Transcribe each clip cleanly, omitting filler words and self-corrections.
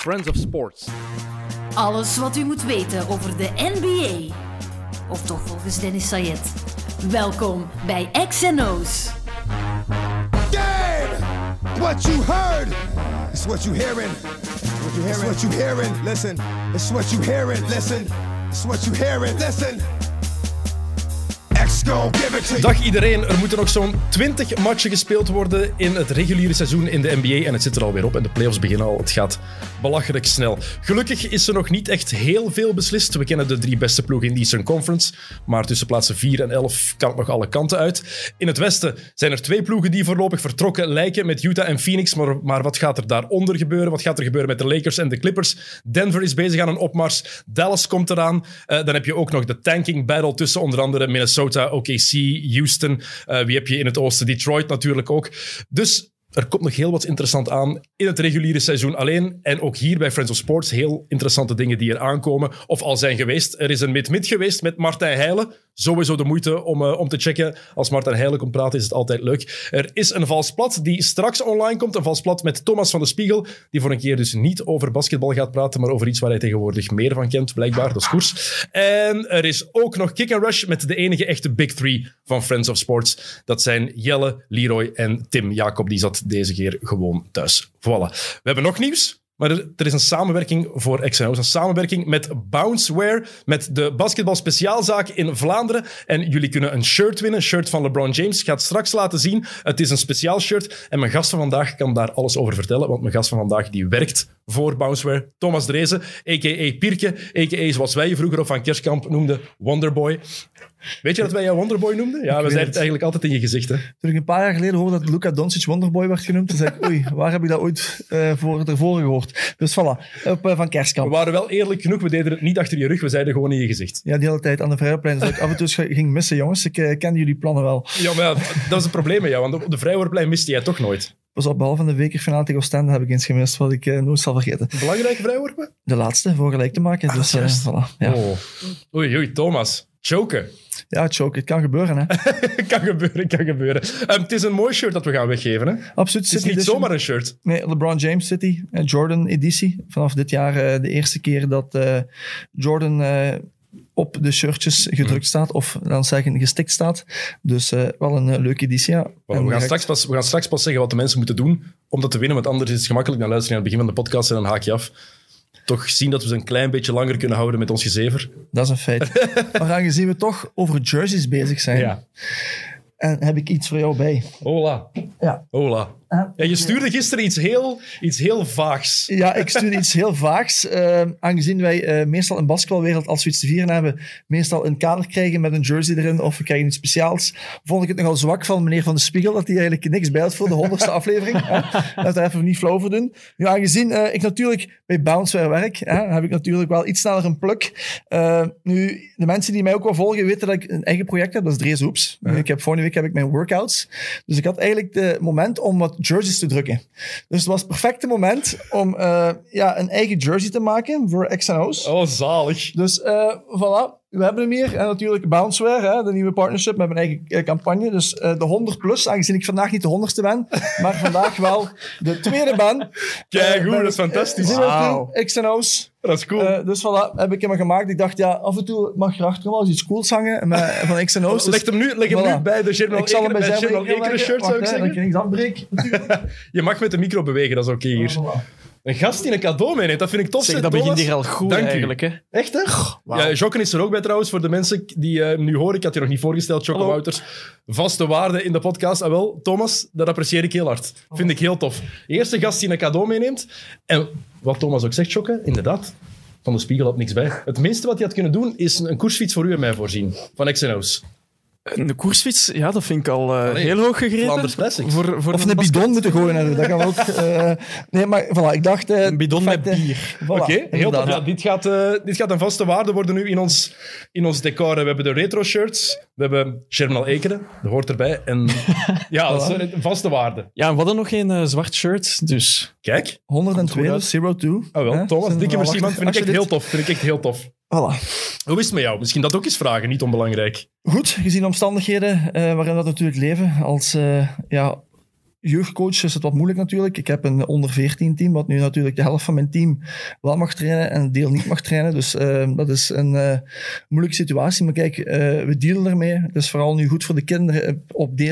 Friends of Sports. Alles wat u moet weten over de NBA. Of toch volgens Dennis Sayed. Welkom bij X&O's. Damn! What you heard is what you hearing. It's what you hearing. Listen. It's what you hearing. Listen. It's what you hearing. Listen. Dag iedereen, er moeten nog zo'n 20 matchen gespeeld worden in het reguliere seizoen in de NBA en het zit er alweer op en de playoffs beginnen al. Het gaat belachelijk snel. Gelukkig is er nog niet echt heel veel beslist. We kennen de 3 beste ploegen in de Eastern Conference, maar tussen plaatsen 4 en 11 kan het nog alle kanten uit. In het westen zijn er 2 ploegen die voorlopig vertrokken lijken met Utah en Phoenix, maar wat gaat er daaronder gebeuren? Wat gaat er gebeuren met de Lakers en de Clippers? Denver is bezig aan een opmars, Dallas komt eraan. Dan heb je ook nog de tanking battle tussen onder andere Minnesota, OKC, Houston. Wie heb je in het oosten? Detroit natuurlijk ook. Dus er komt nog heel wat interessant aan in het reguliere seizoen alleen. En ook hier bij Friends of Sports heel interessante dingen die er aankomen of al zijn geweest. Er is een mid-mid geweest met Martijn Heijlen. Sowieso de moeite om te checken. Als Martijn Heijlen komt praten is het altijd leuk. Er is een vals plat die straks online komt. Een vals plat met Thomas van de Spiegel. Die voor een keer dus niet over basketbal gaat praten, maar over iets waar hij tegenwoordig meer van kent, blijkbaar. Dat is koers. En er is ook nog Kick and Rush met de enige echte Big 3 van Friends of Sports. Dat zijn Jelle, Leroy en Tim. Jacob die zat deze keer gewoon thuis. Voilà. We hebben nog nieuws. Maar er is een samenwerking voor X&O's. Een samenwerking met Bounceware, met de basketbalspeciaalzaak in Vlaanderen. En jullie kunnen een shirt winnen, een shirt van LeBron James. Ik ga het straks laten zien. Het is een speciaal shirt. En mijn gast van vandaag kan daar alles over vertellen. Want mijn gast van vandaag die werkt voor Bounceware. Thomas Dreesen, a.k.a. Pierke. A.k.a. zoals wij je vroeger op Van Kerskamp noemden, Wonderboy. Weet je dat wij jou Wonderboy noemden? Ja, we zeiden het eigenlijk altijd in je gezicht. Hè? Toen ik een paar jaar geleden hoorde dat Luka Doncic Wonderboy werd genoemd, toen zei ik, oei, waar heb ik dat ooit ervoor gehoord? Dus voilà, op Van Kerskamp. We waren wel eerlijk genoeg, we deden het niet achter je rug, we zeiden gewoon in je gezicht. Ja, die hele tijd aan de Vrijworpplein. Dus ik af en toe ging missen, jongens. Ik kende jullie plannen wel. Ja, maar dat is het probleem met jou, want op de Vrijworpplein miste jij toch nooit. Pas op, behalve de bekerfinale tegen Oostende heb ik eens gemist, wat ik nooit zal vergeten. Belangrijke vrijworpen? De laatste, voor gelijk te maken. Dus voilà. Ja. Oh. Oei, Thomas. Choken. Ja, choke. Het kan gebeuren, hè. kan gebeuren. Het is een mooi shirt dat we gaan weggeven, hè. Absoluut. Het is niet zomaar een shirt. Nee, LeBron James City, Jordan editie. Vanaf dit jaar de eerste keer dat Jordan op de shirtjes gedrukt staat, of dan zeggen gestikt staat. Dus wel een leuke editie, ja. We gaan straks pas zeggen wat de mensen moeten doen om dat te winnen, want anders is het gemakkelijk naar luisteren aan het begin van de podcast en dan haak je af. Toch zien dat we ze een klein beetje langer kunnen houden met ons gezever. Dat is een feit. Maar aangezien we toch over jerseys bezig zijn, ja. En heb ik iets voor jou bij. Hola. Ja. Hola. Ja, je stuurde gisteren iets heel vaags. Ja, ik stuurde iets heel vaags. Aangezien wij meestal in basketbalwereld, als we iets te vieren hebben, meestal een kader krijgen met een jersey erin of we krijgen iets speciaals, vond ik het nogal zwak van meneer Van de Spiegel dat hij eigenlijk niks bij had voor de 100ste aflevering. Dat daar even niet flauw voor doen. Nu, aangezien ik natuurlijk bij Bounceware werk, heb ik natuurlijk wel iets sneller een pluk. Nu, de mensen die mij ook wel volgen weten dat ik een eigen project heb, dat is Drees Hoops. Vorige week heb ik mijn workouts. Dus ik had eigenlijk het moment om wat jerseys te drukken. Dus het was het perfecte moment om een eigen jersey te maken voor X&O's. Oh, zalig. Dus voilà. We hebben hem hier. En natuurlijk Bounceware, de nieuwe partnership met mijn eigen campagne. Dus de 100 plus, aangezien ik vandaag niet de 100ste ben, maar vandaag wel de tweede ben. Kijk, goed, dat is fantastisch. Wow. X&O's. Dat is cool. Dus voilà, heb ik hem gemaakt. Ik dacht, ja, af en toe mag er achter wel eens iets cools hangen van X&O's. Leg hem nu bij de Germinal Ekeren shirt, zou ik zeggen. Dan kan ik dat breken. Je mag met de micro bewegen, dat is oké hier. Een gast die een cadeau meeneemt, dat vind ik tof. Zeg, dat begint hier al goed eigenlijk. Hè? Echt, hè? Wow. Ja, Jokken is er ook bij trouwens, voor de mensen die nu horen. Ik had je nog niet voorgesteld, Jokke Wouters. Vaste waarde in de podcast. En wel, Thomas, dat apprecieer ik heel hard. Vind ik heel tof. Eerste gast die een cadeau meeneemt. En wat Thomas ook zegt, Jokke, inderdaad, Van de Spiegel had niks bij. Het minste wat hij had kunnen doen, is een koersfiets voor u en mij voorzien. Van X&O's. Een koersfiets, ja, dat vind ik al heel hoog gegrepen. Flanders Classic. Of een bidon moeten gooien. Dat kan ook. Nee, maar voilà, ik dacht... een bidon met bier. Voilà, Oké, heel tof. Ja, dit gaat een vaste waarde worden nu in ons decor. We hebben de retro shirts. We hebben Germinal Ekeren. Dat hoort erbij. En ja, dat is een vaste waarde. Ja, en we hadden nog geen zwart shirt, dus... Kijk. 102, 02. Oh wel, Thomas, dikke merci man. Vind ik echt heel tof. Voilà. Hoe is het met jou? Misschien dat ook eens vragen, niet onbelangrijk. Goed, gezien de omstandigheden waarin we natuurlijk leven, als jeugdcoach is het wat moeilijk natuurlijk. Ik heb een onder 14 team, wat nu natuurlijk de helft van mijn team wel mag trainen en een deel niet mag trainen. Dus dat is een moeilijke situatie. Maar kijk, we dealen ermee. Het is vooral nu goed voor de kinderen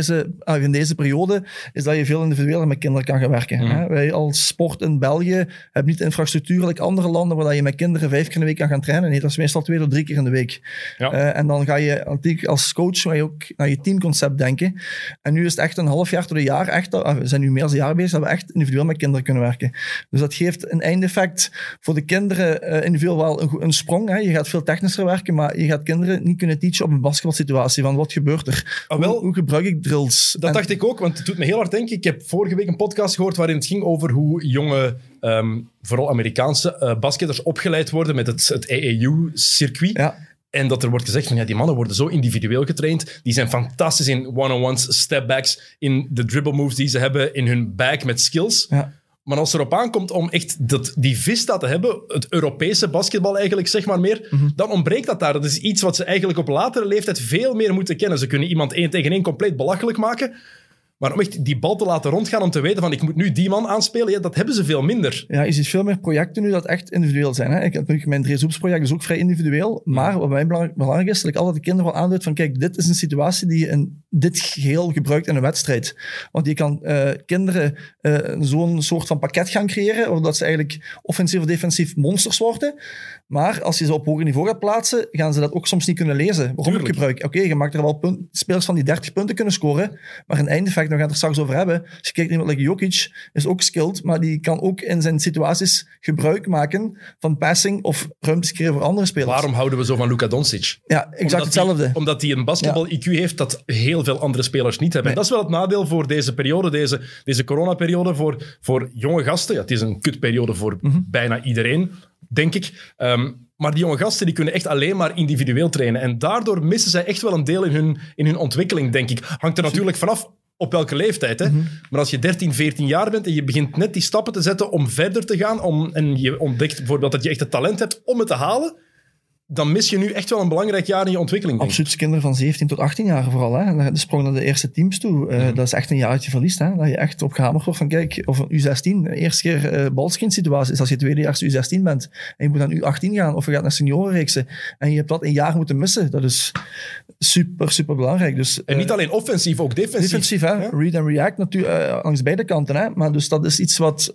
in deze periode, is dat je veel individueler met kinderen kan gaan werken. Hè? Wij als sport in België hebben niet de infrastructuur like andere landen, waar je met kinderen 5 keer in de week kan gaan trainen. Nee, dat is meestal 2 tot 3 keer in de week. Ja. En dan ga je als coach ook naar je teamconcept denken. En nu is het echt een half jaar tot een jaar echt, we zijn nu meer dan een jaar bezig, dat we echt individueel met kinderen kunnen werken. Dus dat geeft een eindeffect voor de kinderen individueel wel een sprong. Hè. Je gaat veel technischer werken, maar je gaat kinderen niet kunnen teachen op een basketbalsituatie. Van wat gebeurt er? Hoe gebruik ik drills? Dat dacht ik ook, want het doet me heel hard denken. Ik heb vorige week een podcast gehoord waarin het ging over hoe jonge, vooral Amerikaanse basketters opgeleid worden met het AAU-circuit. Ja. En dat er wordt gezegd van, die mannen worden zo individueel getraind. Die zijn fantastisch in one-on-ones, stepbacks, in de dribble moves die ze hebben, in hun bag met skills. Ja. Maar als het erop aankomt om echt die vista te hebben, het Europese basketbal eigenlijk, zeg maar meer, dan ontbreekt dat daar. Dat is iets wat ze eigenlijk op latere leeftijd veel meer moeten kennen. Ze kunnen iemand 1 tegen 1 compleet belachelijk maken. Maar om echt die bal te laten rondgaan, om te weten van ik moet nu die man aanspelen, dat hebben ze veel minder. Ja, je ziet veel meer projecten nu dat echt individueel zijn. Hè? Ik heb natuurlijk mijn Drees-Oeps-project, is ook vrij individueel. Maar wat mij belangrijk is, dat ik altijd de kinderen wel aanduid van kijk, dit is een situatie die je in dit geheel gebruikt in een wedstrijd. Want je kan kinderen zo'n soort van pakket gaan creëren, omdat ze eigenlijk offensief of defensief monsters worden. Maar als je ze op hoger niveau gaat plaatsen, gaan ze dat ook soms niet kunnen lezen. Waarom ik gebruik? Oké, je maakt er wel spelers van die 30 punten kunnen scoren, maar een eindeffect, daar gaan we het er straks over hebben. Als je kijkt naar iemand like Jokic, is ook skilled, maar die kan ook in zijn situaties gebruik maken van passing of ruimtes creëren voor andere spelers. Waarom houden we zo van Luka Doncic? Ja, exact hetzelfde. Omdat hij een basketbal-IQ heeft dat heel veel andere spelers niet hebben. Nee. En dat is wel het nadeel voor deze periode, deze coronaperiode, voor jonge gasten. Ja, het is een kutperiode voor bijna iedereen, denk ik. Maar die jonge gasten die kunnen echt alleen maar individueel trainen. En daardoor missen zij echt wel een deel in hun ontwikkeling, denk ik. Hangt er natuurlijk vanaf op welke leeftijd. Hè? Maar als je 13, 14 jaar bent en je begint net die stappen te zetten om verder te gaan, en je ontdekt bijvoorbeeld dat je echt het talent hebt om het te halen, dan mis je nu echt wel een belangrijk jaar in je ontwikkeling. Absoluut, kinderen van 17 tot 18 jaar vooral. Hè. De sprong naar de eerste teams toe, dat is echt een jaar dat je verliest. Hè. Dat je echt opgehamerd wordt van, kijk, of een U16, de eerste keer balscreen-situatie is als je tweedejaars U16 bent. En je moet naar U18 gaan, of je gaat naar seniorenreeksen. En je hebt dat een jaar moeten missen. Dat is super, super belangrijk. Dus, en niet alleen offensief, ook defensief. Defensief, hè. Ja? Read and react, natuurlijk, langs beide kanten. Hè. Maar dus dat is iets wat,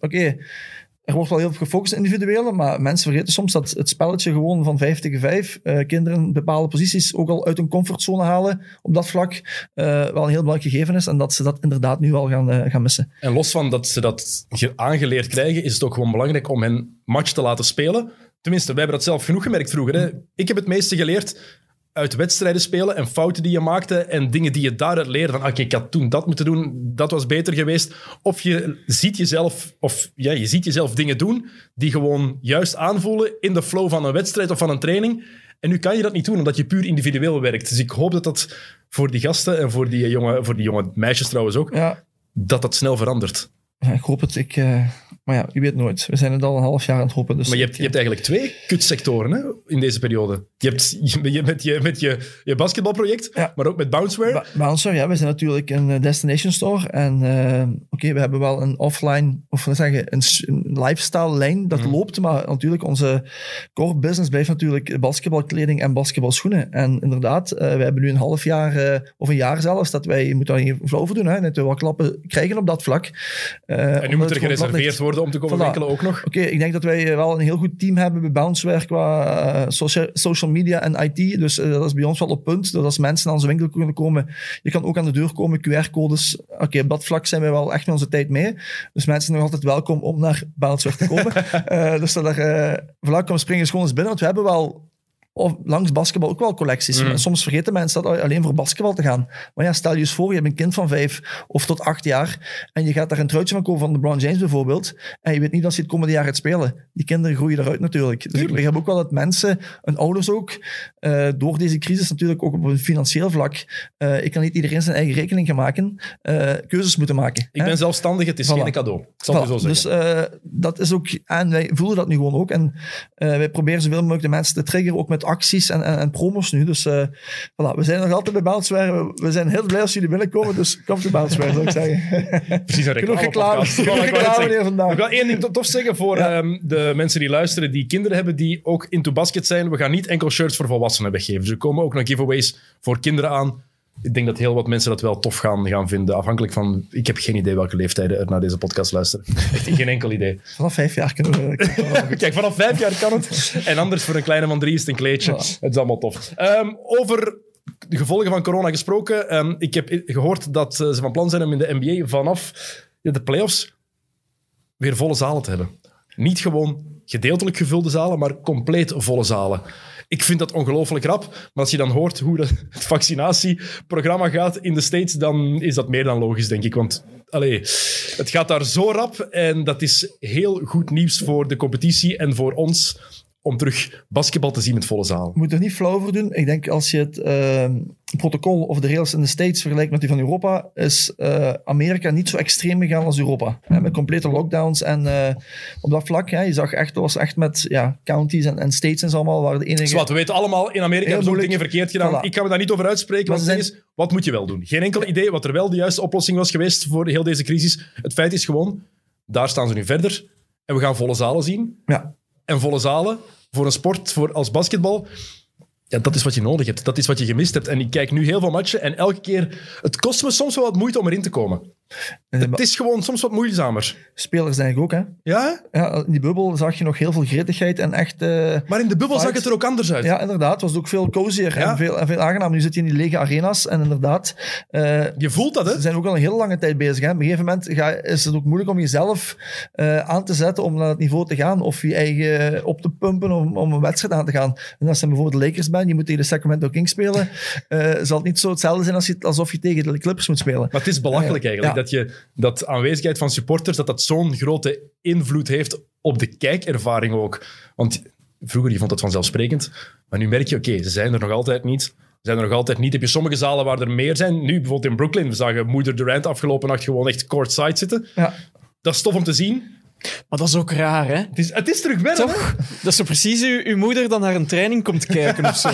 er wordt wel heel veel gefocust individueel, maar mensen vergeten soms dat het spelletje gewoon van 5 tegen 5, kinderen bepaalde posities ook al uit hun comfortzone halen op dat vlak, wel een heel belangrijk gegeven is en dat ze dat inderdaad nu al gaan missen. En los van dat ze dat aangeleerd krijgen, is het ook gewoon belangrijk om hen match te laten spelen. Tenminste, wij hebben dat zelf genoeg gemerkt vroeger. Hè? Ik heb het meeste geleerd uit wedstrijden spelen en fouten die je maakte en dingen die je daaruit leerde. Van, ik had toen dat moeten doen, dat was beter geweest. Of je ziet jezelf dingen doen die gewoon juist aanvoelen in de flow van een wedstrijd of van een training. En nu kan je dat niet doen, omdat je puur individueel werkt. Dus ik hoop dat dat voor die gasten en voor die jonge meisjes trouwens ook, dat snel verandert. Ja, ik hoop het. Maar ja, je weet nooit. We zijn het al een half jaar aan het hopen. Dus maar je hebt eigenlijk 2 kutsectoren hè, in deze periode. Je hebt met je basketbalproject, maar ook met Bounceware. Bounceware, ja. We zijn natuurlijk een destination store. En we hebben wel een offline, of een lifestyle lijn dat loopt. Maar natuurlijk, onze core business blijft natuurlijk basketbalkleding en basketbalschoenen. En inderdaad, we hebben nu een half jaar, of een jaar zelfs, dat wij moeten daar niet over doen. Hè, dat we wat klappen krijgen op dat vlak. En nu moet er gereserveerd worden om te komen winkelen ook nog. Oké, ik denk dat wij wel een heel goed team hebben bij Bounceware qua social media en IT. Dus dat is bij ons wel op punt. Dat als mensen aan onze winkel kunnen komen, je kan ook aan de deur komen, QR-codes. Oké, op dat vlak zijn wij wel echt met onze tijd mee. Dus mensen zijn nog altijd welkom om naar Bounceware te komen. Dus dat vlak kan springen gewoon eens binnen, want we hebben wel langs basketbal ook wel collecties. Soms vergeten mensen dat alleen voor basketbal te gaan. Maar ja, stel je eens voor, je hebt een kind van 5 of tot 8 jaar en je gaat daar een truitje van kopen van LeBron James bijvoorbeeld en je weet niet dat ze het komende jaar gaat spelen. Die kinderen groeien eruit natuurlijk. Dus ik begrijp ook wel dat mensen en ouders ook door deze crisis natuurlijk ook op een financieel vlak, ik kan niet iedereen zijn eigen rekening gaan maken, keuzes moeten maken. Ik ben zelfstandig, het is geen cadeau. Ik zal het zo zeggen. Dus dat is ook, en wij voelen dat nu gewoon ook en wij proberen zoveel mogelijk de mensen te triggeren, ook met wat acties en promos nu. Dus voilà, we zijn nog altijd bij Bounceware. We zijn heel blij als jullie binnenkomen, dus kom to Bounceware, zou ik zeggen. Precies, een Genoeg reclame hier vandaag. Ik wil één ding tof zeggen voor de mensen die luisteren, die kinderen hebben, die ook into basket zijn. We gaan niet enkel shirts voor volwassenen weggeven. Dus er komen ook nog giveaways voor kinderen aan. Ik denk dat heel wat mensen dat wel tof gaan vinden. Afhankelijk van... Ik heb geen idee welke leeftijden er naar deze podcast luisteren. Echt geen enkel idee. Vanaf 5 jaar kunnen we... Kijk, vanaf 5 jaar kan het. En anders voor een kleine van 3 is het een kleedje. Ja. Het is allemaal tof. Over de gevolgen van corona gesproken. Ik heb gehoord dat ze van plan zijn om in de NBA vanaf de playoffs weer volle zalen te hebben. Niet gewoon gedeeltelijk gevulde zalen, maar compleet volle zalen. Ik vind dat ongelooflijk rap. Maar als je dan hoort hoe het vaccinatieprogramma gaat in de States, dan is dat meer dan logisch, denk ik. Want het gaat daar zo rap. En dat is heel goed nieuws voor de competitie en voor ons om terug basketbal te zien met volle zalen. Je moet er niet flauw over doen. Ik denk als je het protocol of de rails in de States vergelijkt met die van Europa, is Amerika niet zo extreem gegaan als Europa. Met complete lockdowns en op dat vlak, je zag echt, dat was echt met counties en states en zo allemaal, waren de enige... Zwat, we weten allemaal, in Amerika hebben ze ook dingen verkeerd gedaan. Voilà. Ik ga me daar niet over uitspreken, maar het is, wat moet je wel doen? Geen enkel idee wat er wel de juiste oplossing was geweest voor heel deze crisis. Het feit is gewoon, daar staan ze nu verder en we gaan volle zalen zien. Ja. En volle zalen voor een sport als basketbal, ja, dat is wat je nodig hebt. Dat is wat je gemist hebt. En ik kijk nu heel veel matchen en elke keer... Het kost me soms wel wat moeite om erin te komen. Het is gewoon soms wat moeizamer. Spelers denk ik ook, hè? Ja? Ja, in die bubbel zag je nog heel veel gretigheid en echt... maar in de bubbel zag het er ook anders uit. Ja, inderdaad. Was het ook veel cozier en veel aangenaam. Nu zit je in die lege arena's en inderdaad... je voelt dat, hè? Ze zijn ook al een hele lange tijd bezig. Hè? Op een gegeven moment is het ook moeilijk om jezelf aan te zetten om naar het niveau te gaan of je eigen op te pumpen om een wedstrijd aan te gaan. En als je bijvoorbeeld de Lakers bent, je moet tegen de Sacramento Kings spelen, zal het niet zo hetzelfde zijn alsof je tegen de Clippers moet spelen. Maar het is belachelijk eigenlijk. Dat aanwezigheid van supporters, dat zo'n grote invloed heeft op de kijkervaring ook. Want vroeger, je vond dat vanzelfsprekend. Maar nu merk je, oké, ze zijn er nog altijd niet. Heb je sommige zalen waar er meer zijn. Nu, bijvoorbeeld in Brooklyn, we zagen moeder Durant afgelopen nacht gewoon echt courtside zitten. Ja. Dat is tof om te zien. Maar dat is ook raar, hè? Het is terug wel, toch? Hè? Dat is zo precies uw moeder dan naar een training komt kijken of zo.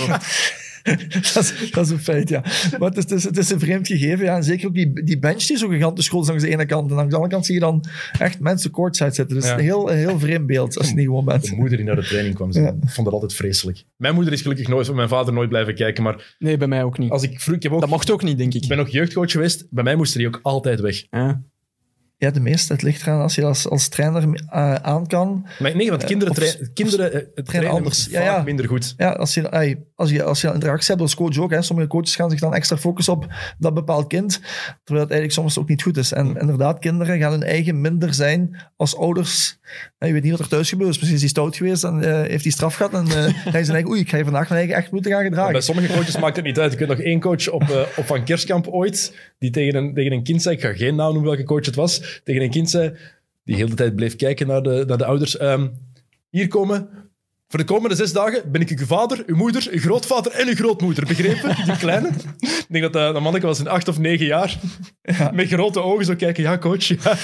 dat is een feit, ja. Maar het is een vreemd gegeven, ja. En zeker ook die bench die zo gigantisch groot is langs de ene kant. En aan de andere kant zie je dan echt mensen courtside zitten. Dus een heel vreemd beeld als je niet gewoon bent. De moeder die naar de training kwam, ik vond dat altijd vreselijk. Mijn moeder is gelukkig nooit van mijn vader nooit blijven kijken, maar... Nee, bij mij ook niet. Dat mocht ook niet, denk ik. Ik ben ook jeugdcoach geweest. Bij mij moesten die ook altijd weg. Ja. Ja, de meeste. Het ligt eraan als je als trainer aan kan. Maar nee, want kinderen trainen anders. Vaak minder goed. Ja, als je interactie hebt als coach ook. Hè, sommige coaches gaan zich dan extra focussen op dat bepaald kind, terwijl het eigenlijk soms ook niet goed is. En inderdaad, kinderen gaan hun eigen minder zijn als ouders. Je weet niet wat er thuis gebeurt. Misschien is hij stout geweest en heeft hij straf gehad. En ga je zeggen, ik ga je vandaag mijn eigen echt moeten gaan gedragen. Bij sommige coaches maakt het niet uit. Ik weet nog één coach op Van Kerskamp ooit, die tegen een kind zei, ik ga geen naam noemen welke coach het was, tegen een kind zei, die heel de tijd bleef kijken naar de ouders. Hier komen, voor de komende 6 dagen ben ik uw vader, uw moeder, uw grootvader en uw grootmoeder. Begrepen? Die kleine. Ik denk dat dat manneke was in 8 of 9 jaar. Ja. Met grote ogen zo kijken. Ja, coach.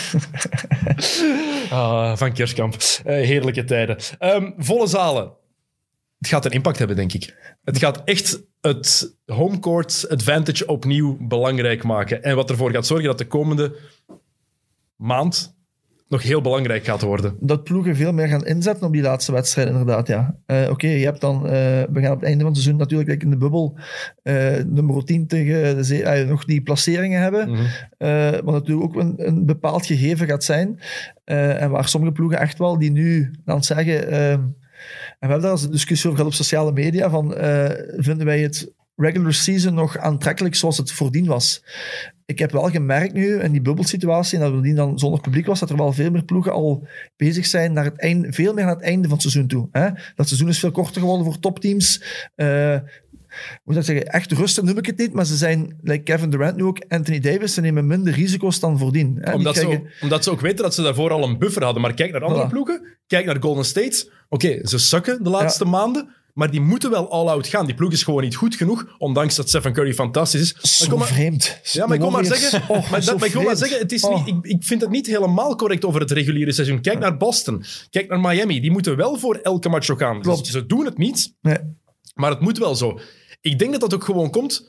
Ja. Van Kerskamp. Heerlijke tijden. Volle zalen. Het gaat een impact hebben, denk ik. Het gaat echt het homecourt advantage opnieuw belangrijk maken. En wat ervoor gaat zorgen dat de komende maand nog heel belangrijk gaat worden. Dat ploegen veel meer gaan inzetten op die laatste wedstrijd, inderdaad, ja. Oké, je hebt dan... we gaan op het einde van het seizoen natuurlijk in de bubbel nummer 10 tegen nog die placeringen hebben. Mm-hmm. Wat natuurlijk ook een bepaald gegeven gaat zijn. En waar sommige ploegen echt wel, die nu aan het zeggen... en we hebben daar eens een discussie over gehad op sociale media, van vinden wij het regular season nog aantrekkelijk zoals het voordien was? Ik heb wel gemerkt nu in die bubbelsituatie, en dat het dan zonder publiek was, dat er wel veel meer ploegen al bezig zijn naar het einde, veel meer naar het einde van het seizoen toe. Hè? Dat seizoen is veel korter geworden voor topteams. Moet ik zeggen, echt rustig noem ik het niet, maar ze zijn, like Kevin Durant nu ook, Anthony Davis, ze nemen minder risico's dan voordien. Hè? Omdat ze ook weten dat ze daarvoor al een buffer hadden. Maar kijk naar andere ploegen, kijk naar Golden State. Oké, ze sukken de laatste maanden, maar die moeten wel all-out gaan. Die ploeg is gewoon niet goed genoeg, ondanks dat Stephen Curry fantastisch is. Zo vreemd. Ja, maar ik wil maar zeggen, het is niet, ik vind het niet helemaal correct over het reguliere seizoen. Kijk naar Boston, kijk naar Miami. Die moeten wel voor elke match ook gaan. Dus ze doen het niet. Nee. Maar het moet wel zo. Ik denk dat dat ook gewoon komt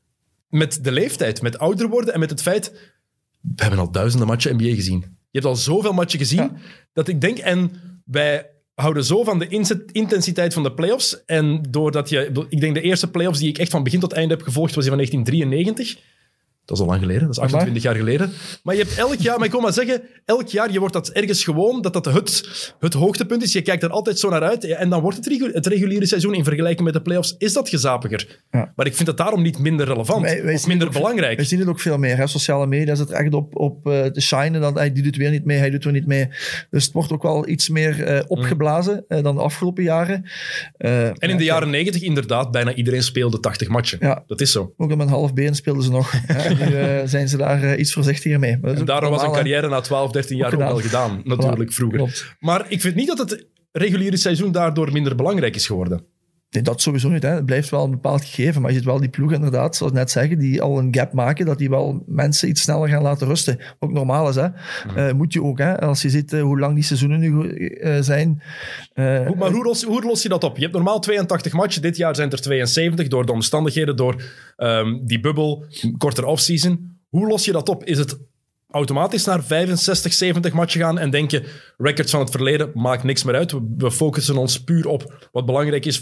met de leeftijd, met ouder worden en met het feit... We hebben al duizenden matchen NBA gezien. Je hebt al zoveel matchen gezien, dat ik denk... En wij houden zo van de intensiteit van de playoffs. En doordat ik denk de eerste playoffs die ik echt van begin tot einde heb gevolgd, was die van 1993... Dat is al lang geleden, dat is 28 jaar geleden. Maar je hebt elk jaar, maar ik wil maar zeggen, elk jaar, je wordt dat ergens gewoon, dat het hoogtepunt is. Je kijkt er altijd zo naar uit. En dan wordt het reguliere seizoen in vergelijking met de playoffs, is dat gezapiger. Ja. Maar ik vind het daarom niet minder relevant of minder belangrijk. We zien het ook veel meer. Hè? Sociale media zit er echt op te shinen. Dat die doet weer niet mee, hij doet weer niet mee. Dus het wordt ook wel iets meer opgeblazen dan de afgelopen jaren. En in de jaren 90 inderdaad, bijna iedereen speelde 80 matchen. Ja. Dat is zo. Ook met een half been speelden ze nog. Nu zijn ze daar iets voorzichtiger mee. En daarom was een carrière na 12, 13 jaar ook wel gedaan. Natuurlijk vroeger. Klopt. Maar ik vind niet dat het reguliere seizoen daardoor minder belangrijk is geworden. Nee, dat sowieso niet. Hè. Het blijft wel een bepaald gegeven. Maar je ziet wel die ploeg inderdaad, zoals net zeggen, die al een gap maken, dat die wel mensen iets sneller gaan laten rusten. Ook normaal is, hè. Moet je ook. Hè. Als je ziet hoe lang die seizoenen nu zijn. Maar hoe los je dat op? Je hebt normaal 82 matchen. Dit jaar zijn er 72 door de omstandigheden, door die bubbel, korter offseason. Hoe los je dat op? Is het automatisch naar 65, 70 matchen gaan en denken, records van het verleden, maakt niks meer uit. We focussen ons puur op wat belangrijk is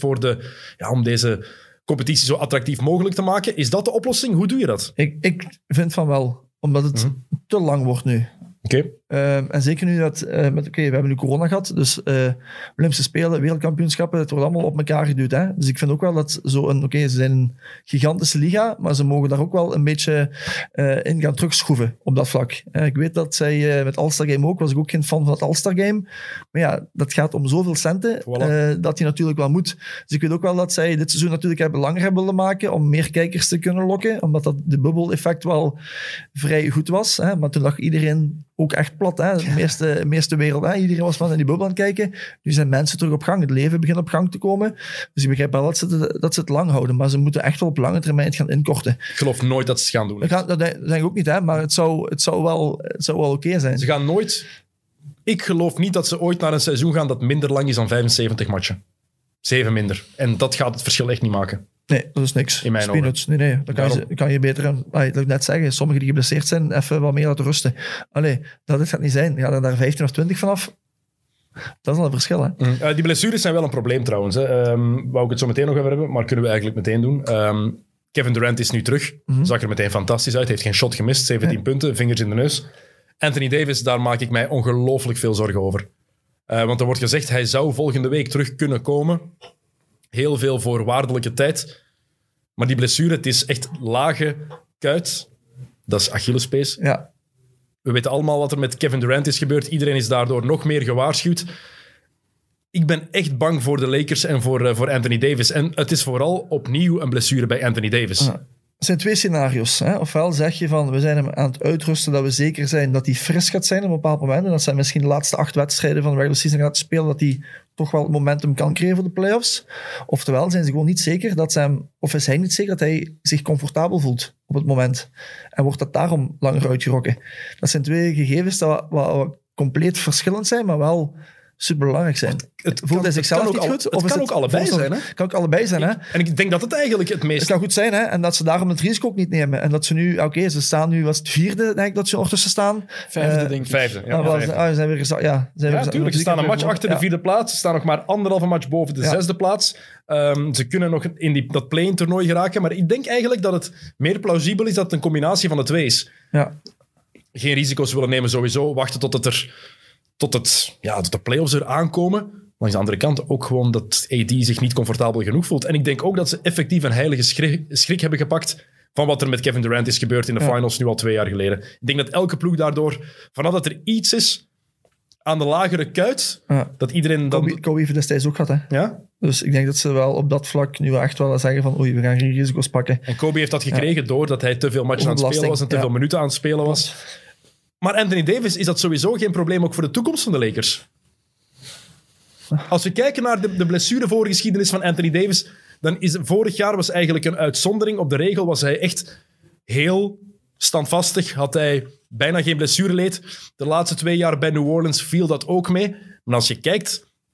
om deze competitie zo attractief mogelijk te maken. Is dat de oplossing? Hoe doe je dat? Ik vind van wel, omdat het te lang wordt nu. Okay. En zeker nu dat... we hebben nu corona gehad, dus Olympische Spelen, wereldkampioenschappen, het wordt allemaal op elkaar geduwd. Hè? Dus ik vind ook wel dat ze zijn een gigantische liga, maar ze mogen daar ook wel een beetje in gaan terugschroeven op dat vlak. Ik weet dat zij met All-Star Game ook, was ik ook geen fan van het All-Star Game, maar ja, dat gaat om zoveel centen, dat die natuurlijk wel moet. Dus ik weet ook wel dat zij dit seizoen natuurlijk langer hebben willen maken, om meer kijkers te kunnen lokken, omdat dat de bubbel-effect wel vrij goed was. Hè? Maar toen lag iedereen ook echt plat, hè? De meeste wereld. Hè? Iedereen was van in die bubbel aan het kijken. Nu zijn mensen terug op gang. Het leven begint op gang te komen. Dus ik begrijp wel dat ze het lang houden. Maar ze moeten echt wel op lange termijn het gaan inkorten. Ik geloof nooit dat ze het gaan doen. Dat denk ik ook niet, hè? Maar het zou wel oké zijn. Ze gaan nooit... Ik geloof niet dat ze ooit naar een seizoen gaan dat minder lang is dan 75 matchen. 7 minder. En dat gaat het verschil echt niet maken. Nee, dat is niks. In mijn ogen. Nee. Dan kan je beter... Dat ik net zeggen, sommigen die geblesseerd zijn, even wat meer laten rusten. Allee, dat gaat niet zijn. Ga er daar 15 of 20 vanaf. Dat is al een verschil, hè. Die blessures zijn wel een probleem trouwens. Hè. Wou ik het zo meteen nog over hebben, maar kunnen we eigenlijk meteen doen. Kevin Durant is nu terug. Zag er meteen fantastisch uit. Heeft geen shot gemist. 17 punten, vingers in de neus. Anthony Davis, daar maak ik mij ongelooflijk veel zorgen over. Want er wordt gezegd, hij zou volgende week terug kunnen komen. Heel veel voorwaardelijke tijd. Maar die blessure, het is echt lage kuit. Dat is Achillespees. Ja. We weten allemaal wat er met Kevin Durant is gebeurd. Iedereen is daardoor nog meer gewaarschuwd. Ik ben echt bang voor de Lakers en voor Anthony Davis. En het is vooral opnieuw een blessure bij Anthony Davis. Ja. Er zijn 2 scenario's. Hè? Ofwel zeg je van, we zijn hem aan het uitrusten dat we zeker zijn dat hij fris gaat zijn op een bepaald moment. En dat zijn misschien de laatste 8 wedstrijden van de regular season gaat spelen, dat hij toch wel het momentum kan creëren voor de playoffs. Oftewel zijn ze gewoon niet zeker dat ze hem, of is hij niet zeker dat hij zich comfortabel voelt op het moment. En wordt dat daarom langer uitgerokken. Dat zijn 2 gegevens die wat compleet verschillend zijn, maar wel superbelangrijk zijn. Voelt hij zichzelf niet goed? Het kan ook allebei zijn. Hè? Kan ook allebei zijn. Hè? En ik denk dat het eigenlijk het meest... Het kan goed zijn, hè? En dat ze daarom het risico ook niet nemen. En dat ze nu... Ze staan nu... Was het 4e, denk ik, dat ze ondertussen staan? 5e, denk ik. 5e, ja. Zijn weer tuurlijk. Ze staan een match achter de 4e plaats. Ze staan nog maar 1,5 match boven de 6e plaats. Ze kunnen nog in dat play-in toernooi geraken. Maar ik denk eigenlijk dat het meer plausibel is dat het een combinatie van de 2 is. Ja. Geen risico's willen nemen sowieso. Wachten tot de playoffs er aankomen. Langs de andere kant ook gewoon dat AD zich niet comfortabel genoeg voelt. En ik denk ook dat ze effectief een heilige schrik hebben gepakt van wat er met Kevin Durant is gebeurd in de finals nu al 2 jaar geleden. Ik denk dat elke ploeg daardoor, vanaf dat er iets is aan de lagere kuit, dat iedereen dan... Kobe heeft destijds ook gehad, hè? Ja? Dus ik denk dat ze wel op dat vlak nu echt wel zeggen van we gaan geen risico's pakken. En Kobe heeft dat gekregen doordat hij te veel matchen aan het spelen was en te veel minuten aan het spelen was. Maar Anthony Davis, is dat sowieso geen probleem ook voor de toekomst van de Lakers? Als we kijken naar de blessurevoorgeschiedenis van Anthony Davis, dan is vorig jaar was eigenlijk een uitzondering op de regel. Was hij echt heel standvastig, had hij bijna geen blessureleed. De laatste 2 jaar bij New Orleans viel dat ook mee. Maar als je kijkt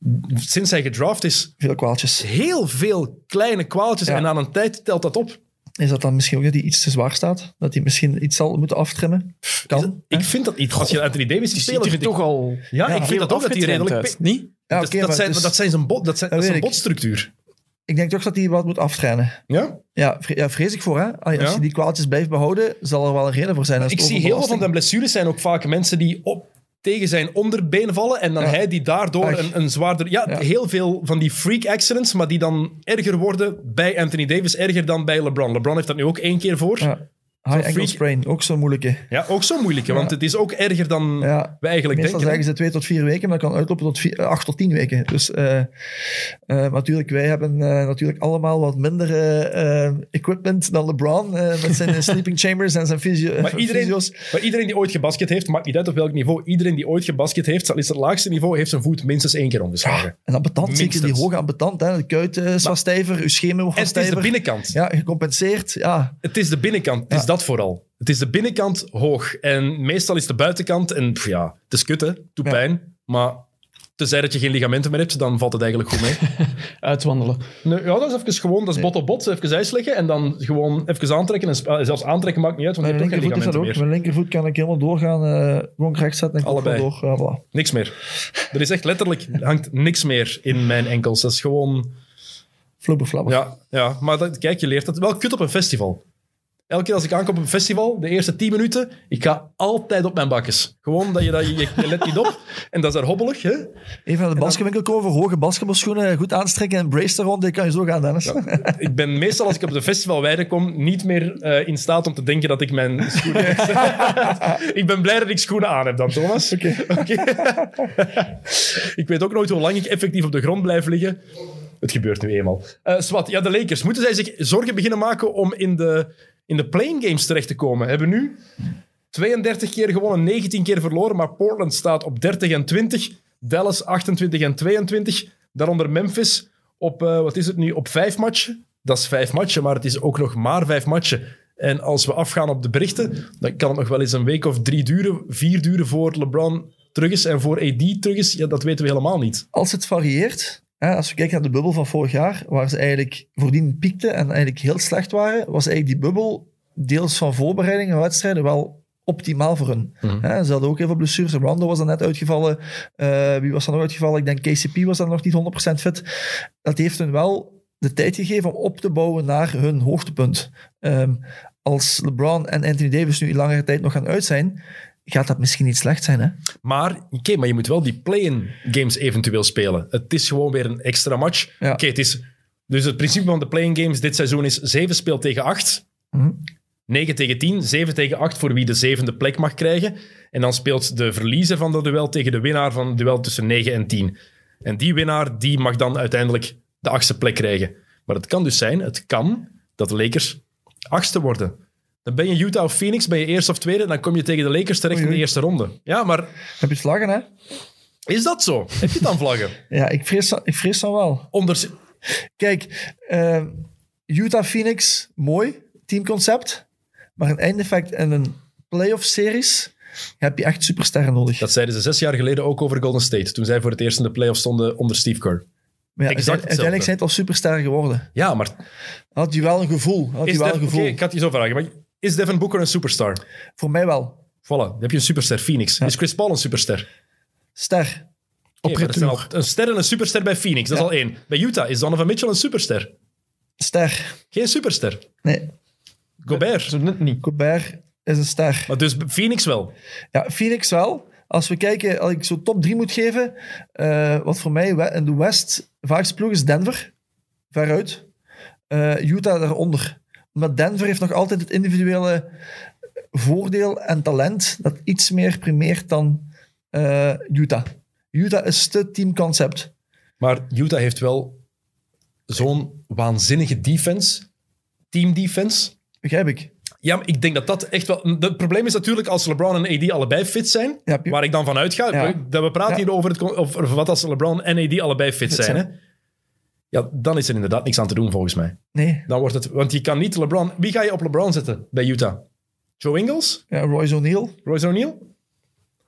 sinds hij gedraft is, Veel kwaaltjes. heel veel kleine kwaaltjes en aan een tijd telt dat op. Is dat dan misschien ook dat hij iets te zwaar staat? Dat hij misschien iets zal moeten aftrimmen? Kan. Ik vind dat niet. Als je Anthony Davis ziet spelen, vind ik toch al... Ja, ik vind dat ook dat hij redelijk... uit, niet? Ja, dat, oké, dat, maar zijn, dus- dat zijn zijn bot, dat is weet een ik. botstructuur. Ik denk toch dat hij wat moet aftrainen. Ja? Ja, vrees ik voor. Hè? Als Ja. je die kwaaltjes blijft behouden, zal er wel een reden voor zijn. Als Ik het zie heel veel van overbelasting- de blessures zijn ook vaak mensen die tegen zijn onderbeen vallen en dan Ja. hij die daardoor Ach. een zwaarder... Ja, Ja. heel veel van die freak accidents, maar die dan erger worden bij Anthony Davis, erger dan bij LeBron. LeBron heeft dat nu ook 1 keer voor. Ja. High ankle freak- sprain, ook zo'n moeilijke. Ja, ook zo moeilijk, want het is ook erger dan Ja. wij eigenlijk Meestal denken. zeggen ze 2 tot 4 weken, maar dat kan uitlopen tot 8 tot 10 weken. Dus natuurlijk, wij hebben natuurlijk allemaal wat minder equipment dan LeBron met zijn sleeping chambers en zijn Maar iedereen die ooit gebasket heeft, maakt niet uit op welk niveau, iedereen die ooit gebasket heeft, al is het laagste niveau, heeft zijn voet minstens 1 keer omgeslagen. En ambetant, zeker die Minstens. hoge ambetant. Hè. De kuit is wat stijver, uw schema wordt En wat het is de stijver. binnenkant. Ja, gecompenseerd. Ja. Het is de binnenkant, het is dat vooral. Het is de binnenkant hoog. En meestal is de buitenkant, en ja, het is kut hè, doet Ja. pijn, maar tenzij dat je geen ligamenten meer hebt, dan valt het eigenlijk goed mee. Uitwandelen. Nee, ja, dat is even gewoon, dat is bot op bot, even ijsleggen en dan gewoon even aantrekken. En zelfs aantrekken maakt niet uit, want je Mijn hebt ook geen linkervoet is dat ligamenten ook. meer. Mijn linkervoet kan ik helemaal doorgaan. Gewoon recht zetten en ik Allebei. door. Ja, voilà. Niks meer. Er is echt letterlijk, hangt niks meer in mijn enkels. Dat is gewoon... Flubberflabber. Ja, maar kijk, je leert dat wel kut op een festival. Elke keer als ik aankom op een festival, de eerste 10 minuten, ik ga altijd op mijn bakjes. Gewoon dat je let niet op. En dat is daar hobbelig, hè? Even naar de basketwinkel komen, hoge basketbalschoenen, goed aanstrekken en brace er rond. Die kan je zo gaan, Dennis. Ik ben meestal, als ik op de festivalweide kom, niet meer in staat om te denken dat ik mijn schoenen... Ik ben blij dat ik schoenen aan heb dan, Thomas. Oké. Ik weet ook nooit hoe lang ik effectief op de grond blijf liggen. Het gebeurt nu eenmaal. Swat, ja, de Lakers. Moeten zij zich zorgen beginnen maken om in de playing games terecht te komen? Hebben nu 32 keer gewonnen, 19 keer verloren, maar Portland staat op 30 en 20, Dallas 28 en 22, daaronder Memphis op, wat is het nu, op 5 matchen. Dat is 5 matchen, maar het is ook nog maar 5 matchen. En als we afgaan op de berichten, dan kan het nog wel eens een week of 3 duren, 4 duren voor LeBron terug is en voor AD terug is. Ja, dat weten we helemaal niet. Als het varieert, hè, als we kijken naar de bubbel van vorig jaar, waar ze eigenlijk voordien piekten en eigenlijk heel slecht waren, was eigenlijk die bubbel, deels van voorbereidingen en wedstrijden, wel optimaal voor hun. Hè, ze hadden ook heel veel blessures. Rondo was dan net uitgevallen. Wie was dan nog uitgevallen? Ik denk KCP was dan nog niet 100% fit. Dat heeft hun wel de tijd gegeven om op te bouwen naar hun hoogtepunt. Als LeBron en Anthony Davis nu in langere tijd nog gaan uit zijn, gaat dat misschien niet slecht zijn, hè? Maar je moet wel die play-in games eventueel spelen. Het is gewoon weer een extra match. Ja. Oké, het is... Dus het principe van de play-in games dit seizoen is 7 speelt tegen 8. 9 tegen 10, 7 tegen 8 voor wie de 7e plek mag krijgen. En dan speelt de verliezer van dat duel tegen de winnaar van het duel tussen 9 en 10. En die winnaar die mag dan uiteindelijk de 8e plek krijgen. Maar het kan dus zijn, dat de Lakers 8e worden. Dan ben je Utah of Phoenix, ben je eerste of tweede, dan kom je tegen de Lakers terecht in de eerste ronde. Ja, maar Heb je vlaggen, hè? is dat zo? Heb je dan vlaggen? Ja, ik vrees dan wel. Kijk, Utah-Phoenix, mooi, teamconcept. Maar een eindeffect in een playoff-series heb je echt supersterren nodig. Dat zeiden ze 6 jaar geleden ook over Golden State, toen zij voor het eerst in de playoffs stonden onder Steve Kerr. Maar ja, exact uiteindelijk hetzelfde. zijn het al supersterren geworden. Ja, maar Had je wel een gevoel. Oké, ik had je zo vragen, maar is Devin Booker een superstar? Voor mij wel. Voilà, dan heb je een superster, Phoenix. Is Chris Paul een superster? Ster. Oké, maar dat zijn al een ster en een superster bij Phoenix, dat is al 1. Bij Utah is Donovan Mitchell een superster. Ster. Geen superster. Nee. Gobert. Zo net niet. Gobert is een ster. Maar dus Phoenix wel. Ja, Phoenix wel. Als we kijken, als ik zo top 3 moet geven, wat voor mij in de West vaakst ploeg is Denver. Veruit. Utah daaronder. Maar Denver heeft nog altijd het individuele voordeel en talent dat iets meer primeert dan Utah. Utah is te teamconcept. Maar Utah heeft wel zo'n waanzinnige defense. Team-defense. Begrijp ik. Ja, maar ik denk dat dat echt wel... Het probleem is natuurlijk als LeBron en AD allebei fit zijn, Ja, waar ik dan van uitga. Ja. We praten Ja. hier over wat als LeBron en AD allebei fit zijn. Hè? Ja, dan is er inderdaad niks aan te doen volgens mij. Nee. Dan wordt het... Want je kan niet LeBron... Wie ga je op LeBron zetten bij Utah? Joe Ingles? Ja, Royce O'Neal. Royce O'Neal?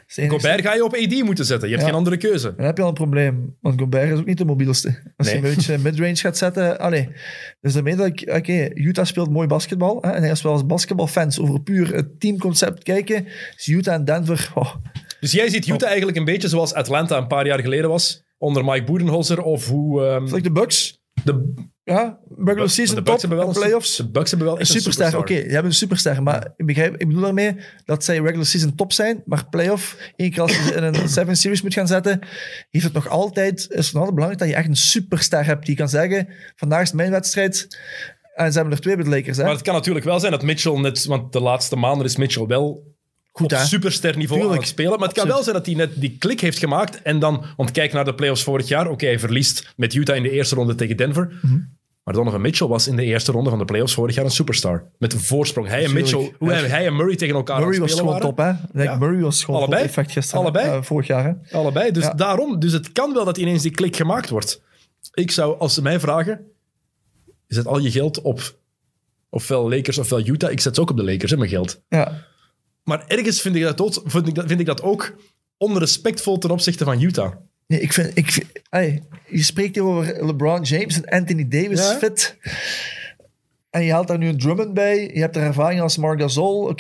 Gobert ga je op AD moeten zetten. Je hebt geen andere keuze. Dan heb je al een probleem. Want Gobert is ook niet de mobielste. Als je een beetje midrange gaat zetten... Dus daarmee dat ik... Oké, Utah speelt mooi basketbal. Hè, en als we als basketbalfans over puur het teamconcept kijken, is Utah en Denver... Dus jij ziet Utah eigenlijk een beetje zoals Atlanta een paar jaar geleden was, onder Mike Budenholzer, of hoe... Like de Bucks. Regular season top, playoffs. De Bucks hebben wel een superster. Oké, die hebben een superster. Maar ik bedoel daarmee dat zij regular season top zijn, maar playoff, één keer als je in een 7 series moet gaan zetten, is het nog altijd belangrijk dat je echt een superster hebt die kan zeggen, vandaag is mijn wedstrijd. En ze hebben er 2 bij de Lakers. Hè? Maar het kan natuurlijk wel zijn dat Mitchell want de laatste maanden is Mitchell wel goed, op supersterniveau aan het spelen. Maar het kan wel zijn dat hij net die klik heeft gemaakt en dan, want kijk naar de playoffs vorig jaar, hij verliest met Utah in de eerste ronde tegen Denver. Maar Donovan Mitchell was in de eerste ronde van de playoffs vorig jaar een superstar. Met een voorsprong. Hij en Mitchell, hij en Murray tegen elkaar Murray was gewoon top, hè? Murray was gewoon allebei. Top effect gisteren. Allebei. Vorig jaar, hè? Allebei. Dus daarom. Dus het kan wel dat ineens die klik gemaakt wordt. Ik zou, als ze mij vragen, zet al je geld op ofwel Lakers ofwel Utah. Ik zet ze ook op de Lakers, hè, mijn geld. Ja. Maar ergens vind ik dat ook onrespectvol ten opzichte van Utah. Nee, je spreekt hier over LeBron James en Anthony Davis fit. En je haalt daar nu een Drummond bij. Je hebt daar ervaring als Marc Gasol.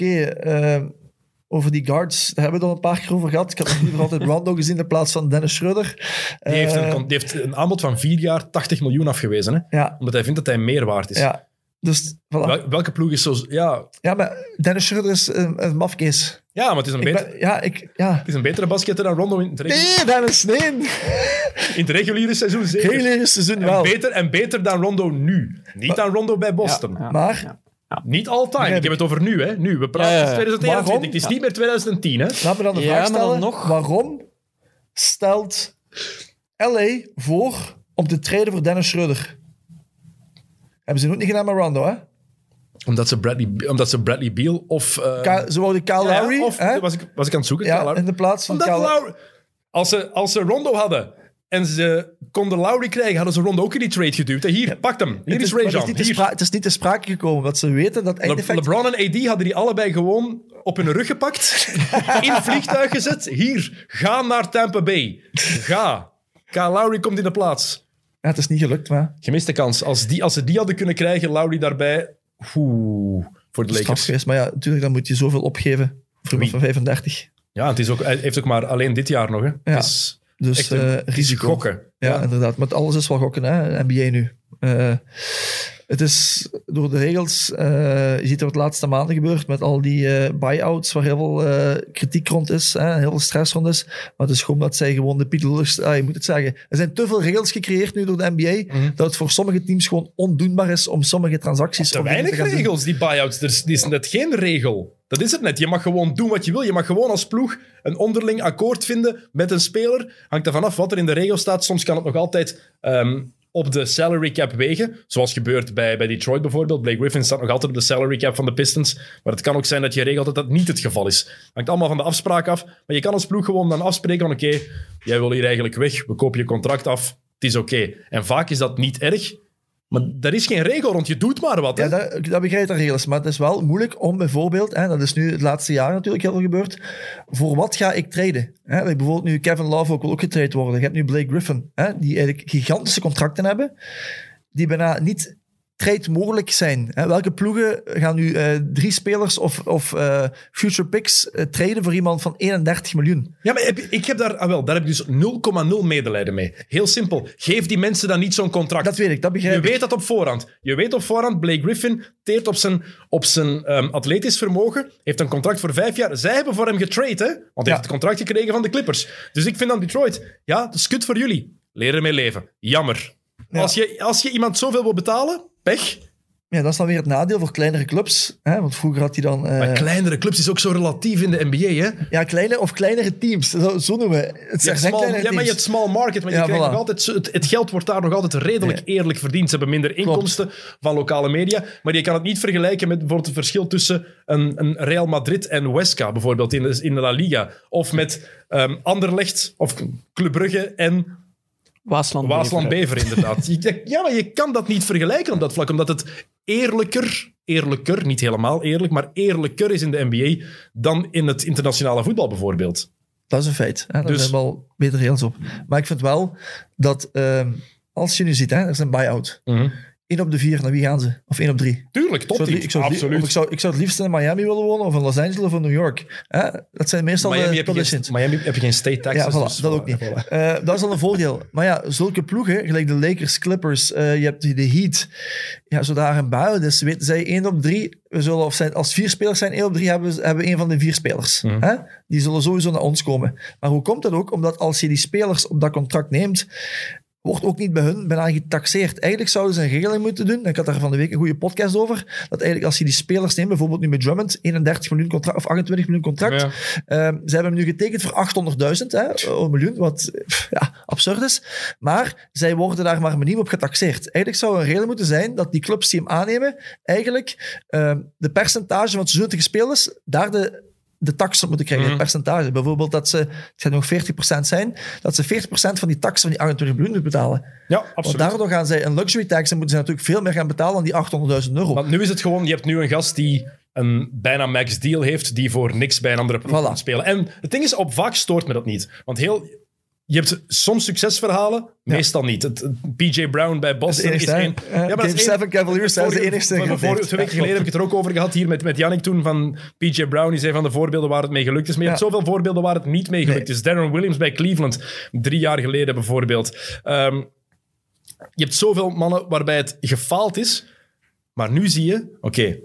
Over die guards, daar hebben we het al een paar keer over gehad. Ik had nog liever altijd Rondo gezien in plaats van Dennis Schroeder. Die heeft een aanbod van 4 jaar 80 miljoen afgewezen. Hè? Ja. Omdat hij vindt dat hij meer waard is. Ja. Dus, voilà. Welke ploeg is zo... Ja, maar Dennis Schroeder is een mafkees. Ja, maar het is een, het is een betere basketter dan Rondo in het Nee. In het reguliere seizoen zeker. Reguliere seizoen wel. En beter dan Rondo nu. Niet dan Rondo bij Boston. Ja. Maar... Ja. Niet altijd. Ik heb het over nu. Hè. Nu. We praten 2021. Het is niet meer 2010. Hè. Laten we dan de vraag stellen. Waarom stelt LA voor om te treden voor Dennis Schroeder? Hebben ze ook niet gedaan met Rondo, hè? Omdat ze Bradley Beal of... ze wouden Kyle Lowry. Of was ik aan het zoeken. Ja, in de plaats van Kyle Lowry. Als ze Rondo hadden en ze konden Lowry krijgen, hadden ze Rondo ook in die trade geduwd. Hier, pak hem. Hier is Ray John. Het is niet te sprake gekomen, want ze weten dat... LeBron en AD hadden die allebei gewoon op hun rug gepakt, in het vliegtuig gezet. Hier, ga naar Tampa Bay. Ga. Kyle Lowry komt in de plaats. Ja, het is niet gelukt, maar... Gemiste kans. Als ze die hadden kunnen krijgen, Lowry daarbij... voor de Lakers. Maar ja, natuurlijk, dan moet je zoveel opgeven voor iemand van 35. Ja, hij heeft ook maar alleen dit jaar nog. Hè. Ja, dus risico. Gokken. Ja, inderdaad. Maar alles is wel gokken, hè, NBA nu. Het is door de regels... je ziet wat de laatste maanden gebeurt met al die buy-outs waar heel veel kritiek rond is, heel veel stress rond is. Maar het is gewoon dat zij gewoon de piedelers... je moet het zeggen. Er zijn te veel regels gecreëerd nu door de NBA dat het voor sommige teams gewoon ondoenbaar is om sommige transacties... Te weinig regels, die buy-outs. Er is net geen regel. Dat is het net. Je mag gewoon doen wat je wil. Je mag gewoon als ploeg een onderling akkoord vinden met een speler. Hangt er vanaf wat er in de regel staat. Soms kan het nog altijd... op de salary cap wegen. Zoals gebeurt bij Detroit bijvoorbeeld. Blake Griffin staat nog altijd op de salary cap van de Pistons. Maar het kan ook zijn dat je regelt dat dat niet het geval is. Hangt allemaal van de afspraak af. Maar je kan als ploeg gewoon dan afspreken van oké, jij wil hier eigenlijk weg. We kopen je contract af. Het is oké. En vaak is dat niet erg. Maar er is geen regel rond. Je doet maar wat. Hè? Ja, dat begrijp ik, de regels. Maar het is wel moeilijk om bijvoorbeeld, dat is nu het laatste jaar natuurlijk heel veel gebeurd, voor wat ga ik traden? Bijvoorbeeld nu Kevin Love ook wil ook getrade worden. Je hebt nu Blake Griffin, die eigenlijk gigantische contracten hebben, die bijna niet trade mogelijk zijn. Welke ploegen gaan nu 3 spelers of future picks traden voor iemand van 31 miljoen? Ja, maar daar heb ik dus 0,0 medelijden mee. Heel simpel. Geef die mensen dan niet zo'n contract. Dat weet ik, dat begrijp ik. Je weet dat op voorhand. Je weet op voorhand, Blake Griffin teert op zijn atletisch vermogen, heeft een contract voor 5 jaar. Zij hebben voor hem getrade, hè? Want hij heeft het contract gekregen van de Clippers. Dus ik vind dan Detroit, dat is kut voor jullie. Leer ermee leven. Jammer. Ja. Als je iemand zoveel wil betalen, pech. Ja, dat is dan weer het nadeel voor kleinere clubs. Hè? Want vroeger had hij dan... Maar kleinere clubs is ook zo relatief in de NBA, hè? Ja, kleinere teams. Zo noemen we het. Maar je hebt small market, maar je krijgt nog altijd... Het geld wordt daar nog altijd redelijk eerlijk verdiend. Ze hebben minder inkomsten van lokale media. Maar je kan het niet vergelijken met bijvoorbeeld het verschil tussen een Real Madrid en Huesca, bijvoorbeeld in de La Liga. Of met Anderlecht of Club Brugge en... Waasland-Bever, inderdaad. Ja, maar je kan dat niet vergelijken op dat vlak, omdat het eerlijker, niet helemaal eerlijk, maar eerlijker is in de NBA dan in het internationale voetbal bijvoorbeeld. Dat is een feit. Hè? Daar Dus- zijn we al beter eens op. Maar ik vind wel dat als je nu ziet, hè, er is een buy-out. 1 op de 4, naar wie gaan ze? Of 1 op 3? Tuurlijk, Ik zou topteam. het Absoluut. ik zou het liefst in Miami willen wonen, of in Los Angeles of in New York. Hè? Dat zijn meestal Miami, de conditions. Miami heb je geen state taxes. Ja, voilà, dus dat ook niet. voilà. Dat is al een voordeel. Maar ja, zulke ploegen, gelijk de Lakers, Clippers, je hebt de Heat. Ja, zo daar een buy-out is, weten zij 1 op 3, we zullen, of zijn, als 4 spelers zijn, 1 op 3 hebben we 1 van de 4 spelers. Hè? Die zullen sowieso naar ons komen. Maar hoe komt dat ook? Omdat als je die spelers op dat contract neemt, wordt ook niet bij hun bijna getaxeerd. Eigenlijk zouden ze een regeling moeten doen, en ik had daar van de week een goede podcast over, dat eigenlijk als je die spelers neemt, bijvoorbeeld nu met Drummond, 31 miljoen contract of 28 miljoen contract, ze hebben hem nu getekend voor 800.000, een miljoen, wat absurd is. Maar zij worden daar maar niet op getaxeerd. Eigenlijk zou een regel moeten zijn dat die clubs die hem aannemen, eigenlijk de percentage van het seizoen tegen spelen is, daar de tax op moeten krijgen, het percentage. Bijvoorbeeld dat ze, het gaat nog 40% zijn, dat ze 40% van die tax van die 28 miljoen moeten betalen. Ja, absoluut. Want daardoor gaan zij een luxury tax en moeten ze natuurlijk veel meer gaan betalen dan die 800.000 €. Want nu is het gewoon, je hebt nu een gast die een bijna max deal heeft, die voor niks bij een andere ploeg kan spelen. En het ding is, op vaak stoort me dat niet. Want je hebt soms succesverhalen, meestal niet. PJ Brown bij Boston is één. Game 7 Cavaliers zijn de enigste. 2 weken geleden heb ik het er ook over gehad hier met Yannick toen van PJ Brown. Die zei van de voorbeelden waar het mee gelukt is. Maar je hebt zoveel voorbeelden waar het niet mee gelukt is. Darren Williams bij Cleveland, 3 jaar geleden bijvoorbeeld. Je hebt zoveel mannen waarbij het gefaald is. Maar nu zie je, oké,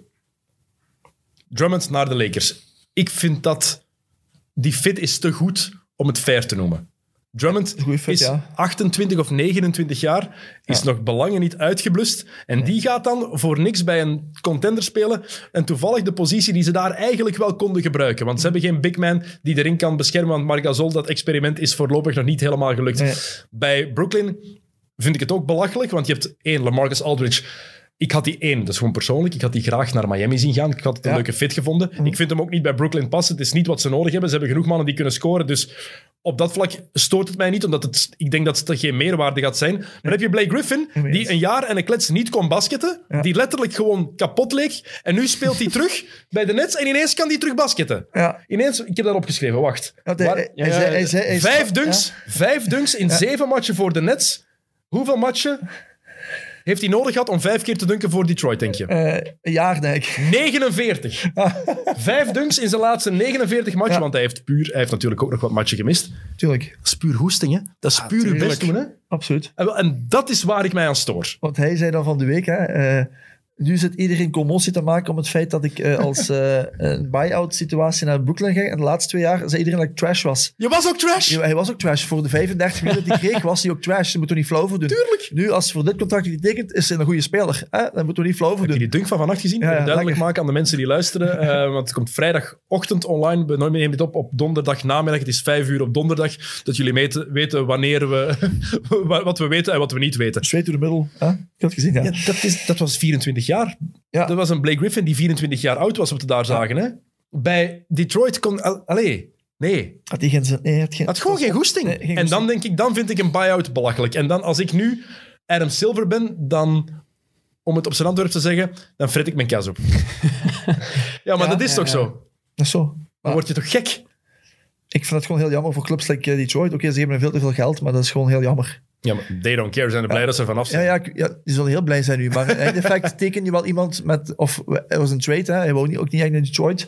Drummond naar de Lakers. Ik vind dat die fit is te goed om het fair te noemen. Drummond is 28 of 29 jaar, is nog belangen niet uitgeblust. En die gaat dan voor niks bij een contender spelen. En toevallig de positie die ze daar eigenlijk wel konden gebruiken. Want ze hebben geen big man die de ring kan beschermen. Want Marc Gasol, dat experiment is voorlopig nog niet helemaal gelukt. Nee. Bij Brooklyn vind ik het ook belachelijk. Want je hebt LaMarcus Aldridge. Ik had die dat is gewoon persoonlijk, ik had die graag naar Miami zien gaan. Ik had het een leuke fit gevonden. Ik vind hem ook niet bij Brooklyn passen. Het is niet wat ze nodig hebben. Ze hebben genoeg mannen die kunnen scoren. Dus op dat vlak stoort het mij niet, omdat ik denk dat het geen meerwaarde gaat zijn. Dan heb je Blake Griffin, die een jaar en een klets niet kon basketten, die letterlijk gewoon kapot leek. En nu speelt hij terug bij de Nets en ineens kan hij terug basketten. Ja. Ineens, ik heb dat opgeschreven, wacht. Vijf dunks in 7 matchen voor de Nets. Hoeveel matchen heeft hij nodig gehad om 5 keer te dunken voor Detroit, denk je? Een jaar, denk ik. 49. 5 dunks in zijn laatste 49 matchen, want hij heeft natuurlijk ook nog wat matchen gemist. Tuurlijk. Dat is puur hoesting, hè? Dat is puur je best doen, hè? Absoluut. En dat is waar ik mij aan stoor. Want hij zei dan van de week, hè, nu zit iedereen commotie te maken om het feit dat ik als een buy-out situatie naar Brooklyn ging. En de laatste 2 jaar zei iedereen dat ik trash was. Je was ook trash? Ja, hij was ook trash. Voor de 35 minuten die ik kreeg, was hij ook trash. Ze moeten er niet flauw voor doen. Tuurlijk. Nu, als voor dit contract die tekent, is hij een goede speler. Dan moeten we niet flauw voor doen. Heb je die dunk van vannacht gezien? Ja, duidelijk maken aan de mensen die luisteren. Want het komt vrijdagochtend online. We nemen dit op donderdag namiddag. Het is 5 uur op donderdag. Dat jullie weten wanneer we... wat we weten en wat we niet weten. Straight to the middle. Ik had het gezien, ja. Dat was 24 jaar. Ja. Dat was een Blake Griffin die 24 jaar oud was, wat we daar zagen. Hè? Bij Detroit kon... Nee. Had gewoon geen goesting. Nee, geen goesting. En dan vind ik een buy-out belachelijk. En dan, als ik nu Adam Silver ben, dan, om het op zijn Antwerp te zeggen, dan fret ik mijn kas op. Ja, maar dat is toch zo? Dat is zo. Dan word je toch gek? Ik vind het gewoon heel jammer voor clubs like Detroit. Oké, ze geven hem veel te veel geld, maar dat is gewoon heel jammer. Ja, maar they don't care. Ze zijn er blij dat ze vanaf zijn. Ja, die zullen heel blij zijn nu. Maar in effect teken je wel iemand met... Of er was een trade, hè. Hij wou ook niet echt naar Detroit.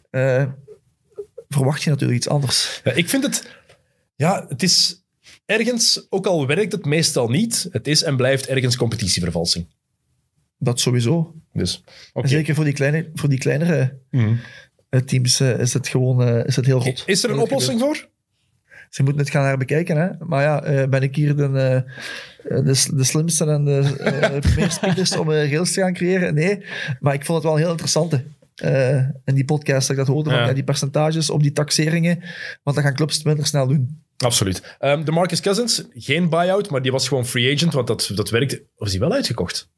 Verwacht je natuurlijk iets anders. Ja, ik vind het... Ja, het is ergens... Ook al werkt het meestal niet, het is en blijft ergens competitievervalsing. Dat sowieso. Dus, okay. Zeker voor die kleinere teams is het gewoon is het heel rot. Is er een oplossing voor? Ze moeten het gaan herbekijken, hè. Maar ja, ben ik hier de slimste en de meest om rails te gaan creëren? Nee, maar ik vond het wel heel interessant. In die podcast dat ik dat hoorde, van die percentages op die taxeringen, want dat gaan clubs minder snel doen. Absoluut. De Marcus Cousins, geen buy-out, maar die was gewoon free agent, want dat werkte. Of is hij wel uitgekocht?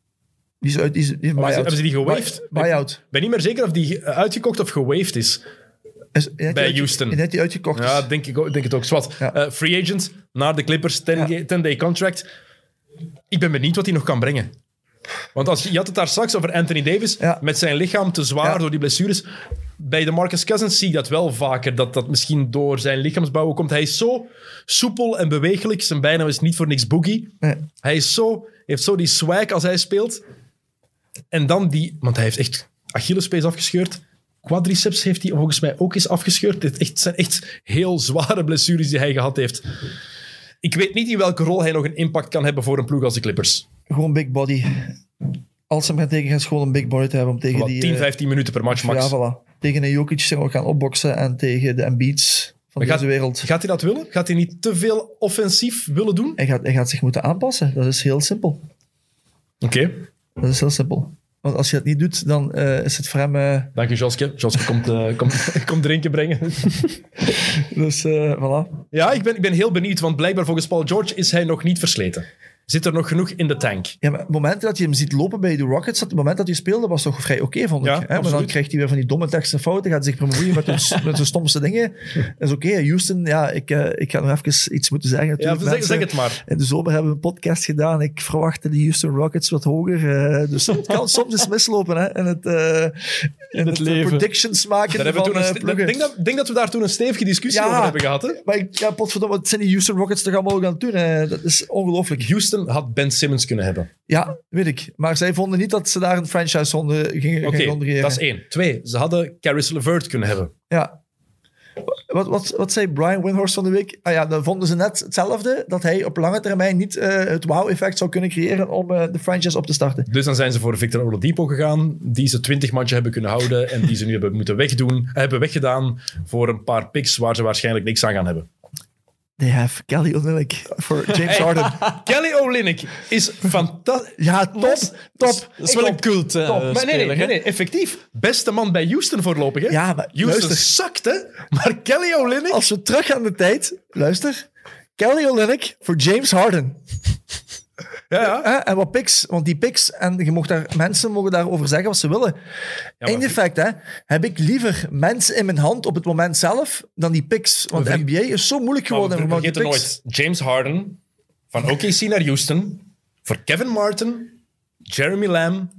Hebben ze die gewaved? Buy-out. Ik ben niet meer zeker of die uitgekocht of gewaved is. Bij Houston. Net die uitgekocht is. Ja, denk het ook. Zwat. Ja. Free agent naar de Clippers, 10-day contract. Ik ben benieuwd wat hij nog kan brengen. Want je had het daar straks over Anthony Davis, met zijn lichaam te zwaar door die blessures. bij de Marcus Cousins zie ik dat wel vaker, dat misschien door zijn lichaamsbouw komt. Hij is zo soepel en bewegelijk. Zijn bijnaam is niet voor niks Boogie. Nee. Hij heeft zo die swag als hij speelt. En dan want hij heeft echt Achillespees afgescheurd. Quadriceps heeft hij volgens mij ook eens afgescheurd. Het zijn echt heel zware blessures die hij gehad heeft. Ik weet niet in welke rol hij nog een impact kan hebben voor een ploeg als de Clippers. Gewoon big body. Als ze hem gaan tegen, gaan ze gewoon een big body te hebben om tegen die... 10, 15 minuten per match max. Ja, voilà. Tegen een Jokic zich ook gaan opboksen en tegen de Embiids van deze wereld. Gaat hij dat willen? Gaat hij niet te veel offensief willen doen? Hij gaat zich moeten aanpassen. Dat is heel simpel. Oké. Dat is heel simpel. Want als je dat niet doet, dan is het voor hem... Dank je, Joske. Joske komt drinken brengen. Dus, voilà. Ja, ik ben heel benieuwd, want blijkbaar volgens Paul George is hij nog niet versleten. Zit er nog genoeg in de tank? Ja, maar het moment dat je hem ziet lopen bij de Rockets, het moment dat hij speelde, was toch vrij oké, vond ik. Ja, hè? Maar dan krijgt hij weer van die domme teksten fouten, gaat zich bemoeien met de stomste dingen. Dat is oké. Houston, ja, ik ga nog even iets moeten zeggen. Ja, zeg het maar. In de zomer hebben we een podcast gedaan. Ik verwachtte de Houston Rockets wat hoger. Dus het kan soms eens mislopen, hè. En het leven. Predictions maken Ik denk dat we daar toen een stevige discussie over hebben gehad. Hè? Maar potverdomme, wat zijn die Houston Rockets toch allemaal gaan doen? Dat is ongelooflijk. Houston had Ben Simmons kunnen hebben. Ja, weet ik. Maar zij vonden niet dat ze daar een franchise gingen ondergeren. Dat is 1. 2, ze hadden Caris LeVert kunnen hebben. Ja. Wat zei Brian Windhorst van de week? Ah ja, dan vonden ze net hetzelfde, dat hij op lange termijn niet het wow-effect zou kunnen creëren om de franchise op te starten. Dus dan zijn ze voor Victor Oladipo gegaan, die ze 20 matchen hebben kunnen houden en die ze nu hebben moeten hebben weggedaan voor een paar picks waar ze waarschijnlijk niks aan gaan hebben. They have Kelly Olynyk voor James Harden. Kelly Olynyk is fantastisch. Ja, top. Dat is wel een cult Maar speler. nee, effectief. Beste man bij Houston voorlopig. Hè? Ja, maar Houston sukt, hè? Maar Kelly Olynyk... Als we terug gaan de tijd, luister. Kelly Olynyk voor James Harden. Ja. En wat picks, want die picks, en mensen mogen daarover zeggen wat ze willen. Ja, in effect, heb ik liever mensen in mijn hand op het moment zelf dan die picks. Want de NBA is zo moeilijk geworden. Maar we vergeten nooit James Harden van OKC naar Houston voor Kevin Martin, Jeremy Lamb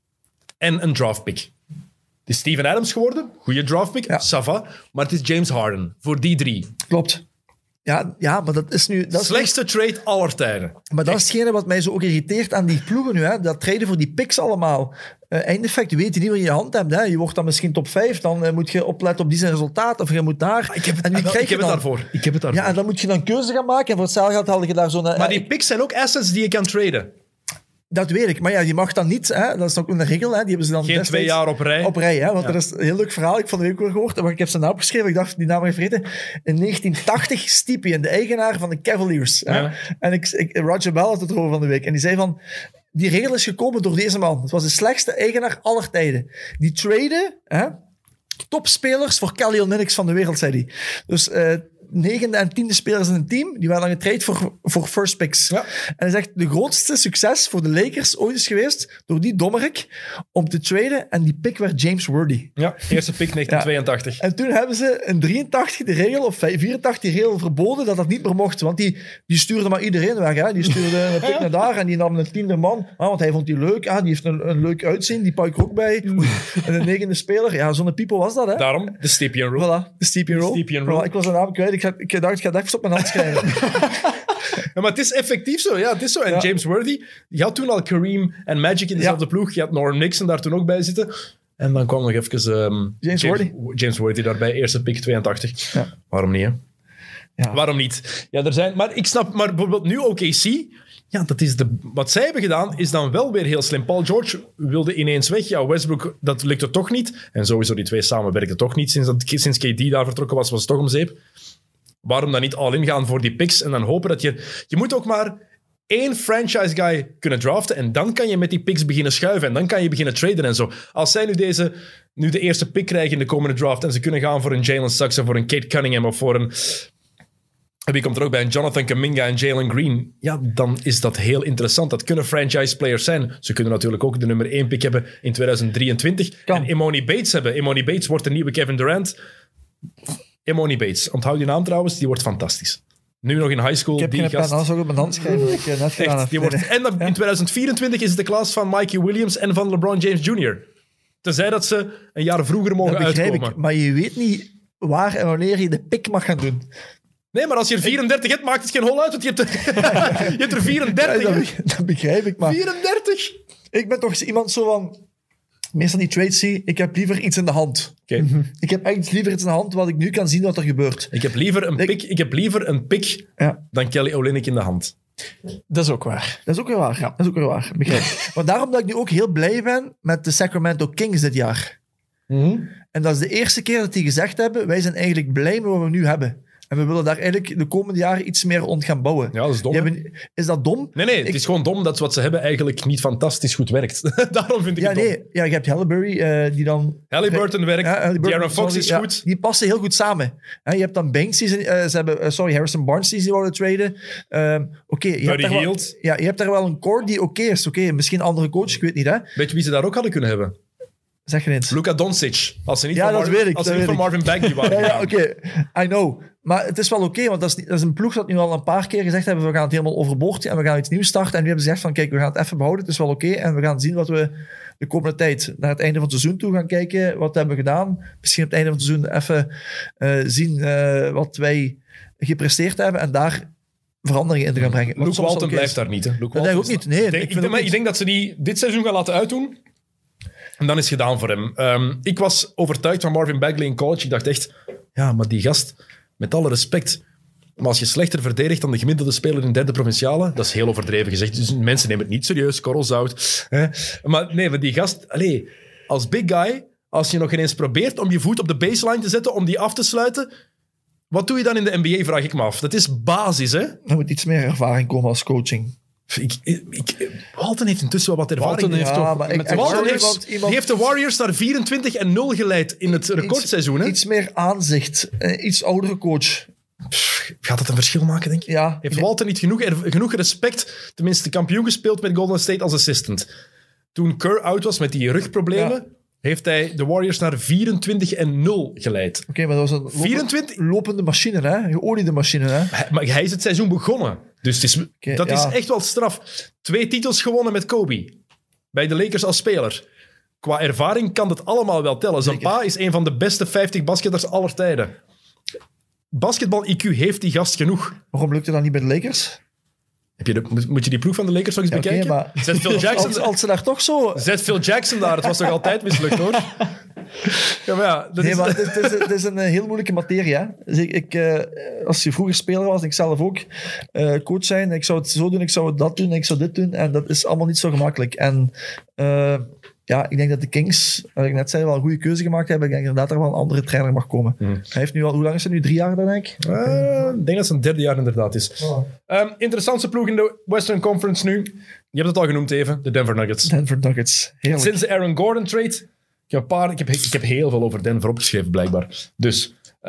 en een draftpick. Het is Steven Adams geworden, goede draftpick, Sava, maar het is James Harden voor die 3. Klopt. Ja, maar dat is nu... Slechtste trade aller tijden. Maar dat is hetgene wat mij zo ook irriteert aan die ploegen nu. Hè? Dat traden voor die picks allemaal. Eindeffect, je weet niet wat je in je hand hebt. Hè? Je wordt dan misschien top 5. Dan moet je opletten op die zijn resultaat. Of je moet daar... Ik heb het daarvoor. Ja, en dan moet je dan keuze gaan maken. En voor hetzelfde geld haal je daar zo'n... Maar die picks zijn ook assets die je kan traden. Dat weet ik. Maar ja, je mag dan niet... Hè? Dat is ook een regel. Hè? Die hebben ze dan geen 2 jaar op rij. Op rij, hè? Want dat is een heel leuk verhaal. Ik van de week weer gehoord. Maar ik heb zijn naam opgeschreven. Ik dacht, die naam heb ik vergeten. In 1980, Stepien, de eigenaar van de Cavaliers. Hè? Ja. En Roger Bell had het erover van de week. En die zei van... Die regel is gekomen door deze man. Het was de slechtste eigenaar aller tijden. Die traden topspelers voor Kelly Olynyk van de wereld, zei hij. Dus... 9e en 10e spelers in een team, die waren dan getraind voor first picks. Ja. En hij zegt, de grootste succes voor de Lakers ooit is geweest door die dommerik om te traden en die pick werd James Worthy. Ja, eerste pick 1982. Ja. En toen hebben ze in 83 de regel, of 84 de regel verboden dat dat niet meer mocht. Want die stuurde maar iedereen weg. Hè. Die stuurde een pick naar daar en die nam een 10e man. Want hij vond die leuk. Die heeft een leuk uitzien. Die pak ik er ook bij. En de 9e speler. Ja, zo'n people was dat. Hè. Daarom, de Stepien Rule. Voilà, de Stepien Rule. Voilà, ik was de naam kwijt. Ik dacht, ik ga het even op mijn hand schrijven. Ja, maar het is effectief zo. Ja, het is zo. En James Worthy, je had toen al Kareem en Magic in dezelfde ploeg. Je had Norm Nixon daar toen ook bij zitten. En dan kwam nog even James Worthy daarbij. Eerste pick 82. Ja. Waarom niet, hè? Ja. Waarom niet? Ja, maar ik snap, maar bijvoorbeeld nu OKC... Ja, dat is wat zij hebben gedaan, is dan wel weer heel slim. Paul George wilde ineens weg. Ja, Westbrook, dat lukte toch niet. En sowieso, die twee samen werkten toch niet. Sinds KD daar vertrokken was het toch om zeep. Waarom dan niet all-in gaan voor die picks en dan hopen dat je... Je moet ook maar 1 franchise guy kunnen draften en dan kan je met die picks beginnen schuiven en dan kan je beginnen traden en zo. Als zij nu de eerste pick krijgen in de komende draft en ze kunnen gaan voor een Jalen Suggs of voor een Cade Cunningham of voor een... Wie komt er ook bij? Een Jonathan Kuminga en Jalen Green. Ja, dan is dat heel interessant. Dat kunnen franchise players zijn. Ze kunnen natuurlijk ook de nummer 1 pick hebben in 2023. En Emoni Bates hebben. Emoni Bates wordt de nieuwe Kevin Durant. Emoni Bates. Onthoud die naam trouwens, die wordt fantastisch. Nu nog in high school. Ik heb geen pen, anders ook op mijn hand schrijven. Dat ik net gedaan heb. En in 2024 is het de klas van Mikey Williams en van LeBron James Jr. Tenzij dat ze een jaar vroeger mogen Dat begrijp uitkomen. ik, maar je weet niet waar en wanneer je de pick mag gaan doen. Nee, maar als je er 34 hebt, maakt het geen hol uit, want je hebt er 34. Ja, hè? dat begrijp ik, maar 34? ik ben toch iemand zo van... Meestal die trades zie, ik heb liever iets in de hand. Oké. Ik heb echt liever iets in de hand wat ik nu kan zien wat er gebeurt. Ik heb liever een pick Ja. dan Kelly Olynyk in de hand. Dat is ook waar. Dat is ook weer waar. Ja. Dat is ook weer waar. Begrijp ik. Maar daarom dat ik nu ook heel blij ben met de Sacramento Kings dit jaar. En dat is de eerste keer dat die gezegd hebben, wij zijn eigenlijk blij met wat we nu hebben. En we willen daar eigenlijk de komende jaren iets meer rond gaan bouwen. Ja, dat is dom. Die hè? hebben- is dat dom? Nee, het is gewoon dom dat wat ze hebben eigenlijk niet fantastisch goed werkt. Daarom vind ik Ja, het dom. nee. Ja, je hebt Halliburton die dan... Halliburton werkt, Ja, Halliburton, De'Aaron Fox sorry, is ja, goed. die passen heel goed samen. Je hebt dan Banks, die ze hebben, Harrison Barnes die ze wilden traden. Oké, je hebt daar wel- Hield. ja, je hebt daar wel een core die oké is. Oké, misschien een andere coach, ik weet niet. Hè? Weet je wie ze daar ook hadden kunnen hebben? Zeg je eens. Luka Doncic. Als ze niet Ja, van dat Marvin, weet ik, als ze dat niet weet van Marvin Bagley waren. Ja, gegaan. oké. I know. Maar het is wel oké, want dat is een ploeg dat nu al een paar keer gezegd hebben, we gaan het helemaal overboord en we gaan iets nieuws starten. En nu hebben ze gezegd van, kijk, we gaan het even behouden, het is wel oké. En we gaan zien wat we de komende tijd naar het einde van het seizoen toe gaan kijken. Wat hebben we gedaan? Misschien op het einde van het seizoen even zien wat wij gepresteerd hebben en daar veranderingen in te gaan brengen. Wat Luke soms wel Walton oké blijft is. daar niet. Hè. Luke Dat denk ik Walton ook niet. Nee, Ik denk, ik vind ook ik niet. denk dat ze die dit seizoen gaan laten uitdoen. En dan is het gedaan voor hem. Ik was overtuigd van Marvin Bagley in college. Ik dacht echt, ja, maar die gast, met alle respect... Maar als je slechter verdedigt dan de gemiddelde speler in derde provinciale, dat is heel overdreven gezegd. Dus mensen nemen het niet serieus, korrelzout. Hè. Maar nee, maar die gast... Als big guy, als je nog ineens probeert om je voet op de baseline te zetten, om die af te sluiten... Wat doe je dan in de NBA, vraag ik me af. Dat is basis, hè? Er moet iets meer ervaring komen als coaching. Walton heeft intussen wel wat ervaring. Walton heeft Ja, toch... maar ik- met de ik- Walton Warriors- Warriors- heeft, die heeft de Warriors naar 24-0 geleid in het recordseizoen. Hè? Iets meer aanzicht. Iets oudere coach. Gaat dat een verschil maken, denk je? Ja. Heeft Walton niet genoeg respect, tenminste kampioen gespeeld met Golden State als assistant? Toen Kerr out was met die rugproblemen, heeft hij de Warriors naar 24-0 geleid. Oké, maar dat was een 24? lopende machine, hè? Geoliede machine, hè? Maar hij is het seizoen begonnen. Dus het is, dat ja. is echt wel straf. 2 titels gewonnen met Kobe. Bij de Lakers als speler. Qua ervaring kan dat allemaal wel tellen. Zijn pa is een van de beste 50 basketters aller tijden. Basketbal-IQ heeft die gast genoeg. Waarom lukt het dan niet bij de Lakers? Moet je die ploeg van de Lakers nog eens Ja, oké, bekijken? maar- Zet Phil Jackson... Als ze daar toch zo... Zet Phil Jackson daar. Het was toch altijd mislukt, hoor? Ja, maar ja, dat Nee, is... maar het is een heel moeilijke materie, hè? Dus als je vroeger speler was, en ik zelf ook coach zijn, ik zou het zo doen, ik zou dat doen, ik zou dit doen, en dat is allemaal niet zo gemakkelijk. En ik denk dat de Kings, wat ik net zei, wel een goede keuze gemaakt hebben. Ik denk inderdaad dat er wel een andere trainer mag komen. Hij heeft nu al, hoe lang is het nu? 3 jaar, dan denk ik? ik denk dat het zijn 3e jaar inderdaad is. Interessantste ploeg in de Western Conference nu. Je hebt het al genoemd even, de Denver Nuggets. Denver Nuggets. Heerlijk. Sinds de Aaron Gordon trade. Ik heb heel veel over Denver opgeschreven, blijkbaar. Dus 5-0.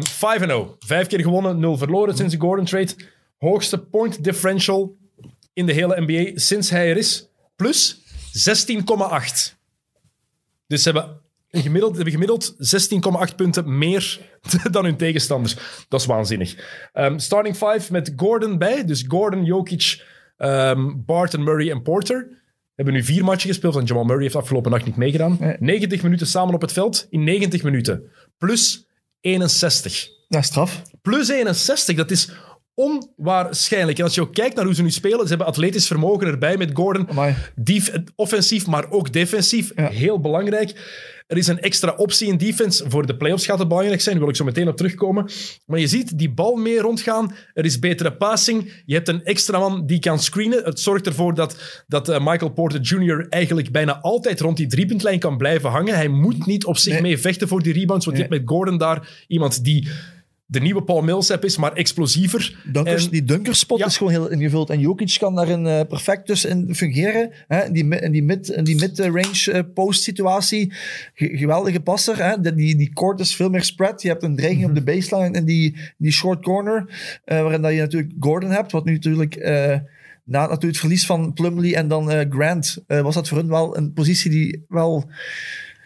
5 keer gewonnen, 0 verloren sinds de Gordon trade. Hoogste point differential in de hele NBA sinds hij er is. Plus 16,8. Dus ze hebben gemiddeld 16,8 punten meer dan hun tegenstanders. Dat is waanzinnig. Starting 5 met Gordon bij. Dus Gordon, Jokic, Barton, Murray en Porter. Hebben nu 4 matchen gespeeld, want Jamal Murray heeft afgelopen nacht niet meegedaan. Nee. 90 minuten samen op het veld in 90 minuten. Plus 61. Ja, straf. Plus 61, dat is onwaarschijnlijk. En als je ook kijkt naar hoe ze nu spelen, ze hebben atletisch vermogen erbij met Gordon. Amai. Offensief, maar ook defensief. Ja. Heel belangrijk. Er is een extra optie in defense. Voor de playoffs gaat het belangrijk zijn. Daar wil ik zo meteen op terugkomen. Maar je ziet die bal meer rondgaan. Er is betere passing. Je hebt een extra man die kan screenen. Het zorgt ervoor dat Michael Porter Jr. eigenlijk bijna altijd rond die driepuntlijn kan blijven hangen. Hij moet niet op zich mee vechten voor die rebounds. Want je hebt met Gordon daar iemand die de nieuwe Paul Millsap is, maar explosiever. En- Die dunkerspot Ja. is gewoon heel ingevuld. En Jokic kan daarin perfect tussen fungeren. Hè? In die mid-range post-situatie. Geweldige passer. Hè? Die court is veel meer spread. Je hebt een dreiging op de baseline en die short corner. Waarin dat je natuurlijk Gordon hebt. Wat nu natuurlijk... na natuurlijk het verlies van Plumlee en dan Grant... was dat voor hun wel een positie die wel...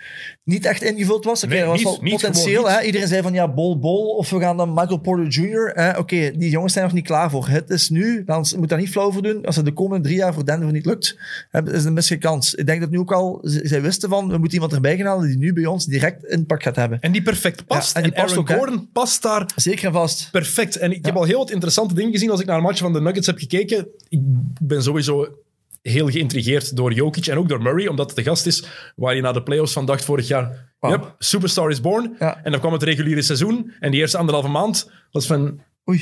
niet echt ingevuld was. Er was wel potentieel. Hè? Iedereen zei van ja, Bol, of we gaan dan Michael Porter Jr. Oké, die jongens zijn nog niet klaar voor. Het is nu, dan moet daar niet flauw voor doen. Als het de komende 3 jaar voor Denver niet lukt, is het een misselijke kans. Ik denk dat nu ook al, zij wisten van, we moeten iemand erbij gaan halen die nu bij ons direct impact gaat hebben. En die perfect past. Ja, en die Aaron past ook, Gordon past daar zeker en vast. Perfect. En ik heb al heel wat interessante dingen gezien als ik naar een match van de Nuggets heb gekeken. Ik ben sowieso heel geïntrigeerd door Jokic en ook door Murray, omdat het de gast is waar je na de playoffs van dacht vorig jaar, yep, superstar is born. Ja. En dan kwam het reguliere seizoen en die eerste 1,5 maand was van,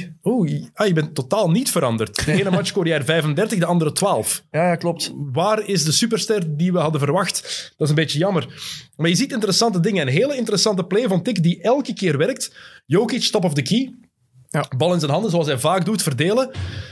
je bent totaal niet veranderd. De ene match scoorde jij 35, de andere 12. Ja, klopt. Waar is de superster die we hadden verwacht? Dat is een beetje jammer. Maar je ziet interessante dingen. Een hele interessante play vond ik, die elke keer werkt. Jokic, top of the key. Ja. Bal in zijn handen, zoals hij vaak doet, verdelen.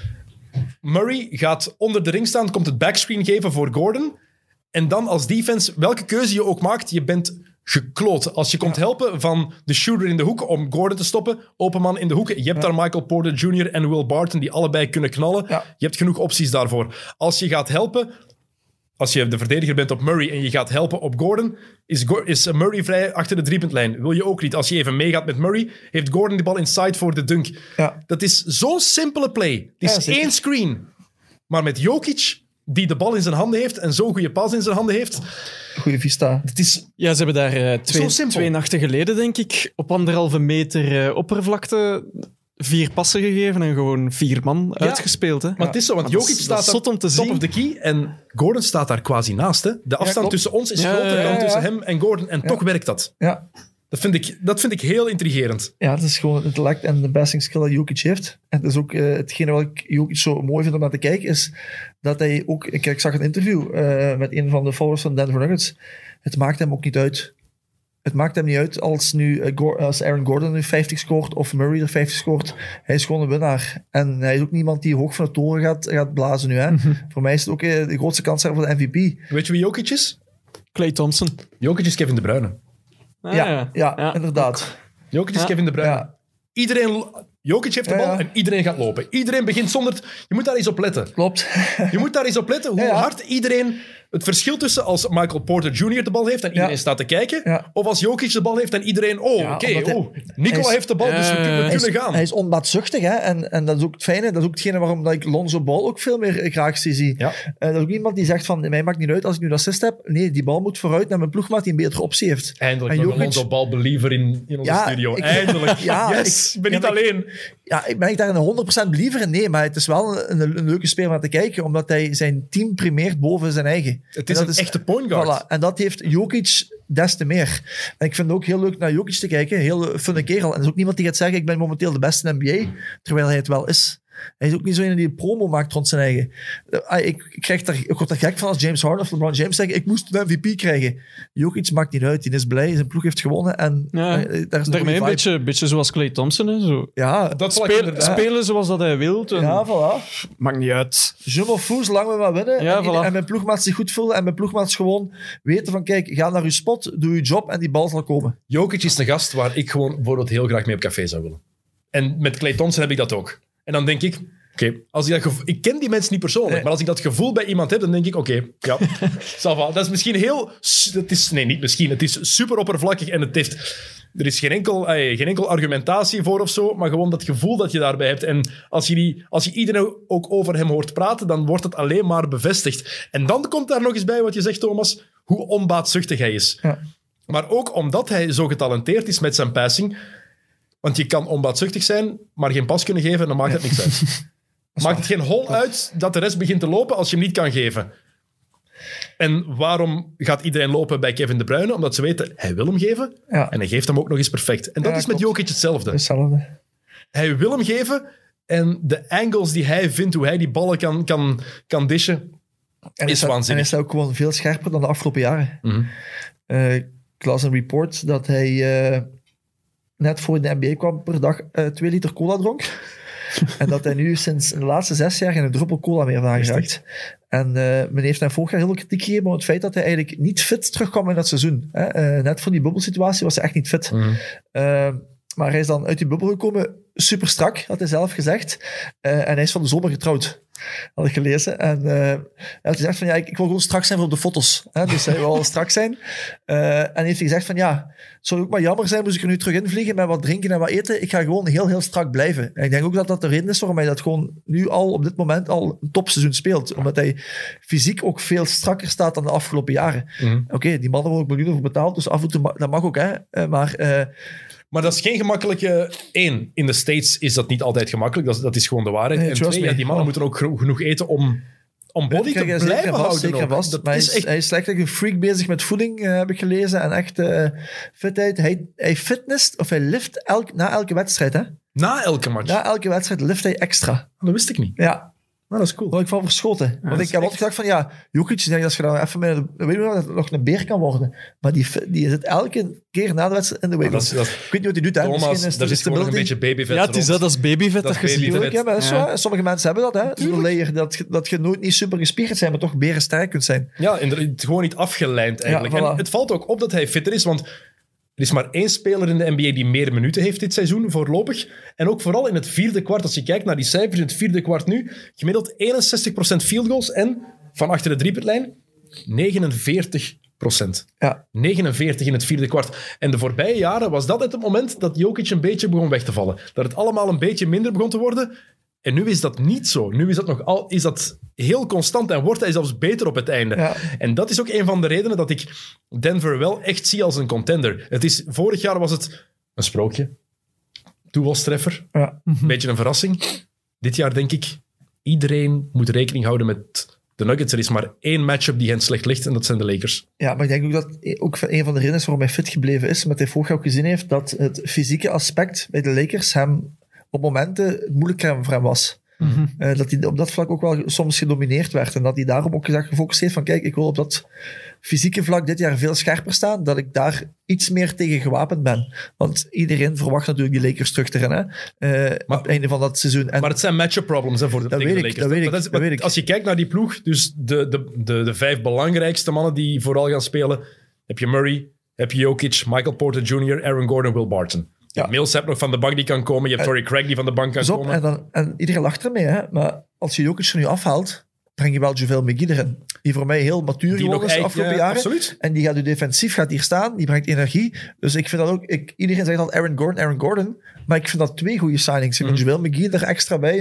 Murray gaat onder de ring staan, komt het backscreen geven voor Gordon. En dan als defense, welke keuze je ook maakt, je bent gekloot. Als je komt helpen van de shooter in de hoek om Gordon te stoppen, open man in de hoek. Je hebt daar Michael Porter Jr. en Will Barton die allebei kunnen knallen. Ja. Je hebt genoeg opties daarvoor. Als je gaat helpen, als je de verdediger bent op Murray en je gaat helpen op Gordon, is Murray vrij achter de driepuntlijn. Wil je ook niet. Als je even meegaat met Murray, heeft Gordon de bal inside voor de dunk. Ja. Dat is zo'n simpele play. Het is 1 screen. Maar met Jokic, die de bal in zijn handen heeft en zo'n goede pas in zijn handen heeft. Goeie vista. Het is, ja, ze hebben daar 2 nachten geleden, denk ik, op 1,5 meter oppervlakte 4 passen gegeven en gewoon 4 man uitgespeeld. Hè? Maar het is zo, want Jokic staat daar top of the key en Gordon staat daar quasi naast. Hè? De afstand tussen ons is groter dan tussen hem en Gordon en toch werkt dat. Ja. Dat vind ik heel intrigerend. Ja, het is gewoon het intellect en de passing skill dat Jokic heeft. En het is ook hetgene wat ik Jokic zo mooi vind om naar te kijken, is dat hij ook... Ik zag een interview met een van de followers van Denver Nuggets. Het maakt hem ook niet uit. Het maakt hem niet uit als Aaron Gordon nu 50 scoort of Murray er 50 scoort. Hij is gewoon een winnaar. En hij is ook niemand die hoog van de toren gaat blazen nu. Hè. Voor mij is het ook de grootste kans voor de MVP. Weet je wie Jokic is? Klay Thompson. Jokic is Kevin De Bruyne. Ja, inderdaad. Jokic is Kevin De Bruyne. Ja. Jokic heeft de bal en iedereen gaat lopen. Iedereen begint zonder... Je moet daar eens op letten. Klopt. Je moet daar eens op letten hoe hard iedereen... Het verschil tussen als Michael Porter Jr. de bal heeft en iedereen staat te kijken, of als Jokic de bal heeft en iedereen... Nicola heeft de bal, dus we kunnen gaan. Hij is onbaatzuchtig, hè? En dat is ook het fijne. Dat is ook hetgene waarom ik Lonzo Ball ook veel meer graag zie. Ja. Dat is ook iemand die zegt van, mij maakt niet uit als ik nu de assist heb. Nee, die bal moet vooruit naar mijn ploegmaat die een betere optie heeft. Eindelijk nog een Lonzo Ball believer in onze studio. Eindelijk. Ik ben niet alleen. Ja, ben ik daar een 100% believer in? Nee, maar het is wel een leuke speler om te kijken, omdat hij zijn team primeert boven zijn eigen. Het is een echte point guard. Voilà. En dat heeft Jokic des te meer. En ik vind het ook heel leuk naar Jokic te kijken. Heel funne kerel. En er is ook niemand die gaat zeggen, ik ben momenteel de beste in de NBA, terwijl hij het wel is. Hij is ook niet zo een die een promo maakt rond zijn eigen. Ik word er gek van als James Harden of LeBron James zeggen, ik moest de MVP krijgen. Jokic maakt niet uit. Hij is blij, zijn ploeg heeft gewonnen. En daar is daarmee een beetje zoals Klay Thompson. Hè, zo. Ja, dat spelen zoals dat hij wil. Ja, voilà. Maakt niet uit. Je m'en fout, zolang we maar winnen. En mijn ploegmaat zich goed voelen. En mijn ploegmaat gewoon weten van, kijk, ga naar je spot, doe je job en die bal zal komen. Jokic is de gast waar ik gewoon bijvoorbeeld heel graag mee op café zou willen. En met Klay Thompson heb ik dat ook. En dan denk ik, ik ken die mensen niet persoonlijk, maar als ik dat gevoel bij iemand heb, dan denk ik, dat is misschien heel... Het is super oppervlakkig en er is geen enkel argumentatie voor of zo, maar gewoon dat gevoel dat je daarbij hebt. En als je iedereen ook over hem hoort praten, dan wordt het alleen maar bevestigd. En dan komt daar nog eens bij wat je zegt, Thomas, hoe onbaatzuchtig hij is. Ja. Maar ook omdat hij zo getalenteerd is met zijn passing... Want je kan onbaatzuchtig zijn, maar geen pas kunnen geven, dan maakt het niks uit. Maakt het geen hol uit dat de rest begint te lopen als je hem niet kan geven. En waarom gaat iedereen lopen bij Kevin De Bruyne? Omdat ze weten, hij wil hem geven en hij geeft hem ook nog eens perfect. En dat is met Jokic hetzelfde. Hij wil hem geven en de angles die hij vindt, hoe hij die ballen kan dishen, is waanzinnig. En hij is ook gewoon veel scherper dan de afgelopen jaren. Mm-hmm. Ik las een report dat hij... net voor de NBA kwam, per dag 2 liter cola dronk. En dat hij nu sinds de laatste 6 jaar geen druppel cola meer aangeraakt. En men heeft hem vorig jaar heel veel kritiek gegeven op het feit dat hij eigenlijk niet fit terugkwam in dat seizoen. Net voor die bubbelsituatie was hij echt niet fit. Mm. Maar hij is dan uit die bubbel gekomen, super strak, had hij zelf gezegd. En hij is van de zomer getrouwd. Had ik gelezen. En hij had gezegd van, ik wil gewoon strak zijn voor op de foto's. Hè? Dus hij wil strak zijn. En heeft hij gezegd van, het zou ook maar jammer zijn, moest ik er nu terug invliegen met wat drinken en wat eten. Ik ga gewoon heel, heel strak blijven. En ik denk ook dat dat de reden is waarom hij dat gewoon nu al, op dit moment, al een topseizoen speelt. Omdat hij fysiek ook veel strakker staat dan de afgelopen jaren. Oké, die mannen worden ook miljoenen voor betaald, dus af en toe, dat mag ook, hè. Maar dat is geen gemakkelijke... 1, in de States is dat niet altijd gemakkelijk. Dat is gewoon de waarheid. Nee, en 2, die mannen moeten ook genoeg eten om body te blijven houden. Zeker vast. Maar hij is echt een freak bezig met voeding, heb ik gelezen. En echt fitheid. Hij fitness, of hij lift na elke wedstrijd. Hè? Na elke match? Na elke wedstrijd lift hij extra. Dat wist ik niet. Ja. Nou, dat is cool. Daar ben ik van verschoten. Want ik heb altijd gedacht van, Jokic, denk als je dan even met nog een beer kan worden. Maar die zit elke keer na de wedstrijd in de weight. Ik weet niet wat hij doet. Thomas, daar is gewoon nog een beetje babyvet. Ja, het is dat als babyvet dat je ziet. Ja, maar sommige mensen hebben dat. Hè? Zo'n layer, dat je nooit niet super gespierd zijn, maar toch berensterk kunt zijn. Ja, gewoon niet afgelijnd eigenlijk. Ja, voilà. En het valt ook op dat hij fitter is, want er is maar 1 speler in de NBA die meer minuten heeft dit seizoen, voorlopig. En ook vooral in het vierde kwart, als je kijkt naar die cijfers in het vierde kwart nu, gemiddeld 61% field goals en van achter de driepuntlijn 49%. Ja. 49 in het vierde kwart. En de voorbije jaren was dat het moment dat Jokic een beetje begon weg te vallen. Dat het allemaal een beetje minder begon te worden. En nu is dat niet zo. Nu is dat heel constant en wordt hij zelfs beter op het einde. Ja. En dat is ook een van de redenen dat ik Denver wel echt zie als een contender. Vorig jaar was het een sprookje. Toevalstreffer. Ja. Een beetje een verrassing. Dit jaar denk ik, iedereen moet rekening houden met de Nuggets. Er is maar 1 matchup die hen slecht ligt en dat zijn de Lakers. Ja, maar ik denk ook dat ook een van de redenen waarom hij fit gebleven is, met hij vorig jaar ook gezien heeft, dat het fysieke aspect bij de Lakers hem op momenten moeilijk voor hem was. Dat hij op dat vlak ook wel soms gedomineerd werd. En dat hij daarom ook gefocust heeft van, kijk, ik wil op dat fysieke vlak dit jaar veel scherper staan, dat ik daar iets meer tegen gewapend ben. Want iedereen verwacht natuurlijk die Lakers terug te rennen op het einde van dat seizoen. En maar het zijn matchup problems voor de Lakers. Dat weet ik. Als je kijkt naar die ploeg, dus de 5 belangrijkste mannen die vooral gaan spelen, heb je Murray, heb je Jokic, Michael Porter Jr., Aaron Gordon, Will Barton. Je hebt Millsap nog van de bank die kan komen. Je hebt Torrey Craig die van de bank kan komen. En iedereen lacht ermee, hè? Maar als je Jokic er nu afhaalt, breng je wel JaVale McGee erin. Die voor mij heel matuur geworden is de afgelopen jaren. Absoluut. En die gaat defensief hier staan. Die brengt energie. Dus ik vind dat ook... Iedereen zegt al Aaron Gordon. Maar ik vind dat 2 goede signings. Ik vind JaVale McGee er extra bij.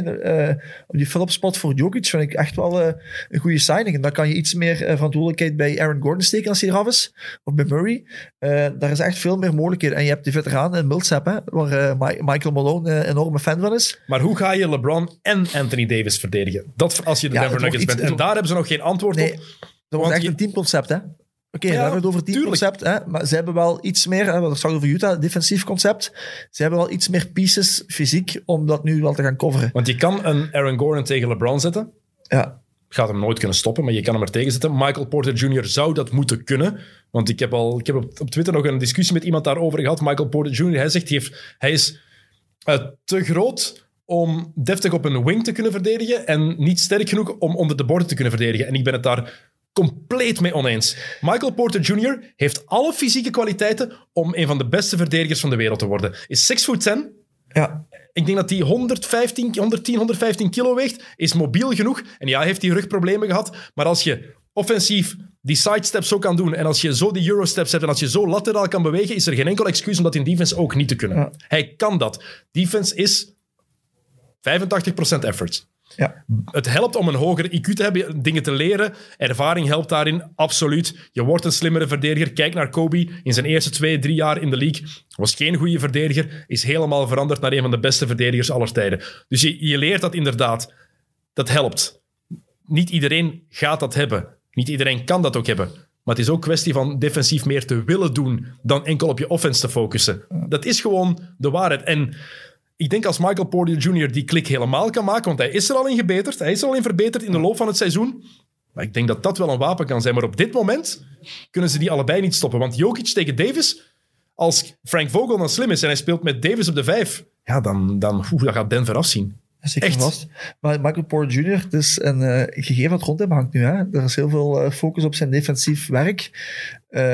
Op die Phillips spot voor Jokic vind ik echt wel een goede signing. En dan kan je iets meer verantwoordelijkheid bij Aaron Gordon steken als hij eraf is. Of bij Murray. Daar is echt veel meer mogelijkheden. En je hebt die veteranen in Millsap, hè, waar Michael Malone een enorme fan van is. Maar hoe ga je LeBron en Anthony Davis verdedigen? Dat als je de Denver Nuggets bent. En daar hebben ze nog geen antwoord op. Dat wordt echt een teamconcept, hè? Oké, we hebben het over teamconcept, hè? Maar ze hebben wel iets meer, hè, we straks over Utah, defensief concept. Ze hebben wel iets meer pieces fysiek om dat nu wel te gaan coveren. Want je kan een Aaron Gordon tegen LeBron zetten. Ja. Gaat hem nooit kunnen stoppen, maar je kan hem er tegen zetten. Michael Porter Jr. zou dat moeten kunnen. Want ik heb op Twitter nog een discussie met iemand daarover gehad. Michael Porter Jr. Hij zegt, hij is te groot om deftig op een wing te kunnen verdedigen en niet sterk genoeg om onder de borden te kunnen verdedigen. En ik ben het daar compleet mee oneens. Michael Porter Jr. heeft alle fysieke kwaliteiten om een van de beste verdedigers van de wereld te worden. Is 6'10". Ja. Ik denk dat hij 110, 115 kilo weegt. Is mobiel genoeg. En ja, heeft hij rugproblemen gehad. Maar als je offensief die sidesteps zo kan doen en als je zo die eurosteps hebt en als je zo lateraal kan bewegen, is er geen enkel excuus om dat in defense ook niet te kunnen. Ja. Hij kan dat. Defense is 85% effort. Ja. Het helpt om een hoger IQ te hebben, dingen te leren. Ervaring helpt daarin, absoluut. Je wordt een slimmere verdediger. Kijk naar Kobe. In zijn eerste 2-3 jaar in de league was geen goede verdediger. Is helemaal veranderd naar een van de beste verdedigers aller tijden. Dus je leert dat inderdaad. Dat helpt. Niet iedereen gaat dat hebben. Niet iedereen kan dat ook hebben. Maar het is ook kwestie van defensief meer te willen doen dan enkel op je offense te focussen. Dat is gewoon de waarheid. En ik denk als Michael Porter Jr. die klik helemaal kan maken, want hij is er al in gebeterd. Hij is er al in verbeterd in de loop van het seizoen. Maar ik denk dat dat wel een wapen kan zijn. Maar op dit moment kunnen ze die allebei niet stoppen. Want Jokic tegen Davis, als Frank Vogel dan slim is en hij speelt met Davis op de 5, ja, dan gaat Denver afzien. Zeker vast. Maar Michael Porter Jr., het is een gegeven dat rond hem hangt nu. Hè? Er is heel veel focus op zijn defensief werk.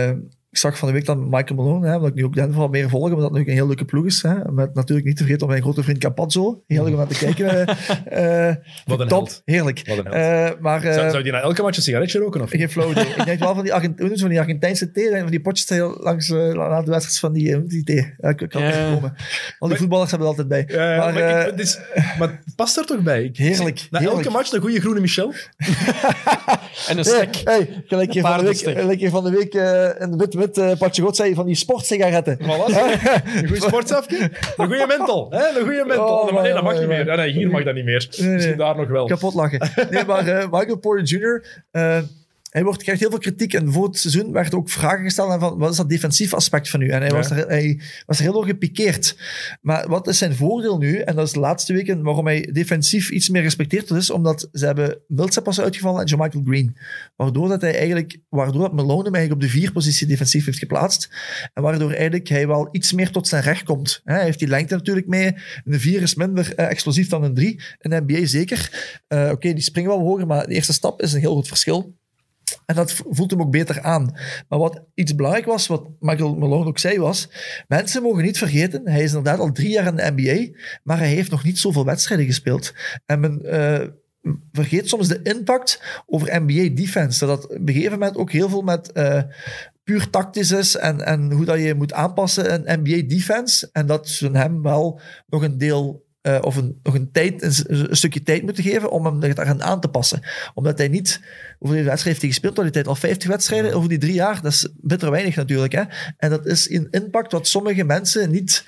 Ik zag van de week dan Michael Malone, omdat ik nu ook Denver wat meer volg, omdat dat natuurlijk een heel leuke ploeg is. Hè, met natuurlijk niet te vergeten op mijn grote vriend Campazzo. Heel leuk om naar te kijken. Wat een top, held. heerlijk. Wat een held. Maar, zou die na elke match een sigaretje roken? Of? Geen flauw idee. Ik denk wel van die Argentijnse thee, van die potjes heel langs na de wedstrijd van die thee. Ik kan er niet komen. Al die voetballers hebben het altijd bij. Maar het past er toch bij? Heerlijk. Na elke match een goede groene Michel. En een stek. Gelijk hier van de week in de wit patje god zei van die sportsigaretten. Een goede sportzafje. Een goede menthol. Een goede menthol. Nee, dat mag niet meer. Nee, hier mag dat niet meer. Misschien daar nog wel. Kapot lachen. Nee, maar Michael Porter Jr., hij krijgt heel veel kritiek en voor het seizoen werd ook vragen gesteld van wat is dat defensief aspect van u? En hij was er heel door gepikeerd. Maar wat is zijn voordeel nu? En dat is de laatste weken waarom hij defensief iets meer gerespecteerd is, omdat ze hebben Millsap was uitgevallen en Jermichael Green. Waardoor dat Malone hem eigenlijk op de 4-positie defensief heeft geplaatst. En waardoor eigenlijk hij wel iets meer tot zijn recht komt. Hij heeft die lengte natuurlijk mee. De 4 is minder explosief dan een 3. In de NBA zeker. Oké, die springen wel hoger, maar de eerste stap is een heel groot verschil. En dat voelt hem ook beter aan. Maar wat iets belangrijk was, wat Michael Malone ook zei, was mensen mogen niet vergeten, hij is inderdaad al 3 jaar in de NBA, maar hij heeft nog niet zoveel wedstrijden gespeeld. En men vergeet soms de impact over NBA defense. Dat op een gegeven moment ook heel veel met puur tactisch is en hoe dat je moet aanpassen in NBA defense. En dat ze hem wel nog een deel een stukje tijd moeten geven om hem daaraan aan te passen. Omdat hij niet, hoeveel wedstrijden heeft hij gespeeld? Hij al 50 wedstrijden over die 3 jaar. Dat is bitter weinig natuurlijk. Hè? En dat is een impact wat sommige mensen niet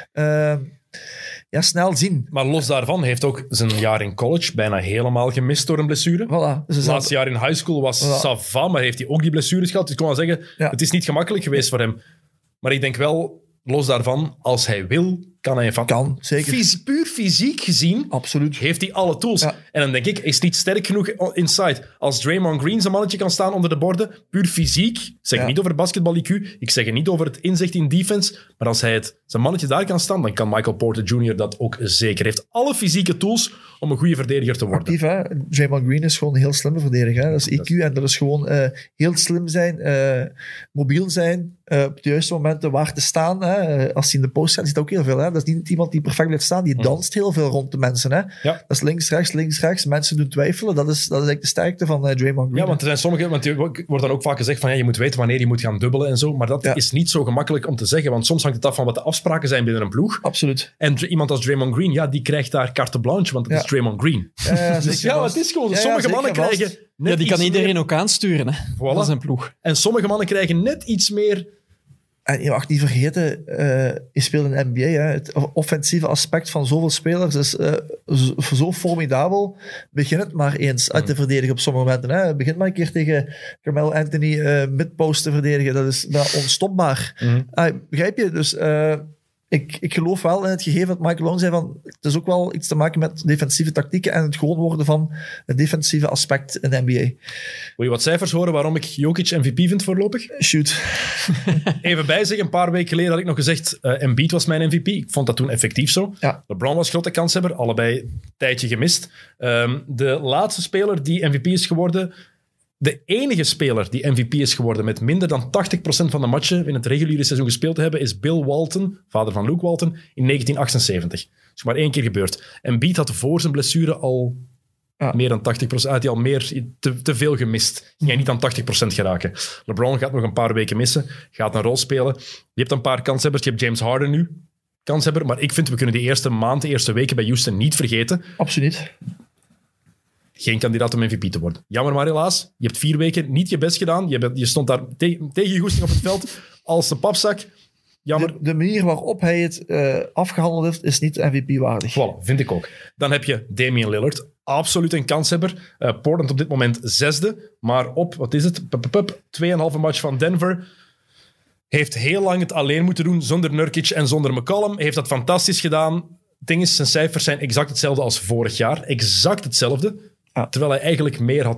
snel zien. Maar los daarvan heeft ook zijn jaar in college bijna helemaal gemist door een blessure. Voilà. Dus het laatste jaar in high school was Sava, maar heeft hij ook die blessures gehad. Dus ik kon wel zeggen, het is niet gemakkelijk geweest voor hem. Maar ik denk wel, los daarvan, als hij wil, kan hij van. Kan, zeker. Puur fysiek gezien, absoluut, heeft hij alle tools. Ja. En dan denk ik, hij is niet sterk genoeg inside. Als Draymond Green zijn mannetje kan staan onder de borden, puur fysiek, ik zeg niet over basketbal-IQ, ik zeg niet over het inzicht in defense, maar als hij zijn mannetje daar kan staan, dan kan Michael Porter Jr. dat ook zeker. Hij heeft alle fysieke tools om een goede verdediger te worden. Actief, hè? Draymond Green is gewoon een heel slimme verdediger. Hè? Dat is IQ en dat is gewoon heel slim zijn, mobiel zijn, op de juiste momenten waar te staan. Hè? Als hij in de post gaat, ziet dat ook heel veel. Hè? Dat is niet iemand die perfect blijft staan, die danst heel veel rond de mensen. Hè? Ja. Dat is links, rechts. Mensen doen twijfelen. Dat is eigenlijk de sterkte van Draymond Green. Ja, want er zijn sommige... Want er wordt dan ook vaak gezegd van je moet weten wanneer je moet gaan dubbelen en zo. Maar dat is niet zo gemakkelijk om te zeggen. Want soms hangt het af van wat de afspraken zijn binnen een ploeg. Absoluut. En iemand als Draymond Green, die krijgt daar carte blanche, want dat is Draymond Green. Dus het is gewoon... sommige mannen krijgen... die kan iedereen ook aansturen, hè. Voilà. Dat is een ploeg. En sommige mannen krijgen net iets meer... En je mag niet vergeten, je speelt in de NBA. Hè. Het offensieve aspect van zoveel spelers is zo formidabel. Begin het maar eens uit te verdedigen op sommige momenten. Hè. Begin maar een keer tegen Carmelo Anthony mid-post te verdedigen. Dat is onstopbaar. Begrijp je? Dus ik geloof wel in het gegeven dat Michael Malone zei van het is ook wel iets te maken met defensieve tactieken en het gewoon worden van het defensieve aspect in de NBA. Wil je wat cijfers horen waarom ik Jokic MVP vind voorlopig? Shoot. Even bijzeggen, een paar weken geleden had ik nog gezegd Embiid was mijn MVP. Ik vond dat toen effectief zo. Ja. LeBron was grote kanshebber, allebei een tijdje gemist. De laatste speler die MVP is geworden... De enige speler die MVP is geworden met minder dan 80% van de matchen in het reguliere seizoen gespeeld te hebben, is Bill Walton, vader van Luke Walton, in 1978. Dat is maar 1 keer gebeurd. Embiid had voor zijn blessure al meer dan 80%. Had hij al te veel gemist. Ging hij niet aan 80% geraken. LeBron gaat nog een paar weken missen, gaat een rol spelen. Je hebt een paar kanshebbers. Je hebt James Harden nu, kanshebber. Maar ik vind, we kunnen die eerste maand, de eerste weken bij Houston niet vergeten. Absoluut. Geen kandidaat om MVP te worden. Jammer maar helaas. Je hebt 4 weken niet je best gedaan. Je stond daar tegen je goesting op het veld als een papzak. Jammer. De manier waarop hij het afgehandeld heeft, is niet MVP-waardig. Voilà, vind ik ook. Dan heb je Damian Lillard. Absoluut een kanshebber. Portland op dit moment 6e. Maar op, wat is het? 2,5 match van Denver. Heeft heel lang het alleen moeten doen zonder Nurkic en zonder McCollum. Heeft dat fantastisch gedaan. Het ding is, zijn cijfers zijn exact hetzelfde als vorig jaar. Exact hetzelfde. Terwijl hij eigenlijk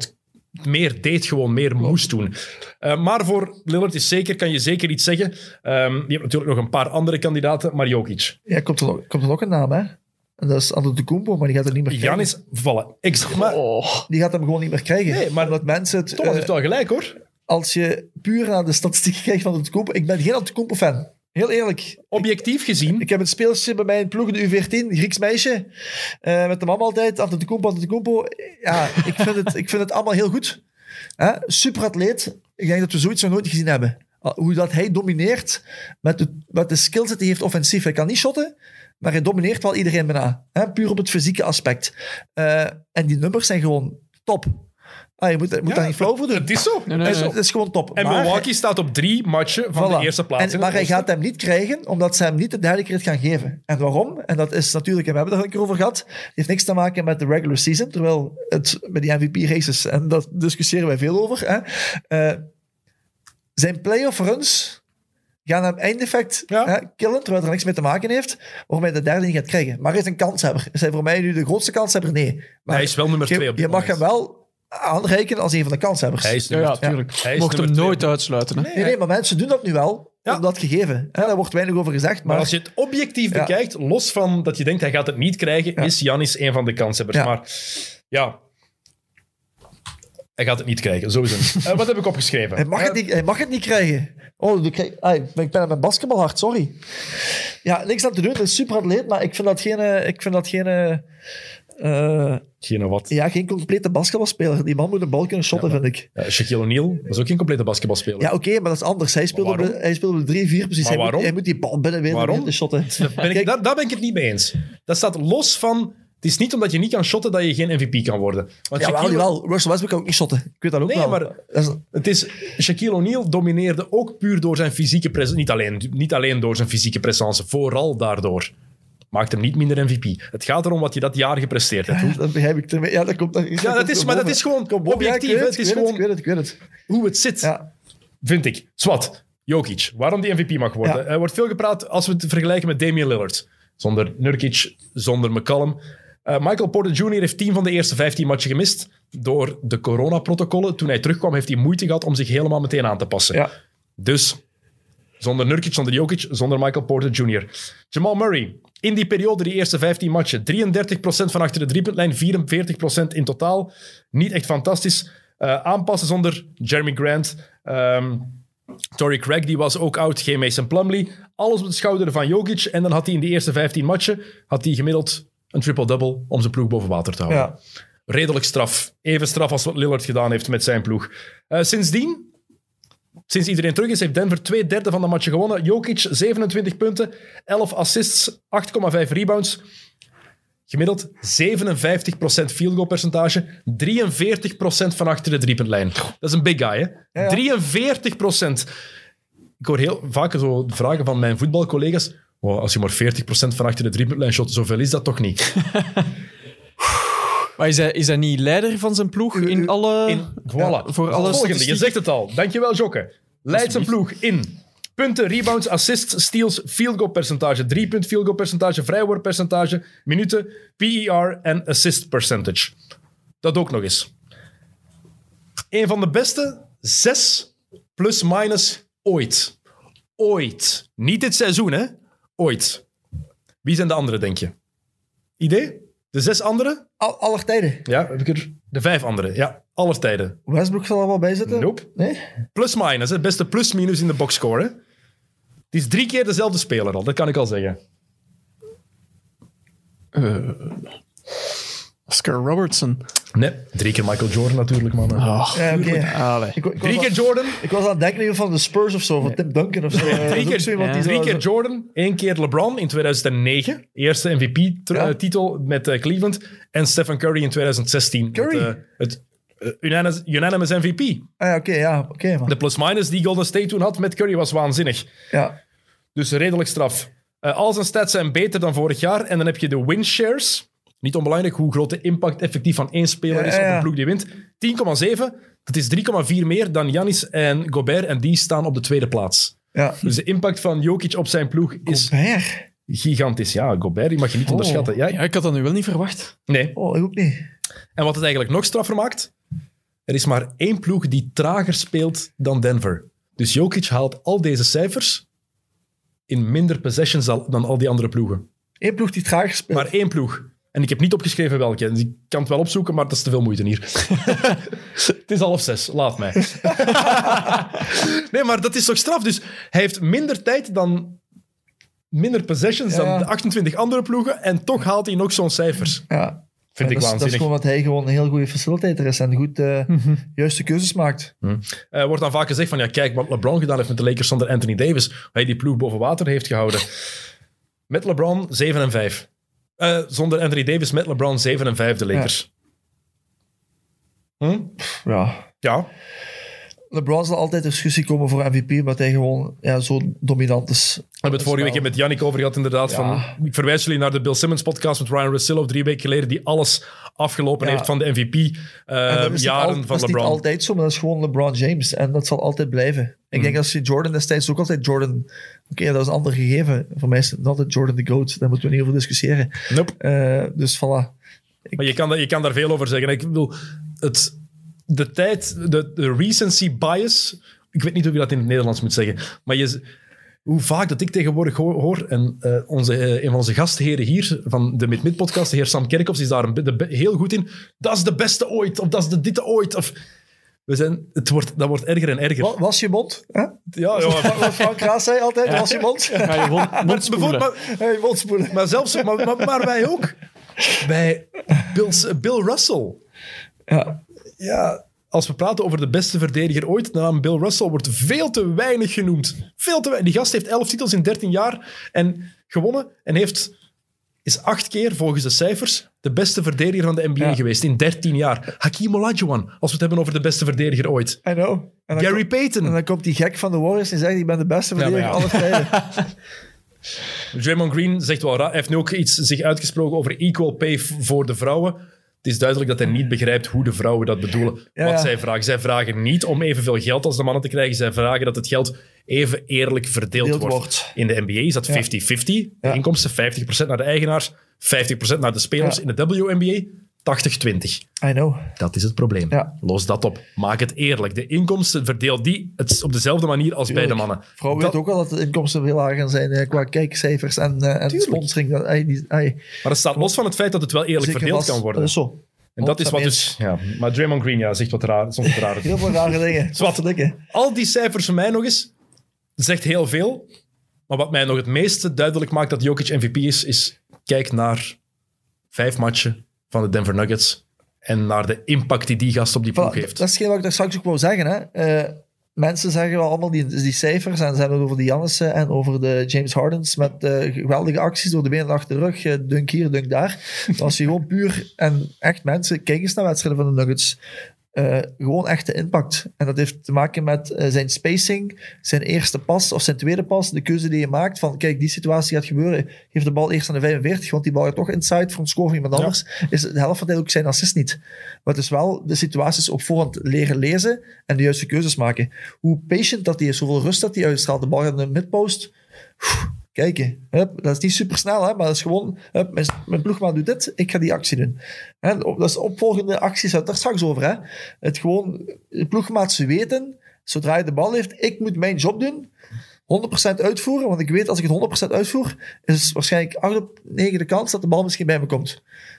meer deed, gewoon meer moest doen. Maar voor Lillard kan je zeker iets zeggen. Je hebt natuurlijk nog een paar andere kandidaten, maar Jokic. Ja, komt er nog een naam, hè? En dat is Antetokounmpo, maar die gaat er niet meer krijgen. Giannis, vallen. Die gaat hem gewoon niet meer krijgen. Nee, maar dat mensen Thomas heeft wel gelijk, hoor. als je puur naar de statistieken kijkt van Antetokounmpo, ik ben geen Antetokounmpo-fan. Heel eerlijk. Objectief gezien... Ik heb een speeltje bij mij in ploeg, de U14, Grieks meisje, met de mama altijd, Antetokounmpo. Ja, ik vind het allemaal heel goed. Superatleet. Ik denk dat we zoiets nog nooit gezien hebben. Hoe dat hij domineert met de skills die hij heeft offensief. Hij kan niet shotten, maar hij domineert wel iedereen bijna. Puur op het fysieke aspect. En die nummers zijn gewoon top. Je moet daar niet flauw voor doen. Het is zo. Het is gewoon top. En Milwaukee staat op 3 matchen van de eerste plaats. Maar hij gaat hem niet krijgen, omdat ze hem niet de derde keer gaan geven. En waarom? En dat is natuurlijk, en we hebben het er een keer over gehad, het heeft niks te maken met de regular season, terwijl het met die MVP-races, en daar discussiëren wij veel over, zijn playoff runs gaan hem eindeffect killen, terwijl het er niks mee te maken heeft, waarom hij de derde niet gaat krijgen. Maar hij is een kanshebber. Is hij voor mij nu de grootste kanshebber? Nee. Maar hij is wel nummer 2 op dit moment. Je mag hem wel aanreiken als een van de kanshebbers. Hij is natuurlijk. Je mocht hem nooit uitsluiten. Hè? Nee, maar mensen doen dat nu wel. Om dat gegeven. Daar wordt weinig over gezegd. Maar als je het objectief bekijkt, los van dat je denkt hij gaat het niet krijgen, is Giannis een van de kanshebbers. Maar ja, hij gaat het niet krijgen, sowieso. Wat heb ik opgeschreven? Hij mag het niet krijgen. Ik ben met basketbal hard, sorry. Ja, niks aan te doen. Het is super atleet, maar ik vind dat geen wat? Ja, geen complete basketbalspeler. Die man moet een bal kunnen shotten, vind ik. Shaquille O'Neal was ook geen complete basketbalspeler. Ja, oké, maar dat is anders. Hij speelde op de 3-4 precies. Hij moet die bal binnen weten te shotten. Daar ben ik het niet mee eens. Dat staat los van... Het is niet omdat je niet kan shotten dat je geen MVP kan worden. Want wel. Russell Westbrook kan ook niet shotten. Ik weet dat ook wel. Maar Shaquille O'Neal domineerde ook puur door zijn fysieke presence. Niet alleen door zijn fysieke presence, vooral daardoor. Maakt hem niet minder MVP. Het gaat erom wat je dat jaar gepresteerd hebt. Dat begrijp ik. Dat is gewoon objectief. Ik weet het. Hoe het zit, vind ik. Swat, Jokic, waarom die MVP mag worden. Er wordt veel gepraat als we het vergelijken met Damian Lillard. Zonder Nurkic, zonder McCollum. Michael Porter Jr. heeft 10 van de eerste 15 matchen gemist. Door de coronaprotocollen. Toen hij terugkwam, heeft hij moeite gehad om zich helemaal meteen aan te passen. Ja. Dus zonder Nurkic, zonder Jokic, zonder Michael Porter Jr. Jamal Murray. In die periode, die eerste 15 matchen, 33% van achter de driepuntlijn, 44% in totaal. Niet echt fantastisch. Aanpassen zonder Jeremy Grant. Torrey Craig, die was ook oud. Geen Mason Plumlee. Alles op de schouder van Jokic. En dan had hij in die eerste 15 matchen gemiddeld een triple-double om zijn ploeg boven water te houden. Ja. Redelijk straf. Even straf als wat Lillard gedaan heeft met zijn ploeg. Sinds iedereen terug is, heeft Denver 2/3 van de matchen gewonnen. Jokic 27 punten, 11 assists, 8,5 rebounds. Gemiddeld 57% field goal percentage, 43% van achter de driepuntlijn. Dat is een big guy, hè? Ja. 43%. Ik hoor heel vaak zo vragen van mijn voetbalcollega's. Wow, als je maar 40% van achter de driepuntlijn shot, zoveel is dat toch niet? Maar is hij niet leider van zijn ploeg in alle... Voilà. Voor alle volgende, je zegt het al. Dankjewel, Jokke. Leidt zijn ploeg in punten, rebounds, assists, steals, field goal percentage, 3-punt field goal percentage, vrijworppercentage, minuten, PER en assist percentage. Dat ook nog eens. Een van de beste 6 plus-minus ooit. Ooit. Niet dit seizoen, hè? Ooit. Wie zijn de anderen, denk je? Idee? De 6 anderen? Aller tijden. Ja, heb ik er de 5 anderen. Ja, aller tijden. Westbrook zal er wel bij zitten? Nope. Nee? Plus-minus, het beste plus-minus in de boxscore. Hè? Het is 3 keer dezelfde speler al, dat kan ik al zeggen. Oscar Robertson. Nee, 3 keer Michael Jordan natuurlijk, man. Ja, okay. 3 keer Jordan. Ik was aan het denken van de Spurs of zo, van Tim Duncan of zo. 3 keer Jordan, 1 keer LeBron in 2009. Eerste MVP-titel met Cleveland. En Stephen Curry in 2016. Curry? Het unanimous MVP. Oké. De plus-minus die Golden State toen had met Curry was waanzinnig. Ja. Dus redelijk straf. Al zijn stats zijn beter dan vorig jaar. En dan heb je de win shares. Niet onbelangrijk hoe groot de impact effectief van één speler is op een ploeg die wint. 10,7. Dat is 3,4 meer dan Giannis en Gobert. En die staan op de tweede plaats. Ja. Dus de impact van Jokic op zijn ploeg is gigantisch. Ja, Gobert, die mag je niet onderschatten. Ja, ik had dat nu wel niet verwacht. Nee. Ik ook niet. En wat het eigenlijk nog straffer maakt, er is maar 1 ploeg die trager speelt dan Denver. Dus Jokic haalt al deze cijfers in minder possessions dan al die andere ploegen. 1 ploeg die trager speelt. Maar 1 ploeg. En ik heb niet opgeschreven welke. Dus ik kan het wel opzoeken, maar dat is te veel moeite hier. Het is 5:30, laat mij. Nee, maar dat is toch straf? Dus hij heeft minder tijd dan... Minder possessions dan de 28 andere ploegen. En toch haalt hij nog zo'n cijfers. Ja. Vind ik waanzinnig. Dat is gewoon dat hij gewoon een heel goede facilitator is en goed juiste keuzes maakt. Wordt dan vaak gezegd van, ja, kijk wat LeBron gedaan heeft met de Lakers zonder Anthony Davis. Hoe hij die ploeg boven water heeft gehouden. Met LeBron 7-5. Zonder Anthony Davis met LeBron 7-5 de Lakers. Ja. LeBron zal altijd in discussie komen voor MVP, omdat hij gewoon zo dominant is. We hebben het vorige week met Yannick over gehad, inderdaad. Ja. Ik verwijs jullie naar de Bill Simmons podcast met Ryan Russillo 3 weken geleden, die alles afgelopen heeft van de MVP-jaren van LeBron. Dat is niet altijd zo, maar dat is gewoon LeBron James. En dat zal altijd blijven. Ik denk als je Jordan destijds ook altijd Jordan... Oké, dat is een ander gegeven. Voor mij is het altijd Jordan the GOAT. Daar moeten we niet over discussiëren. Nope. Dus voilà. Maar je kan daar veel over zeggen. Ik bedoel, de tijd, de recency bias... Ik weet niet hoe je dat in het Nederlands moet zeggen. Maar hoe vaak dat ik tegenwoordig hoor... En een van onze gastheren hier, van de Mid-Mid-podcast, de heer Sam Kerkhoffs, is daar heel goed in. Dat is de beste ooit. Of dat is de ditte ooit. Of... Dat wordt erger en erger. Was je mond? Huh? Ja. Wat Frank Raas zei altijd, was je mond? Ga je mond spoelen. Mond spoelen. Maar zelfs, maar wij ook. Bij Bill Russell. Ja, als we praten over de beste verdediger ooit, de naam Bill Russell wordt veel te weinig genoemd. Veel te weinig. Die gast heeft 11 titels in 13 jaar en gewonnen en is 8 keer, volgens de cijfers, de beste verdediger van de NBA geweest in 13 jaar. Hakeem Olajuwon, als we het hebben over de beste verdediger ooit. I know. Gary Payton. En dan komt die gek van de Warriors en zegt, ik ben de beste verdediger aller tijden. Draymond Green zegt wel raar. Hij heeft nu ook zich uitgesproken over equal pay voor de vrouwen. Het is duidelijk dat hij niet begrijpt hoe de vrouwen dat bedoelen. Wat zij vragen. Zij vragen niet om evenveel geld als de mannen te krijgen. Zij vragen dat het geld even eerlijk verdeeld wordt. In de NBA is dat 50-50. De inkomsten 50% naar de eigenaars, 50% naar de spelers. In de WNBA 80-20. I know. Dat is het probleem. Ja. Los dat op. Maak het eerlijk. De inkomsten verdeel die op dezelfde manier als bij de mannen. Vrouwen weten ook wel dat de inkomsten veel lager gaan zijn qua kijkcijfers en sponsoring. Maar het staat los van het feit dat het wel eerlijk verdeeld kan worden. Dat is zo. En dat is wat dus... Ja, maar Draymond Green zegt wat raar. Soms raar. Heel veel rare dingen. Al die cijfers voor mij nog eens zegt heel veel. Maar wat mij nog het meeste duidelijk maakt dat Jokic MVP is kijk naar 5 matchen van de Denver Nuggets en naar de impact die gast op die ploeg heeft. Dat is wat ik daar straks ook wou zeggen. Hè. Mensen zeggen wel allemaal die cijfers en ze hebben het over de Giannissen en over de James Hardens met geweldige acties door de benen achter de rug, dunk hier, dunk daar. Maar als je gewoon puur en echt mensen, kijk eens naar wedstrijden van de Nuggets, gewoon echte impact. En dat heeft te maken met zijn spacing, zijn eerste pas of zijn tweede pas, de keuze die je maakt van kijk, die situatie gaat gebeuren, geef de bal eerst aan de 45, want die bal gaat toch inside voor een score van iemand anders, is de helft van de tijd ook zijn assist niet. Maar het is wel de situaties op voorhand leren lezen en de juiste keuzes maken. Hoe patient dat hij is, hoeveel rust dat hij uitstraalt, de bal gaat in de midpost, kijken. Dat is niet super snel, maar dat is gewoon mijn ploegmaat doet dit, ik ga die actie doen. Dat is opvolgende acties, daar het straks over. Hè. Het gewoon, de ploegmaats weten, zodra je de bal heeft, ik moet mijn job doen, 100% uitvoeren, want ik weet als ik het 100% uitvoer, is waarschijnlijk 8 op 9 de kans dat de bal misschien bij me komt.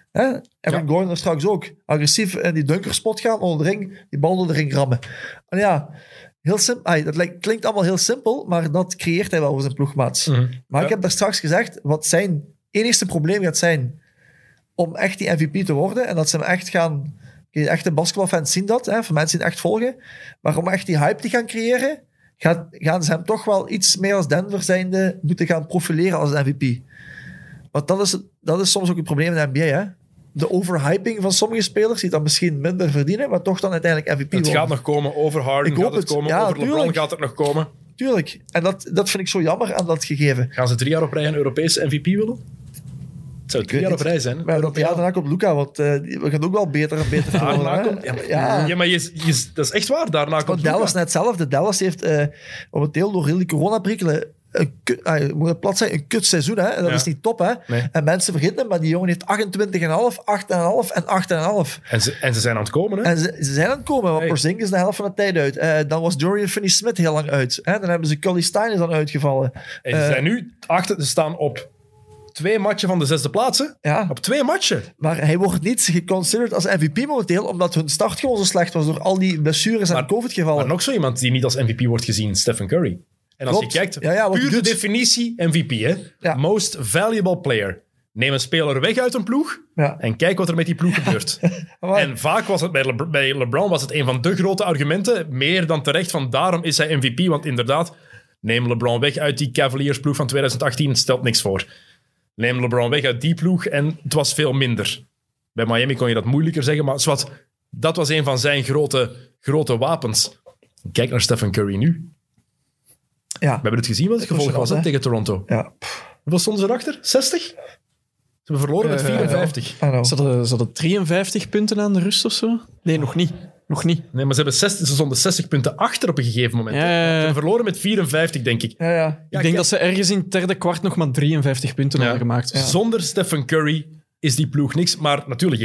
En Gordon er straks ook. Agressief in die dunkerspot gaan, onder de ring, die bal door de ring rammen. En ja, heel simpel. Dat klinkt allemaal heel simpel, maar dat creëert hij wel voor zijn ploegmaats. Maar ik heb daar straks gezegd, wat zijn enigste probleem gaat zijn om echt die MVP te worden, en dat ze hem echt gaan... Echte basketbalfans zien dat, voor mensen die het echt volgen. Maar om echt die hype te gaan creëren, gaan ze hem toch wel iets meer als Denver zijnde moeten gaan profileren als een MVP. Want dat is soms ook het probleem in de NBA, hè. De overhyping van sommige spelers die dan misschien minder verdienen, maar toch dan uiteindelijk MVP worden. Het gaat nog komen, over Harden gaat het komen, over LeBron gaat het nog komen. Tuurlijk. En dat vind ik zo jammer aan dat gegeven. Gaan ze 3 jaar op rij een Europese MVP willen? Het zou 3 jaar op rij zijn. Maar daarna komt Luka, want we gaan ook wel beter en beter worden. Ja, maar dat is echt waar. Daarna komt Luka. Dallas net hetzelfde. Dallas heeft momenteel door heel die coronaprikkelen moet plat zijn, een kutseizoen. Hè? Dat is niet top. Hè? Nee. En mensen vergeten het, maar die jongen heeft 28,5, 8,5 en 8,5. En ze zijn aan het komen. Hè? En ze zijn aan het komen, want Porzingis is de helft van de tijd uit. Dan was Dorian Finney-Smith heel lang uit. Dan hebben ze Cully Stein is dan uitgevallen. En ze zijn nu ze staan op 2 matchen van de 6e plaats. Hè? Ja. Op 2 matchen. Maar hij wordt niet geconsidered als MVP momenteel, omdat hun start gewoon zo slecht was door al die blessures en COVID-gevallen. Maar nog zo iemand die niet als MVP wordt gezien, Stephen Curry. En als Klopt. je kijkt, wat puur hij de doet. definitie MVP, hè? Ja. Most valuable player. Neem een speler weg uit een ploeg Ja. en kijk wat er met die ploeg gebeurt. Maar- En vaak was het bij LeBron was het een van de grote argumenten, meer dan terecht, van daarom is hij MVP. Want inderdaad, neem LeBron weg uit die Cavaliers-ploeg van 2018, het stelt niks voor. Neem LeBron weg uit die ploeg en het was veel minder. Bij Miami kon je dat moeilijker zeggen, maar zwart, dat was een van zijn grote wapens. Kijk naar Stephen Curry nu. Ja. We hebben het gezien wat het gevolg was hè, tegen Toronto. Ja. Hoeveel stonden ze erachter? 60? Ze hebben verloren met 54. I know. Ze hadden 53 punten aan de rust of zo? Nee, nog niet. Nee, maar ze stonden 60 punten achter op een gegeven moment. hè. Ja. Ze hebben verloren met 54, denk ik. Ja. Ik denk kijk, dat ze ergens in het derde kwart nog maar 53 punten hadden gemaakt. Ja. Zonder Stephen Curry is die ploeg niks. Maar natuurlijk,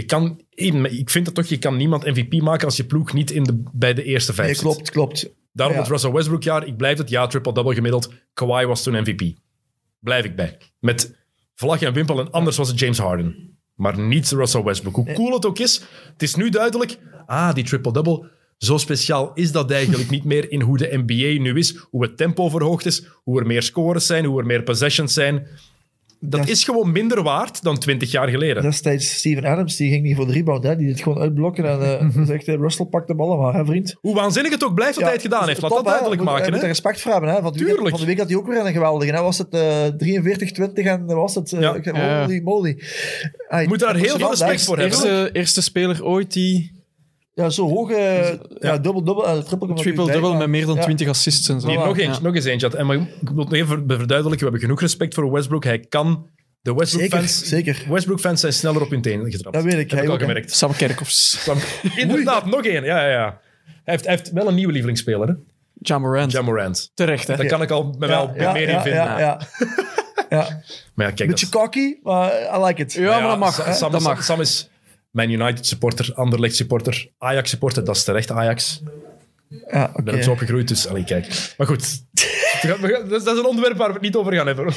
ik vind het toch, je kan niemand MVP maken als je ploeg niet bij de eerste 5 Nee, zit. klopt. Daarom Ja. het Russell Westbrook jaar, ik blijf het, ja, triple-double gemiddeld. Kawhi was toen MVP. Blijf ik bij. Met vlag en wimpel en anders was het James Harden. Maar niet Russell Westbrook. Hoe cool het ook is, het is nu duidelijk, die triple-double, zo speciaal is dat eigenlijk niet meer in hoe de NBA nu is, hoe het tempo verhoogd is, hoe er meer scores zijn, hoe er meer possessions zijn. Dat is gewoon minder waard dan 20 jaar geleden. Destijds Steven Adams, die ging niet voor de rebound, hè. Die dit gewoon uitblokken en zegt, Russell, pak de ballen maar, hè, vriend. Hoe waanzinnig het ook blijft dat hij het gedaan heeft. Laat dat duidelijk maken. Hij moet Hè? er respect voor hebben. Hè. Van de week had hij ook weer een geweldige. Hè. Was het 43-20 en was het... holy moly. Je moet daar heel veel respect voor hebben. Eerste speler ooit die Ja, zo hoog. Dubbel, triple-double met meer dan 20 assists en zo. Die heeft Ja. nog eens eentje had. En maar ik wil het nog even verduidelijken. We hebben genoeg respect voor Westbrook. Hij kan... De Zeker. Westbrook-fans zijn sneller op hun tenen getrapt. Dat weet ik. Heb Hij al ook, hè. gemerkt. Sam Kerkhoffs. Inderdaad, nog één. Ja. Hij heeft wel een nieuwe lievelingsspeler, hè? Ja Morant. Ja Morant. Terecht, hè? Daar kan ik al wel meer in vinden. Ja. Maar ja, kijk, Beetje cocky, maar I like it. Ja, maar dat mag. hè. Sam, Dat mag. Sam is Man United supporter, Anderlecht supporter, Ajax supporter. Dat is terecht, Ajax. Ja, Ik ben ook zo opgegroeid, dus allee, kijk. Maar goed, dat is een onderwerp waar we het niet over gaan hebben.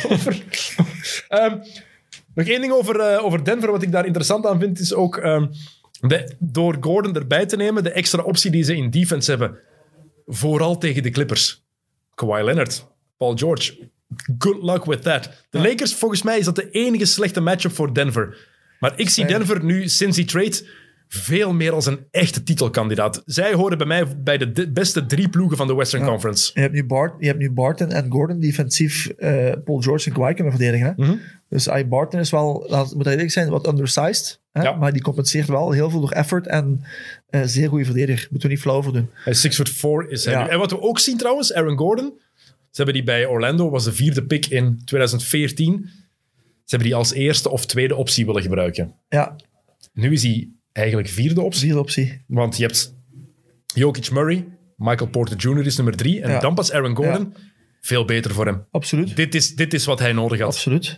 Nog één ding over Denver, wat ik daar interessant aan vind, is ook door Gordon erbij te nemen, de extra optie die ze in defense hebben. Vooral tegen de Clippers. Kawhi Leonard, Paul George. Good luck with that. De Lakers, volgens mij, is dat de enige slechte matchup voor Denver. Maar ik zie Denver nu, sinds die trade, veel meer als een echte titelkandidaat. Zij horen bij mij bij de beste 3 ploegen van de Western Conference. Je hebt nu Barton en Gordon die defensief Paul George en Kawhi kunnen verdedigen. Hè? Dus Barton is wel, moet eerlijk zijn, wat undersized. Hè? Ja. Maar die compenseert wel heel veel door effort en zeer goede verdediger. Moeten we niet flauw voor doen. Hij is 6'4" is hij Ja. nu. En wat we ook zien trouwens, Aaron Gordon. Ze hebben die bij Orlando, was de 4e pick in 2014. Ze hebben die als eerste of tweede optie willen gebruiken. Ja, Nu is hij eigenlijk 4e optie. 4e optie. Want je hebt Jokic Murray, Michael Porter Jr. is nummer 3. En Ja. dan pas Aaron Gordon. Veel beter voor hem. Absoluut. Dit is wat hij nodig had. Absoluut.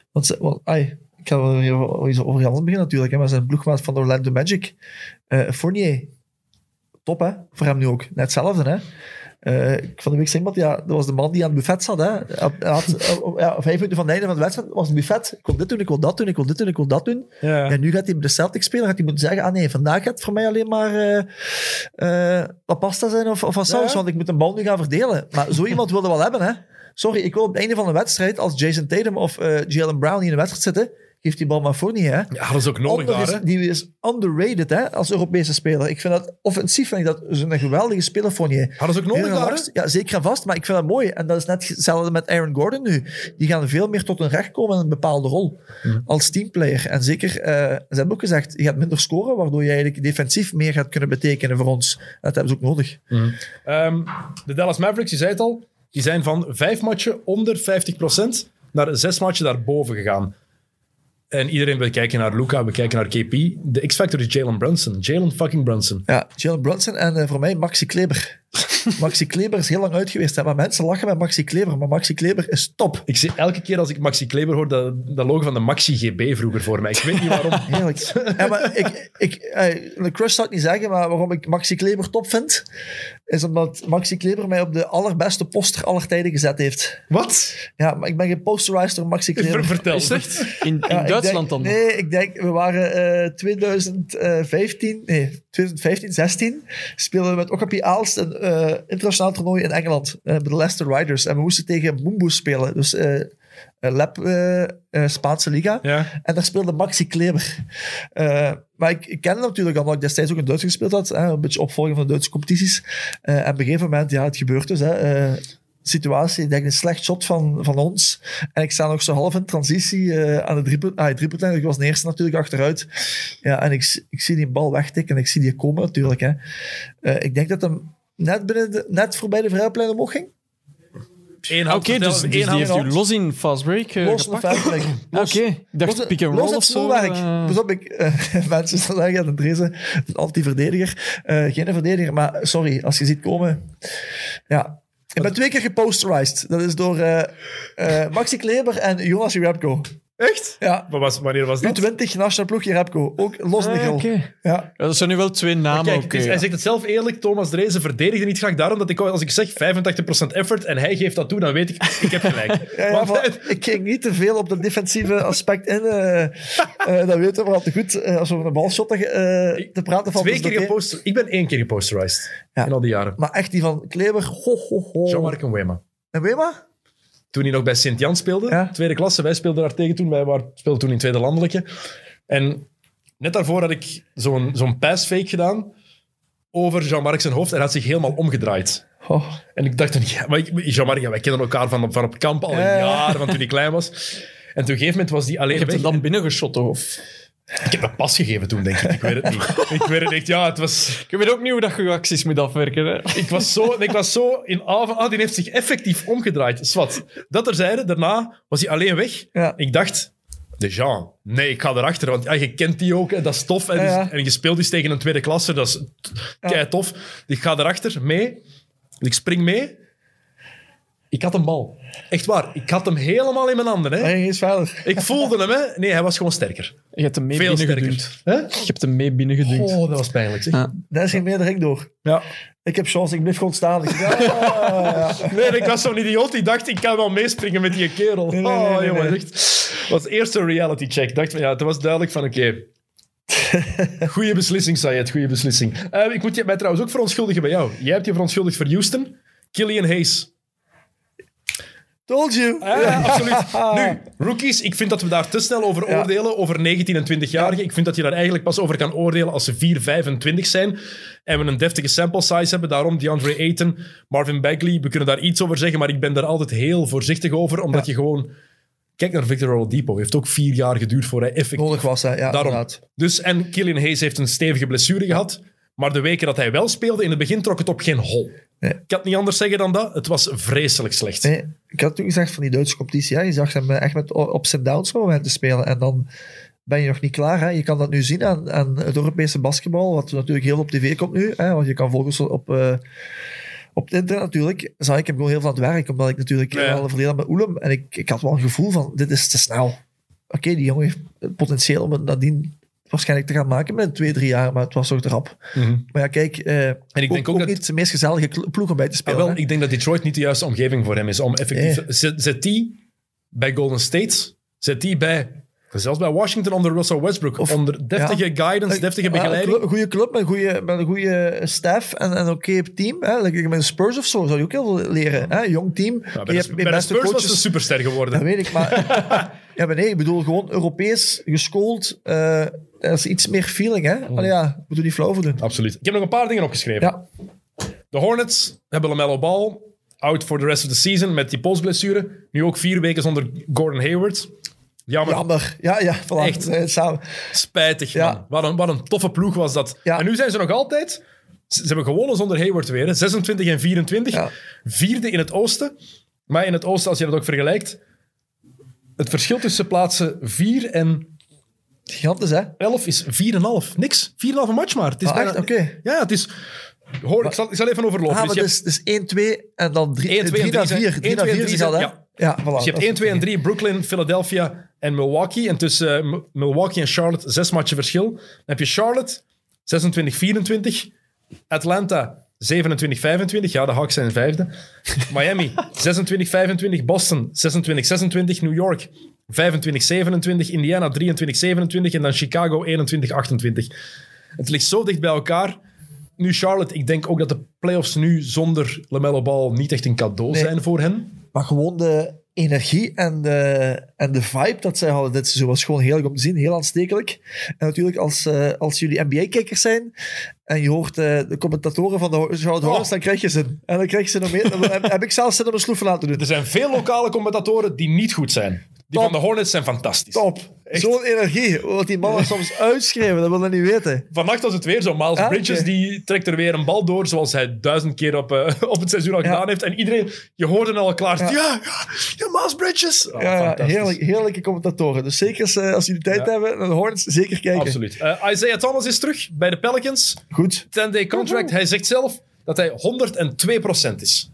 Ik ga wel weer iets over Jan beginnen natuurlijk. Hè, maar zijn ploegmaat van de Orlando Magic. Fournier. Top, hè? Voor hem nu ook. Net hetzelfde, hè? Van de week zei iemand, dat was de man die aan het buffet zat. Hè. Hij had 5 minuten van het einde van de wedstrijd was een buffet. Ik wil dit doen, ik wil dat doen, ik wil dit doen, ik wil dat doen. Ja. En nu gaat hij bij de Celtics spelen. Gaat hij moeten zeggen, nee, vandaag gaat het voor mij alleen maar wat pasta zijn of wat saus, Ja. want ik moet een bal nu gaan verdelen. Maar zo iemand wilde wel hebben, hè. Sorry, ik wil op het einde van de wedstrijd, als Jason Tatum of Jalen Brown die in de wedstrijd zitten, geeft die bal maar Fournier, hè. Ja, dat is ook nodig daar, hè? Die is underrated, hè, als Europese speler. Ik vind dat offensief, vind ik dat een geweldige speler, Fournier. Hadden ze ook nodig Heel daar, relaxed. Ja, zeker en vast, maar ik vind dat mooi. En dat is net hetzelfde met Aaron Gordon nu. Die gaan veel meer tot hun recht komen in een bepaalde rol. Als teamplayer. En zeker, ze hebben ook gezegd, je gaat minder scoren, waardoor je eigenlijk defensief meer gaat kunnen betekenen voor ons. Dat hebben ze ook nodig. De Dallas Mavericks, je zei het al, die zijn van 5 matchen onder 50% naar 6 matchen daarboven gegaan. En iedereen, we kijken naar Luka, we kijken naar KP. De X-factor is Jalen Brunson. Jalen fucking Brunson. Ja, Jalen Brunson en voor mij Maxi Kleber. Maxi Kleber is heel lang uit geweest. Hè? Maar mensen lachen met Maxi Kleber. Maar Maxi Kleber is top. Ik zie elke keer als ik Maxi Kleber hoor, dat logo van de Maxi GB vroeger voor mij. Ik weet niet waarom. Heerlijk. Ja, maar de crush zou ik niet zeggen, maar waarom ik Maxi Kleber top vind, is omdat Maxi Kleber mij op de allerbeste poster aller tijden gezet heeft. Wat? Ja, maar ik ben geposterized door Maxi Kleber. Vertel. Is dat in Duitsland dan? Nee, ik denk, we waren 2015, 16, speelden we met Okapi Aalst een internationaal toernooi in Engeland, bij de Leicester Riders. En we moesten tegen Mumbu spelen, dus Spaanse Liga. Ja. En daar speelde Maxi Kleber. Maar ik ken hem natuurlijk al, omdat ik destijds ook in Duits gespeeld had. Een beetje opvolging van de Duitse competities. En op een gegeven moment, ja, het gebeurt dus. Situatie, ik denk een slecht shot van ons. En ik sta nog zo half in transitie aan de driepuntlijn. Ik was de eerste natuurlijk achteruit. Ja, en ik zie die bal wegtikken en ik zie die komen natuurlijk. Hè. Ik denk dat hem net voorbij de vrijplein omhoog ging. Oké, dus die heeft u los in fastbreak los in fastbreak. Oké, ik dacht pick and roll of zo. Dus op mensen zeggen, dat Dreesen een anti-verdediger. Geen verdediger, maar sorry, als je ziet komen... Ja... Ik ben 2 keer geposterized. Dat is door Maxi Kleber en Jonas Jerebko. Echt? Ja. Wanneer was dat? U20 nationale ploeg Jerebko. Ook los in de gril. Okay. Ja. Dat zijn nu wel 2 namen. Kijk, hij zegt het zelf eerlijk. Thomas Dreesen verdedigde niet graag daarom dat als ik zeg 85% effort en hij geeft dat toe, dan weet ik heb gelijk. Ik ging niet te veel op dat defensieve aspect in. Dat weten we wel te goed. Als we over een balshot te praten van... 2 keer geposterized. Ik ben 1 keer geposterized. Ja. In al die jaren. Maar echt die van Kleber. Jean-Marc en Wema. En Wema? Toen hij nog bij Sint-Jan speelde, ja. tweede klasse. Wij speelden daar tegen toen. Wij speelden toen in tweede landelijke. En net daarvoor had ik zo'n passfake gedaan over Jean-Marc zijn hoofd. En hij had zich helemaal omgedraaid. Oh. En ik dacht, Jean-Marc, wij kennen elkaar van op kamp al jaren, van toen hij klein was. En op een gegeven moment was die alleen weg. Je hebt hem dan binnengeschoten, of... Ik heb een pas gegeven toen, denk ik. Ik weet het niet. Ik weet het echt. Ja, het was... Ik weet ook niet hoe dat je acties moet afwerken. Hè? Ik was zo in avond... die heeft zich effectief omgedraaid. Swat. Dat terzijde, daarna was hij alleen weg. Ja. Ik dacht... De Jean. Nee, ik ga erachter. Want je kent die ook. Hè, dat is tof. En je speelt dus tegen een tweede klasse. Dat is kei tof. Ik ga erachter mee. Ik spring mee. Ik had een bal. Echt waar. Ik had hem helemaal in mijn handen. Hè. Nee, is veilig. Ik voelde hem. Hè. Nee, hij was gewoon sterker. Je hebt hem mee Veel binnengedunkt. Hè? Je hebt hem mee binnengedunkt. Oh, dat was pijnlijk. Zeg. Ja. Daar is geen meer de ring door. Ja. Ik heb chance, ik blijf gewoon staan. Nee, ik was zo'n idioot die dacht, ik kan wel meespringen met die kerel. Nee. Jongen, echt. Dat was de eerste reality check. Ik dacht, het was duidelijk van, oké. Goeie beslissing, Sayed, goeie beslissing. Ik moet je mij trouwens ook verontschuldigen bij jou. Jij hebt je verontschuldigd voor Houston. Killian Hayes. Told you. Ja, absoluut. Nu, rookies, ik vind dat we daar te snel over oordelen, over 19 en 20-jarigen. Ik vind dat je daar eigenlijk pas over kan oordelen als ze 4-25 zijn en we een deftige sample size hebben. Daarom DeAndre Ayton, Marvin Bagley, we kunnen daar iets over zeggen, maar ik ben daar altijd heel voorzichtig over, omdat je gewoon... Kijk naar Victor Oladipo. Heeft ook 4 jaar geduurd voor hij effectief... Nodig was, hè. Ja, daarom. inderdaad. Dus, en Killian Hayes heeft een stevige blessure gehad, maar de weken dat hij wel speelde, in het begin trok het op geen hol. Nee. Ik kan het niet anders zeggen dan dat. Het was vreselijk slecht. Nee, ik had toen gezegd van die Duitse competitie. Ja, je zag hem echt met ups en downs te spelen. En dan ben je nog niet klaar. Hè. Je kan dat nu zien aan het Europese basketbal, wat natuurlijk heel op tv komt nu. Hè, want je kan volgens op het internet natuurlijk. Zag ik hem gewoon heel veel aan het werk, omdat ik natuurlijk al verleden met Oelem. En ik had wel een gevoel van, dit is te snel. Oké, die jongen heeft het potentieel om het nadien waarschijnlijk te gaan maken met 2-3 jaar, maar het was toch de rap. Mm-hmm. Maar ja, kijk, en ik denk ook dat niet de meest gezellige ploeg om bij te spelen. Ik denk dat Detroit niet de juiste omgeving voor hem is om effectief... Zet die bij Golden State, zet die bij... Zelfs bij Washington onder Russell Westbrook. Onder deftige guidance, deftige begeleiding. Een goede club met een goede staff en een oké team. Hè. Like met de Spurs of zo zou je ook heel veel leren. Hè. Jong team. Ja, bij de Spurs coaches, was ze superster geworden. Dat weet ik, maar... ja, maar nee, ik bedoel gewoon Europees geschoold. Er is iets meer feeling, hè. Allee, ja, we moeten niet flauw voor doen. Absoluut. Ik heb nog een paar dingen opgeschreven. Ja. De Hornets hebben LaMelo Ball out for the rest of the season met die polsblessure. Nu ook 4 weken zonder Gordon Hayward. Jammer. Ja, voilà. Echt spijtig, man. Ja. Wat een toffe ploeg was dat. Ja. En nu zijn ze nog altijd... Ze hebben gewonnen zonder Hayward weer. Hè. 26 en 24. Ja. 4e in het oosten. Maar in het oosten, als je dat ook vergelijkt... Het verschil tussen plaatsen 4 en... Gigantisch, hè? 11 is 4,5. Niks. 4,5 match maar. Het is bijna... Oké. Ja, het is... Hoor, ik zal even overlopen. Maar Dus dus 1, 2 en dan 3 naar 4. 3 naar 4 is al, hè? Ja, voilà. Dus je hebt 1, 2 en 3, Brooklyn, Philadelphia en Milwaukee. En tussen Milwaukee en Charlotte 6 matchen verschil. Dan heb je Charlotte 26-24, Atlanta 27-25, ja, de Hawks zijn vijfde. Miami 26-25, Boston 26-26, New York 25-27, Indiana 23-27 en dan Chicago 21-28. Het ligt zo dicht bij elkaar. Nu Charlotte, ik denk ook dat de playoffs nu zonder LaMelo Ball niet echt een cadeau zijn voor hen. Maar gewoon de energie en de vibe dat zij hadden dit seizoen was gewoon heerlijk om te zien. Heel aanstekelijk. En natuurlijk als jullie NBA-kijkers zijn en je hoort de commentatoren van de Charlotte Hornets, dan krijg je ze. En dan krijg je ze nog meer. Dan heb ik zelfs zin om een sloef laten doen. Er zijn veel lokale commentatoren die niet goed zijn. Die Top. van de Hornets zijn fantastisch. Top. Echt. Zo'n energie. Wat die mannen soms uitschrijven, dat wil je niet weten. Vannacht was het weer zo. Miles Bridges die trekt er weer een bal door, zoals hij 1000 keer op het seizoen al gedaan heeft. En iedereen, je hoorde al klaar. Ja, Miles Bridges. Heerlijke commentatoren. Dus zeker als jullie tijd hebben, naar de Hornets, zeker kijken. Absoluut. Isaiah Thomas is terug bij de Pelicans. Goed. 10-day contract. Hij zegt zelf dat hij 102% is.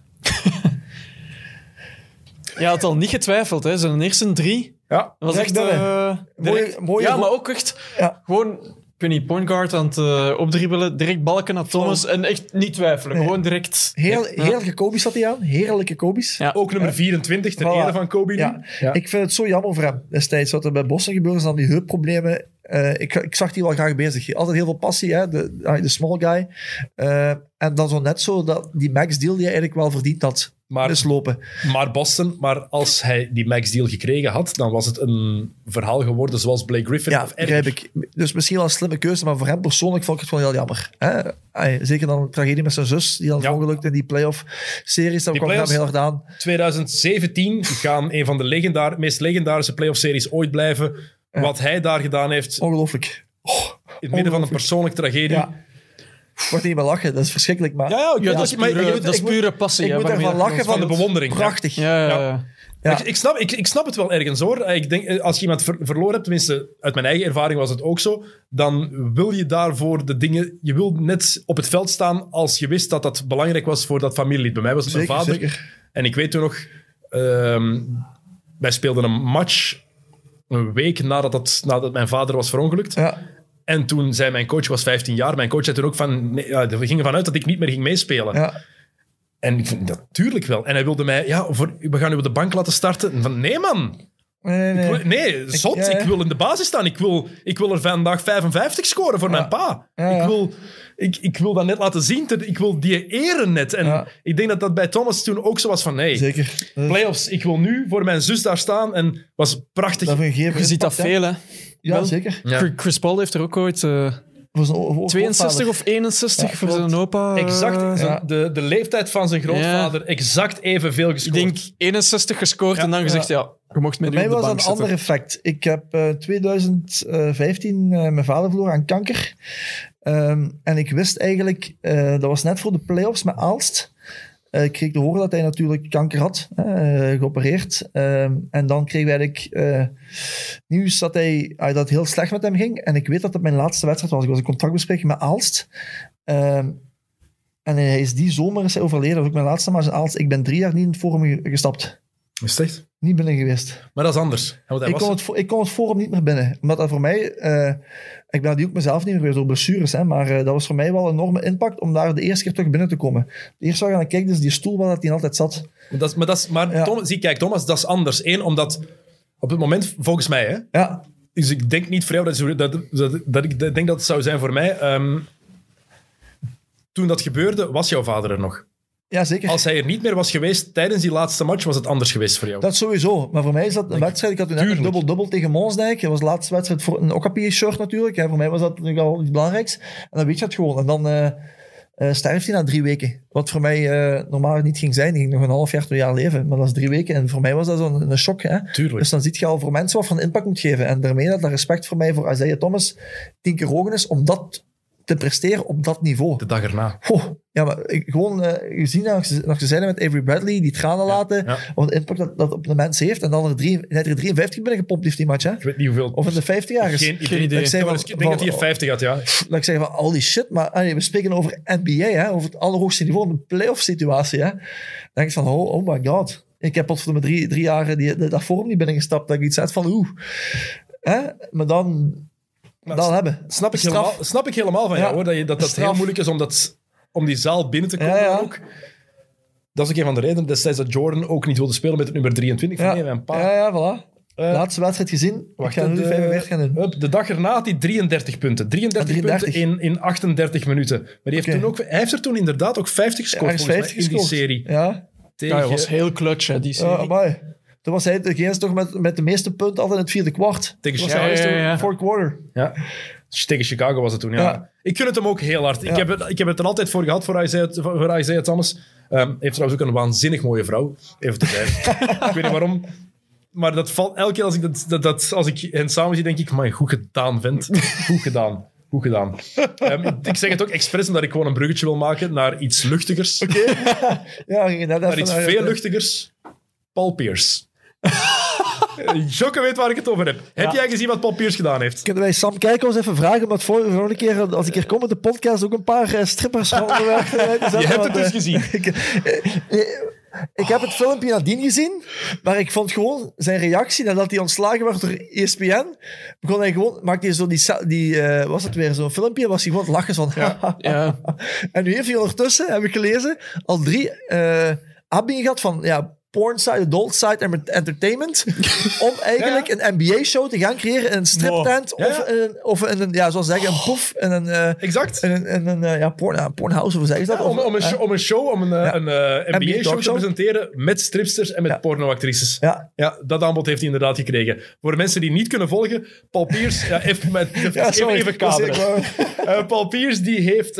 Je had al niet getwijfeld, hè? Zijn eerste 3. Ja. Dat was echt... Mooie ja, maar ook echt... Ja. Gewoon, ik weet niet, point guard aan het opdribbelen, direct balken naar Thomas en echt niet twijfelen. Nee. Gewoon direct... Heerlijke Kobe's had hij aan. Heerlijke Kobe's. Ja. Ook nummer 24, ter ere van Kobe. Ja. Ik vind het zo jammer voor hem destijds. Wat er bij Boston gebeurde, is dan die heupproblemen. Ik zag die wel graag bezig. Altijd heel veel passie, hè? De small guy. En dan zo net zo dat die max deal die hij eigenlijk wel verdiend had. Mislopen. Maar Boston, als hij die max deal gekregen had, dan was het een verhaal geworden zoals Blake Griffin. Ja, of begrijp ik. Dus misschien wel een slimme keuze, maar voor hem persoonlijk vond ik het wel heel jammer. Zeker dan een tragedie met zijn zus, die dan verongelukt in die playoff-series. Dat kwam hem heel erg aan. 2017 gaan een van de meest legendarische playoff-series ooit blijven. Ja. Wat hij daar gedaan heeft. Ongelooflijk. In het midden van een persoonlijke tragedie. Ja. Ik word niet meer lachen, dat is verschrikkelijk. Maar dat is pure passie. Ik moet ervan lachen van de bewondering. Prachtig. Ja. Ik snap het wel ergens hoor. Ik denk, als je iemand verloren hebt, tenminste uit mijn eigen ervaring was het ook zo, dan wil je daarvoor de dingen... Je wil net op het veld staan als je wist dat dat belangrijk was voor dat familielid. Bij mij was het mijn vader. Zeker. En ik weet toen nog... wij speelden een match een week nadat mijn vader was verongelukt. Ja. En toen zei mijn coach, was 15 jaar, mijn coach zei toen ook van... Nee, we gingen vanuit dat ik niet meer ging meespelen. Ja. En ik vind dat natuurlijk wel. En hij wilde mij... we gaan u op de bank laten starten. En van, nee man. Nee, zot. Ik wil in de basis staan. Ik wil er vandaag 55 scoren voor mijn pa. Ik wil dat net laten zien. Ik wil die eren net. En ik denk dat dat bij Thomas toen ook zo was van... Nee, zeker. Playoffs. Ik wil nu voor mijn zus daar staan. En was prachtig. Je ziet dat veel, hè? Ja, wel, zeker. Ja. Chris Paul heeft er ook ooit... 62 of 61 voor zijn opa. Exact. De leeftijd van zijn grootvader. Exact evenveel gescoord. Ik denk 61 gescoord en dan gezegd, je mocht met u op de bank Bij mij was een ander effect. Ik heb 2015 mijn vader verloren aan kanker. En ik wist eigenlijk, dat was net voor de playoffs met Aalst. Ik kreeg te horen dat hij natuurlijk kanker had, geopereerd. En dan kregen we eigenlijk nieuws dat dat het heel slecht met hem ging. En ik weet dat het mijn laatste wedstrijd was. Ik was een contractbespreking met Aalst. En hij is die zomer overleden. Dat was ook mijn laatste match in Aalst. Ik ben 3 jaar niet in het forum gestapt. Is het echt? Niet binnen geweest. Maar dat is anders. Ik kon het forum niet meer binnen. Omdat dat voor mij... ik ben die ook mezelf niet meer geweest door blessures. Hè, maar dat was voor mij wel een enorme impact om daar de eerste keer terug binnen te komen. De eerste waar ik aan kijk, dus die stoel waar hij altijd zat. Kijk, Thomas, dat is anders. Eén, omdat op het moment, volgens mij... Hè, ja. Dus ik denk niet voor jou dat ik denk dat het zou zijn voor mij. Toen dat gebeurde, was jouw vader er nog? Ja, zeker. Als hij er niet meer was geweest tijdens die laatste match, was het anders geweest voor jou. Dat sowieso. Maar voor mij is dat een wedstrijd. Ik had toen net een dubbel-dubbel tegen Monsdijk. Dat was de laatste wedstrijd voor een Okapi-shirt natuurlijk. Ja, voor mij was dat natuurlijk al iets belangrijks. En dan weet je het gewoon. En dan sterft hij na 3 weken. Wat voor mij normaal niet ging zijn. Die ging nog een half jaar, 2 jaar leven. Maar dat is 3 weken. En voor mij was dat zo'n shock. Hè? Tuurlijk. Dus dan zie je al voor mensen wat van impact moet geven. En daarmee dat respect voor mij voor Isaiah Thomas 10 keer hoger is om dat te presteren op dat niveau. De dag erna. Ja, maar gewoon gezien dat ze zeiden met Avery Bradley, die tranen laten, wat impact dat op de mensen heeft, en dan er 53 binnengepompt heeft die match, hè? Ik weet niet hoeveel. Of in de 50-jagers. Geen idee. Ik denk dat hij er 50 had, ja. Dat ik zeg van, holy shit, maar we spreken over NBA, hè, over het allerhoogste niveau, een playoff situatie, hè. Dan denk ik van, oh my god. Ik heb tot voor me 3 jaar dat forum niet binnengestapt, dat ik iets had van, hè? Maar dan hebben. Snap ik helemaal van jou, hoor. Dat heel moeilijk is om die zaal binnen te komen. Ja. Ook. Dat is ook een van de redenen destijds dat Jordan ook niet wilde spelen met het nummer 23. Ja, voilà. Laatste wedstrijd gezien. Ik ga nu 45 gaan doen. De dag erna had hij 33 punten. 33 punten in 38 minuten. Maar hij heeft er toen inderdaad ook 50 gescoord in die serie. Ja. Hij was heel clutch, hè, die serie. Toen was hij degene toch met de meeste punten altijd in het vierde kwart. Tegen Chicago. Fourth quarter. Ja. Tegen Chicago was het toen, ja. Ik gun het hem ook heel hard. Ja. Ik heb het er altijd voor gehad voor Isaiah Thomas. Heeft trouwens ook een waanzinnig mooie vrouw. Even te zeggen. Ik weet niet waarom. Maar dat valt elke keer als ik hen samen zie, denk ik, man, goed gedaan, vent. Goed gedaan. Ik zeg het ook expres omdat ik gewoon een bruggetje wil maken naar iets luchtigers. Oké. Naar iets veel luchtigers. Paul Pierce. Jokke weet waar ik het over heb. Heb jij gezien wat Paul Pierce gedaan heeft? Kunnen wij Sam Kijkels even vragen, maar volgende keer, als ik hier kom met de podcast, ook een paar strippers van Je hebt het dus gezien. Ik heb het filmpje nadien gezien, maar ik vond gewoon zijn reactie nadat hij ontslagen werd door ESPN. Begon hij gewoon, maakte hij zo was het weer zo'n filmpje, was hij gewoon lachen van. Ja. En nu heeft hij ondertussen, heb ik gelezen, al 3 aanbiedingen gehad van Pornside, Adult Side Entertainment, om eigenlijk een NBA-show te gaan creëren in een striptent of in een, zoals zeggen, een poef in een... exact. In een pornhouse, of zeggen ze dat? Om een NBA-show te presenteren met stripsters en met pornoactrices. Ja, dat aanbod heeft hij inderdaad gekregen. Voor de mensen die niet kunnen volgen, Paul Pierce... even kaderen. Paul Pierce, die heeft...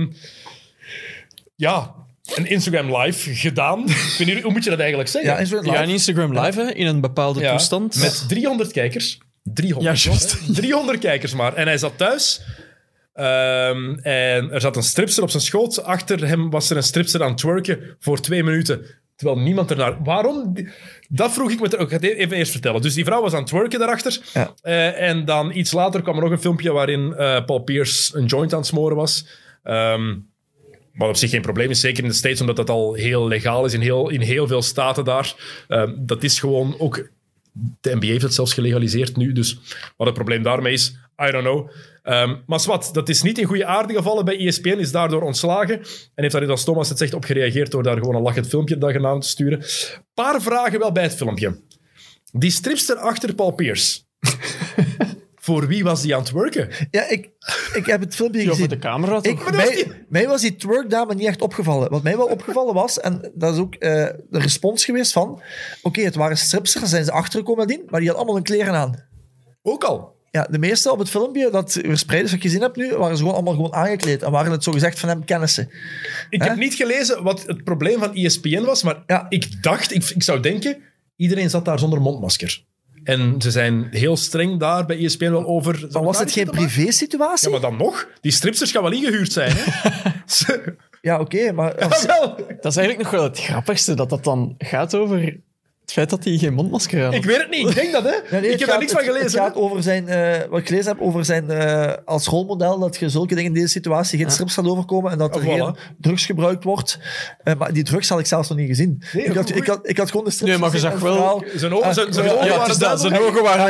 een Instagram Live gedaan. Ik weet niet, hoe moet je dat eigenlijk zeggen? Een Instagram Live in een bepaalde toestand. Met 300 kijkers. 300 kijkers maar. En hij zat thuis. En er zat een stripster op zijn schoot. Achter hem was er een stripster aan het twerken voor 2 minuten. Terwijl niemand ernaar... Waarom? Dat vroeg ik me... Ik ga het even eerst vertellen. Dus die vrouw was aan het twerken daarachter. Ja. En dan iets later kwam er nog een filmpje waarin Paul Pierce een joint aan het smoren was. Wat op zich geen probleem is, zeker in de States, omdat dat al heel legaal is in heel veel staten daar. Dat is gewoon ook... De NBA heeft het zelfs gelegaliseerd nu, dus wat het probleem daarmee is, I don't know. Maar zwart, dat is niet in goede aarde gevallen bij ESPN, is daardoor ontslagen en heeft daar, als Thomas het zegt, op gereageerd door daar gewoon een lachend filmpje daarna te sturen. Paar vragen wel bij het filmpje. Die stripster achter Paul Pierce... Voor wie was die aan het werken? Ja, ik heb het filmpje gezien. Voor de camera toch? Mij was die twerkdame niet echt opgevallen. Wat mij wel opgevallen was, en dat is ook de respons geweest van... Oké, het waren stripsters, daar zijn ze achtergekomen nadien, maar die hadden allemaal hun kleren aan. Ook al? Ja, de meeste op het filmpje dat verspreid is, wat ik gezien heb nu, waren ze gewoon allemaal aangekleed. En waren het zogezegd van hem kennissen. Ik heb niet gelezen wat het probleem van ESPN was, maar ik dacht, ik zou denken, iedereen zat daar zonder mondmasker. En ze zijn heel streng daar bij ESPN wel over... Maar was het geen privé-situatie? Ja, maar dan nog. Die stripsters gaan wel ingehuurd zijn, hè? Ja, oké, maar... Dat is eigenlijk nog wel het grappigste, dat dan gaat over het feit dat hij geen mondmasker had. Ik weet het niet. Ik denk dat, hè? Ik heb daar niks van gelezen. Het gaat over zijn... wat ik gelezen heb over zijn... als rolmodel, dat je zulke dingen in deze situatie geen strips gaat overkomen en dat er geen drugs gebruikt wordt. Maar die drugs had ik zelfs nog niet gezien. Nee, ik had gewoon de strips... Nee, maar je zag wel... Zijn ogen waren...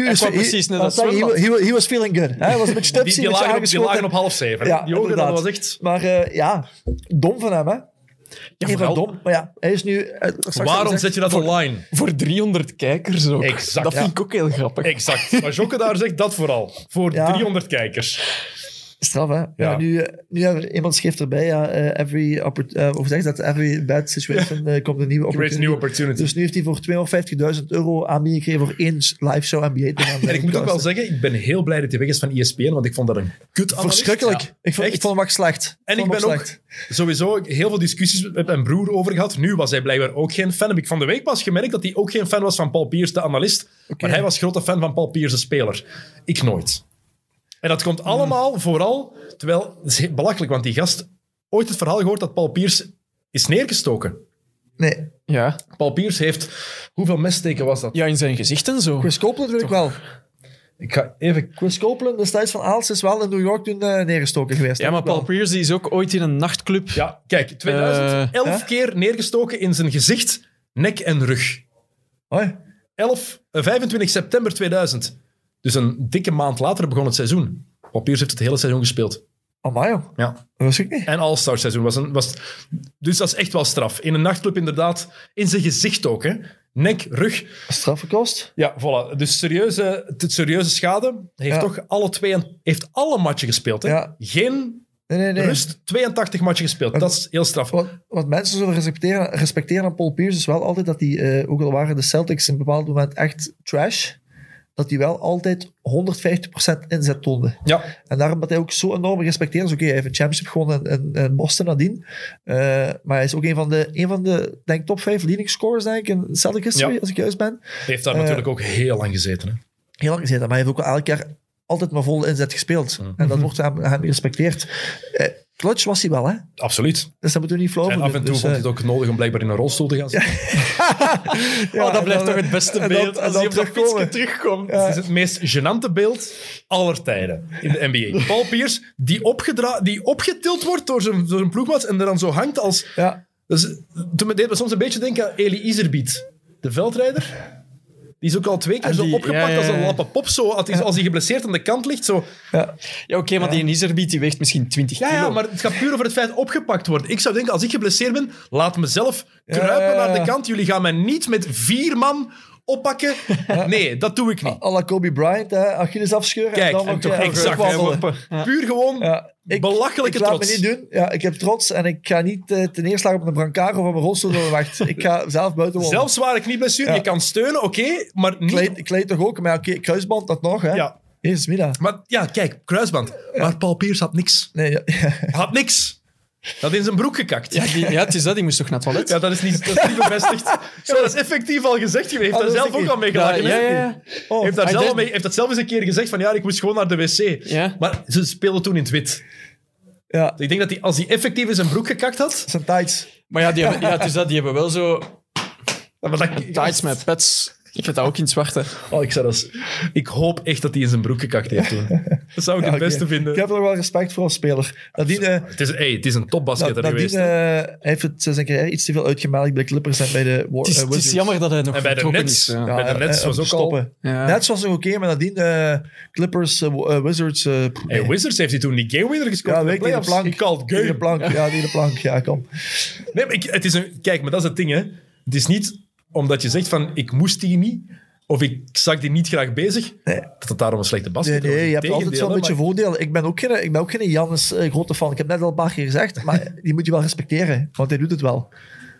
He was feeling good. Hij was een beetje tipsy. Die lagen op 6:30. Ja, die ogen, dat was echt... Maar dom van hem, hè? Ja, vooral... dom, maar hij is nu... Waarom zet je dat online? Voor 300 kijkers ook. Exact. Dat vind ik ook heel grappig. Exact. Maar Jokke daar zegt dat vooral. Voor 300 kijkers. Straf, hè? Ja. Nu iemand schreef erbij, every bad situation komt een nieuwe opportunity. Dus nu heeft hij voor €250.000 aanbieding gegeven voor 1 live show NBA te gaan. En ik moet ook wel zeggen, ik ben heel blij dat hij weg is van ESPN, want ik vond dat een kut analist. Verschrikkelijk. Ja. Ik vond hem ook slecht. En ik ben ook sowieso heel veel discussies met mijn broer over gehad. Nu was hij blijkbaar ook geen fan. Heb ik van de week pas gemerkt dat hij ook geen fan was van Paul Pierce, de analist. Okay. Maar hij was grote fan van Paul Pierce, de speler. Ik nooit. En dat komt allemaal vooral... Terwijl, het is belachelijk, want die gast... Ooit het verhaal gehoord dat Paul Pierce is neergestoken. Nee. Ja. Paul Pierce heeft... Hoeveel messteken was dat? Ja, in zijn gezicht en zo. Chris Copeland weet ik wel. Ik ga even... Chris Copeland, destijds van Aalst, is wel in New York toen neergestoken geweest. Ja, maar Paul Pierce die is ook ooit in een nachtclub... Ja, kijk. 11 keer neergestoken in zijn gezicht, nek en rug. Hoi. 25 september 2000. Dus een dikke maand later begon het seizoen. Paul Pierce heeft het hele seizoen gespeeld. Amai, joh. Ja. Dat wist ik niet. En All-Star seizoen was... Dus dat is echt wel straf. In een nachtclub inderdaad. In zijn gezicht ook, hè. Nek, rug. Strafgekost? Ja, voilà. Dus serieuze schade. Heeft toch heeft alle matchen gespeeld, hè. Ja. Geen Nee. rust. 82 matchen gespeeld. Dat is heel straf. Wat mensen zullen respecteren aan Paul Pierce is wel altijd dat hij, ook al waren de Celtics in een bepaald moment echt trash, dat hij wel altijd 150% inzet toonde. Ja. En daarom dat hij ook zo enorm gerespecteerd is. Oké, hij heeft een championship gewonnen in Boston nadien. Maar hij is ook een van de denk, top 5 leading scorers denk ik, in Celtic history, als ik juist ben. Hij heeft daar natuurlijk ook heel lang gezeten, hè. Heel lang gezeten, maar hij heeft ook wel elk jaar altijd maar volle inzet gespeeld. En dat wordt hem gerespecteerd. Clutch was hij wel, hè? Absoluut. Dus dat moeten we niet flauw En af en toe vond hij het ook nodig om blijkbaar in een rolstoel te gaan zitten. dat blijft toch het beste beeld als hij op dat fietsje terugkomt. Het is het meest gênante beeld aller tijden in de NBA. Paul Pierce, die opgetild wordt door zijn ploegmaat en er dan zo hangt als... Ja. Dus, toen deed me soms een beetje denken aan Eli Iserbiet, de veldrijder. Die is ook al 2 keer zo opgepakt als een lappe pop. Zo, als hij geblesseerd aan de kant ligt. Zo. Ja, oké, maar die Iserbiet die weegt misschien 20 kilo. Ja, maar het gaat puur over het feit opgepakt worden. Ik zou denken, als ik geblesseerd ben, laat mezelf kruipen naar de kant. Jullie gaan mij niet met 4 man oppakken. Nee, dat doe ik niet. À la Kobe Bryant, Achilles afscheuren. Kijk, en dan toch exact. Puur gewoon belachelijke ik laat trots. me niet doen. Ja, ik heb trots en ik ga niet ten neerslagen op een brancard of op een rolstoel door de wacht. Ik ga zelf buiten wonen. Zelf zware knieblessure, je kan steunen, oké, maar niet... Kleed toch ook, maar oké, kruisband dat nog, hè. Ja. Jezus, Mina. Maar ja, kijk, kruisband. Maar Paul Pierce had niks. Nee, Hij had niks. Dat in zijn broek gekakt. Ja, het is dat. Die moest toch naar het toilet? Ja, dat is niet bevestigd. Ja, dat is effectief al gezegd. Je heeft daar zelf ook al mee gelachen. Ja. Heeft dat zelf eens een keer gezegd van ja, ik moest gewoon naar de wc. Ja. Maar ze speelden toen in het wit. Ja. Ik denk dat als hij effectief in zijn broek gekakt had... Zijn tights. Maar het is dat. Die hebben wel zo... Maar tights met pets. Ik heb dat ook in het zwart, hè. Ik hoop echt dat hij in zijn broek gekakt heeft toen. Dat zou ik het beste vinden. Ik heb er wel respect voor als speler. Het is een topbasketter geweest. Hij heeft het zijn carrière iets te veel uitgemaakt bij de Clippers en bij de Wizards. Het is jammer dat hij nog en bij de Nets. is. Ja. Bij de Nets was ook al... Ja. Nets was nog oké, maar nadien Clippers, Wizards... Wizards heeft hij toen die game winner gescoord. Ja, weet je, de plank. He called game. Die de plank. Ja, die de plank. Ja, kom. Nee, maar kijk, maar dat is het ding, hè. Het is niet omdat je zegt van, ik moest die niet, of ik zag die niet graag bezig, dat het daarom een slechte basket was. Nee, je hebt altijd zo'n beetje voordelen. Ik ben ook geen Jannes grote fan. Ik heb net al een paar keer gezegd, maar die moet je wel respecteren, want hij doet het wel.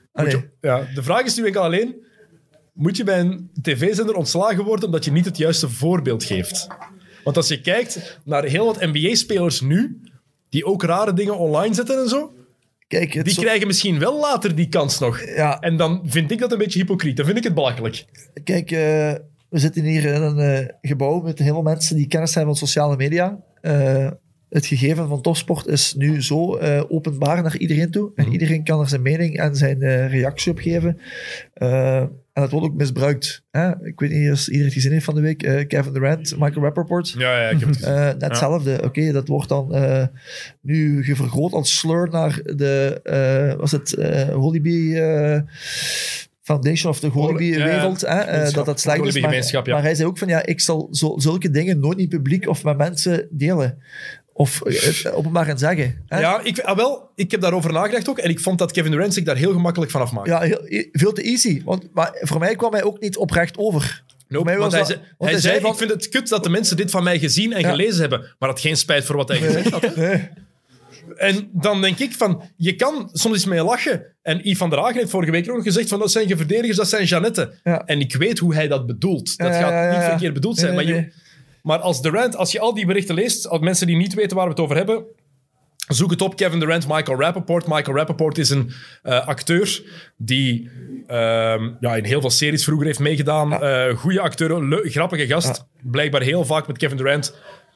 De vraag is nu enkel alleen, moet je bij een tv-zender ontslagen worden omdat je niet het juiste voorbeeld geeft? Want als je kijkt naar heel wat NBA-spelers nu, die ook rare dingen online zetten en zo, kijk, die krijgen misschien wel later die kans nog. Ja. En dan vind ik dat een beetje hypocriet. Dan vind ik het belachelijk. Kijk, we zitten hier in een gebouw met heel veel mensen die kennis hebben van sociale media. Het gegeven van topsport is nu zo openbaar naar iedereen toe. En iedereen kan er zijn mening en zijn reactie op geven. En dat wordt ook misbruikt. Ik weet niet of iedereen het gezien heeft van de week. Kevin Durant, Michael Rappaport. Ja, ik heb het gezien. Net hetzelfde. Oké, dat wordt dan nu vergroot als slur naar de... Hollybee... Foundation of de Hollybee-wereld. Dat slecht is. Maar hij zei ook van, ik zal zulke dingen nooit niet publiek of met mensen delen. Of openbaar gaan zeggen. Hè? Ja, ik heb daarover nagedacht ook. En ik vond dat Kevin Durant zich daar heel gemakkelijk vanaf maakte. Ja, veel te easy. Maar voor mij kwam hij ook niet oprecht over. Hij zei ik vind het kut dat de mensen dit van mij gezien en gelezen hebben. Maar had geen spijt voor wat hij gezegd had. Nee. En dan denk ik van, je kan soms eens mee lachen. En Yves van der Hagen heeft vorige week ook nog gezegd van, dat zijn geen verdedigers, dat zijn Jeannette. Ja. En ik weet hoe hij dat bedoelt. Dat gaat niet verkeerd bedoeld zijn. Nee. Maar als Durant, als je al die berichten leest, als mensen die niet weten waar we het over hebben, zoek het op, Kevin Durant, Michael Rappaport. Michael Rappaport is een acteur die in heel veel series vroeger heeft meegedaan. Goeie acteur, grappige gast. Blijkbaar heel vaak met Kevin Durant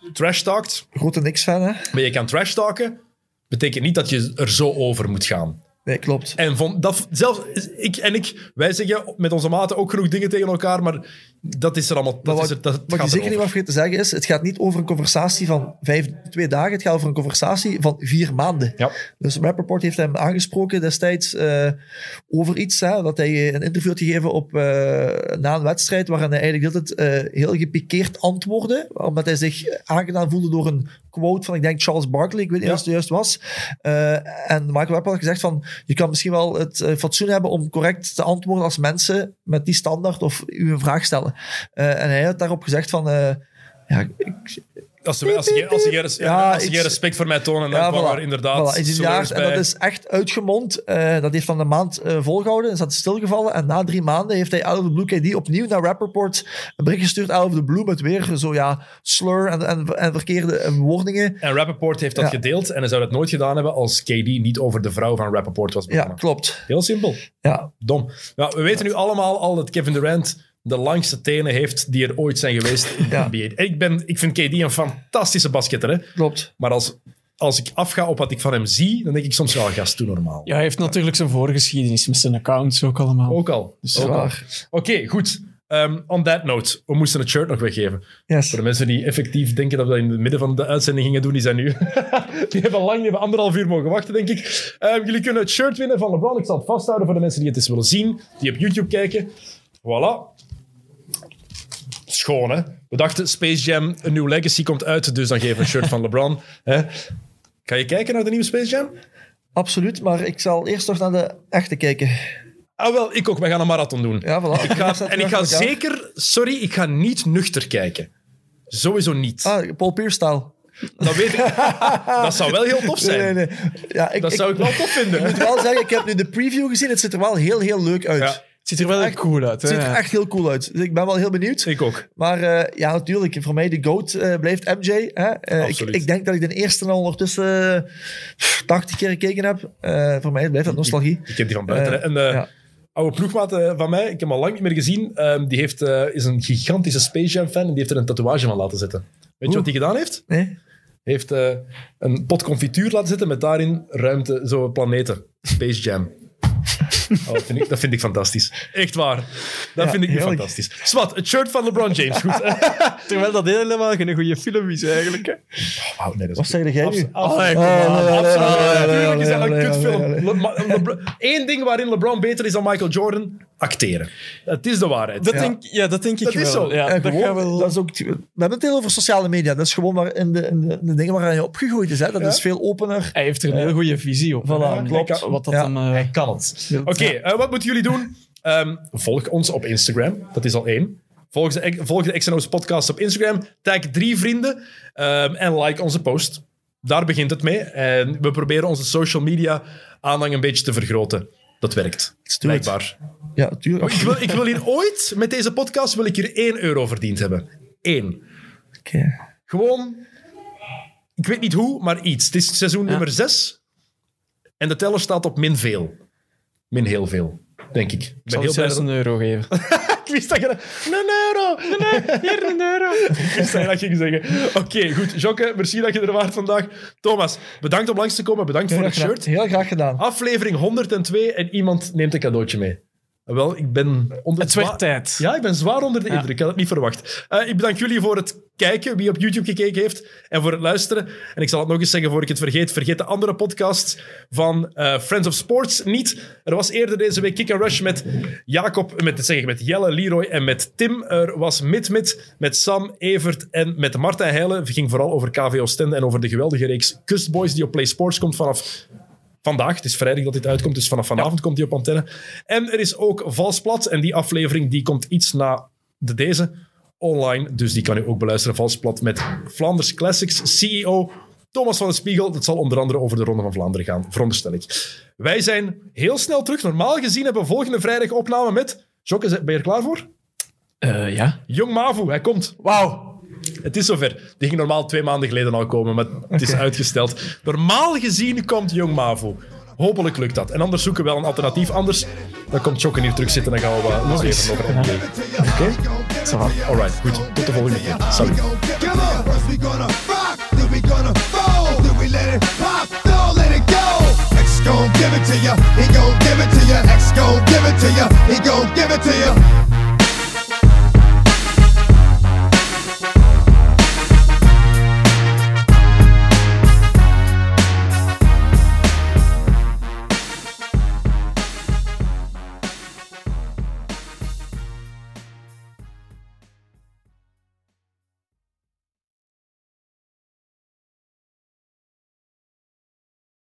trash-talkt. Grote Knicks-fan, hè? Maar je kan trash-talken, betekent niet dat je er zo over moet gaan. Nee, klopt. En zelfs wij zeggen met onze maten ook genoeg dingen tegen elkaar, maar dat is er allemaal. Wat je zeker niet mag vergeten te zeggen is, het gaat niet over een conversatie van 2 dagen, het gaat over een conversatie van 4 maanden. Ja. Dus Rappaport heeft hem aangesproken destijds over iets, dat hij een interview had gegeven na een wedstrijd waarin hij eigenlijk altijd heel gepikeerd antwoordde, omdat hij zich aangedaan voelde door een quote van, ik denk, Charles Barkley, ik weet niet of het juist was. En Michael Rappaport had gezegd van, je kan misschien wel het fatsoen hebben om correct te antwoorden als mensen met die standaard of u een vraag stellen. En hij had daarop gezegd van... Als je respect voor mij tonen, dan kwam er inderdaad... En dat is echt uitgemond. Dat heeft van een maand volgehouden. En is dat stilgevallen. En na 3 maanden heeft hij out of the blue KD opnieuw naar Rappaport een bericht gestuurd out of the blue met weer zo slur en verkeerde woordingen. En Rappaport heeft dat gedeeld. En hij zou dat nooit gedaan hebben als KD niet over de vrouw van Rappaport was begonnen. Ja, klopt. Heel simpel. Ja. Dom. Ja, we weten nu allemaal al dat Kevin Durant de langste tenen heeft die er ooit zijn geweest in de NBA. Ik vind KD een fantastische basketter. Hè? Klopt. Maar als ik afga op wat ik van hem zie, dan denk ik soms, gast, doe normaal. Ja, hij heeft natuurlijk zijn voorgeschiedenis met zijn accounts ook allemaal. Ook al. Dus Oké, goed. On that note, we moesten het shirt nog weggeven. Yes. Voor de mensen die effectief denken dat we dat in het midden van de uitzending gingen doen, die zijn nu... die hebben 1,5 uur mogen wachten, denk ik. Jullie kunnen het shirt winnen van LeBron. Ik zal het vasthouden voor de mensen die het eens willen zien, die op YouTube kijken. Voilà. Schoon, hè? We dachten, Space Jam, een nieuw legacy komt uit, dus dan geven we een shirt van LeBron. Hè? Ga je kijken naar de nieuwe Space Jam? Absoluut, maar ik zal eerst nog naar de echte kijken. Ah, wel, ik ook. We gaan een marathon doen. Ja, voilà. Ik ga zeker... Sorry, ik ga niet nuchter kijken. Sowieso niet. Paul Pierce-style. Dat weet ik. Dat zou wel heel tof zijn. Nee. Ja, zou ik wel tof vinden. Ik moet wel zeggen, ik heb nu de preview gezien. Het ziet er wel heel, heel leuk uit. Ja. Het ziet er wel echt cool uit. Het ziet er echt heel cool uit. Dus ik ben wel heel benieuwd. Ik ook. Maar natuurlijk, voor mij de GOAT blijft MJ. Ik denk dat ik de eerste al ondertussen 80 keer gekeken heb. Voor mij blijft dat nostalgie. Ik heb die van buiten. En oude ploegmaat van mij, ik heb hem al lang niet meer gezien, die is een gigantische Space Jam fan en die heeft er een tatoeage van laten zetten. Weet je wat hij gedaan heeft? Nee. Hij heeft een pot confituur laten zitten met daarin ruimte, zo planeten. Space Jam. Dat vind ik fantastisch. Echt waar. Dat vind ik nu fantastisch. Swat, het shirt van LeBron James. Goed. Terwijl dat helemaal geen goede film is, eigenlijk. Hè. Wat zeg jij nu? Absoluut. Natuurlijk is dat een kutfilm. Eén ding waarin LeBron beter is dan Michael Jordan, acteren. Het is de waarheid. Dat denk ik dat wel. Is zo. Ja, dat is ook, we hebben het heel over sociale media. Dat is gewoon maar in de dingen waar hij opgegroeid is. Hè. Dat is veel opener. Hij heeft er een heel goede visie op. Voilà, klopt. Hij kan het. Oké, wat moeten jullie doen? Volg ons op Instagram. Dat is al 1. Volg de XNO's podcast op Instagram. Tag 3 vrienden. En like onze post. Daar begint het mee. En we proberen onze social media aanhang een beetje te vergroten. Dat werkt. Blijkbaar. Ja, tuurlijk. Ik wil hier ooit, met deze podcast, wil ik hier €1 verdiend hebben. 1. Okay. Gewoon, ik weet niet hoe, maar iets. Het is seizoen nummer 6. En de teller staat op min veel. Min heel veel, denk ik. Ik zal je zelfs €1 geven. Ik wist dat je... €1. Hier €1. Ik wist dat je dat ging zeggen. Oké, goed. Jocke, merci dat je er waart vandaag. Thomas, bedankt om langs te komen. Bedankt voor het shirt. Heel graag gedaan. Aflevering 102 en iemand neemt een cadeautje mee. Wel, ik ben het werd tijd. Ja, ik ben zwaar onder de indruk. Ik had het niet verwacht. Ik bedank jullie voor het kijken, wie op YouTube gekeken heeft, en voor het luisteren. En ik zal het nog eens zeggen voor ik het vergeet. Vergeet de andere podcasts van Friends of Sports niet. Er was eerder deze week Kick and Rush met Jacob, met Jelle, Leroy en met Tim. Er was met Sam, Evert en met Martijn Heijlen. Het ging vooral over KV Oostende en over de geweldige reeks Kustboys die op Play Sports komt vanaf... Vandaag, het is vrijdag dat dit uitkomt, dus vanaf vanavond komt hij op antenne. En er is ook Valsplat, en die aflevering die komt iets na deze online, dus die kan u ook beluisteren. Valsplat met Vlaanders Classics CEO Thomas van de Spiegel. Dat zal onder andere over de Ronde van Vlaanderen gaan, veronderstel ik. Wij zijn heel snel terug. Normaal gezien hebben we volgende vrijdag opname met... Jocke, ben je er klaar voor? Ja. Jong Mavu, hij komt. Wauw. Het is zover. Die ging normaal 2 maanden geleden al komen, maar het is uitgesteld. Normaal gezien komt Jong Mavu. Hopelijk lukt dat. En anders zoeken we wel een alternatief. Anders dan komt Chokken hier terug zitten en dan gaan we nog even over NBA. Oké? Alright, goed. Tot de volgende keer. Salut. Gon' give it to ya, he gon' give it to ya, X gon' give it to ya, he gon' give it to ya.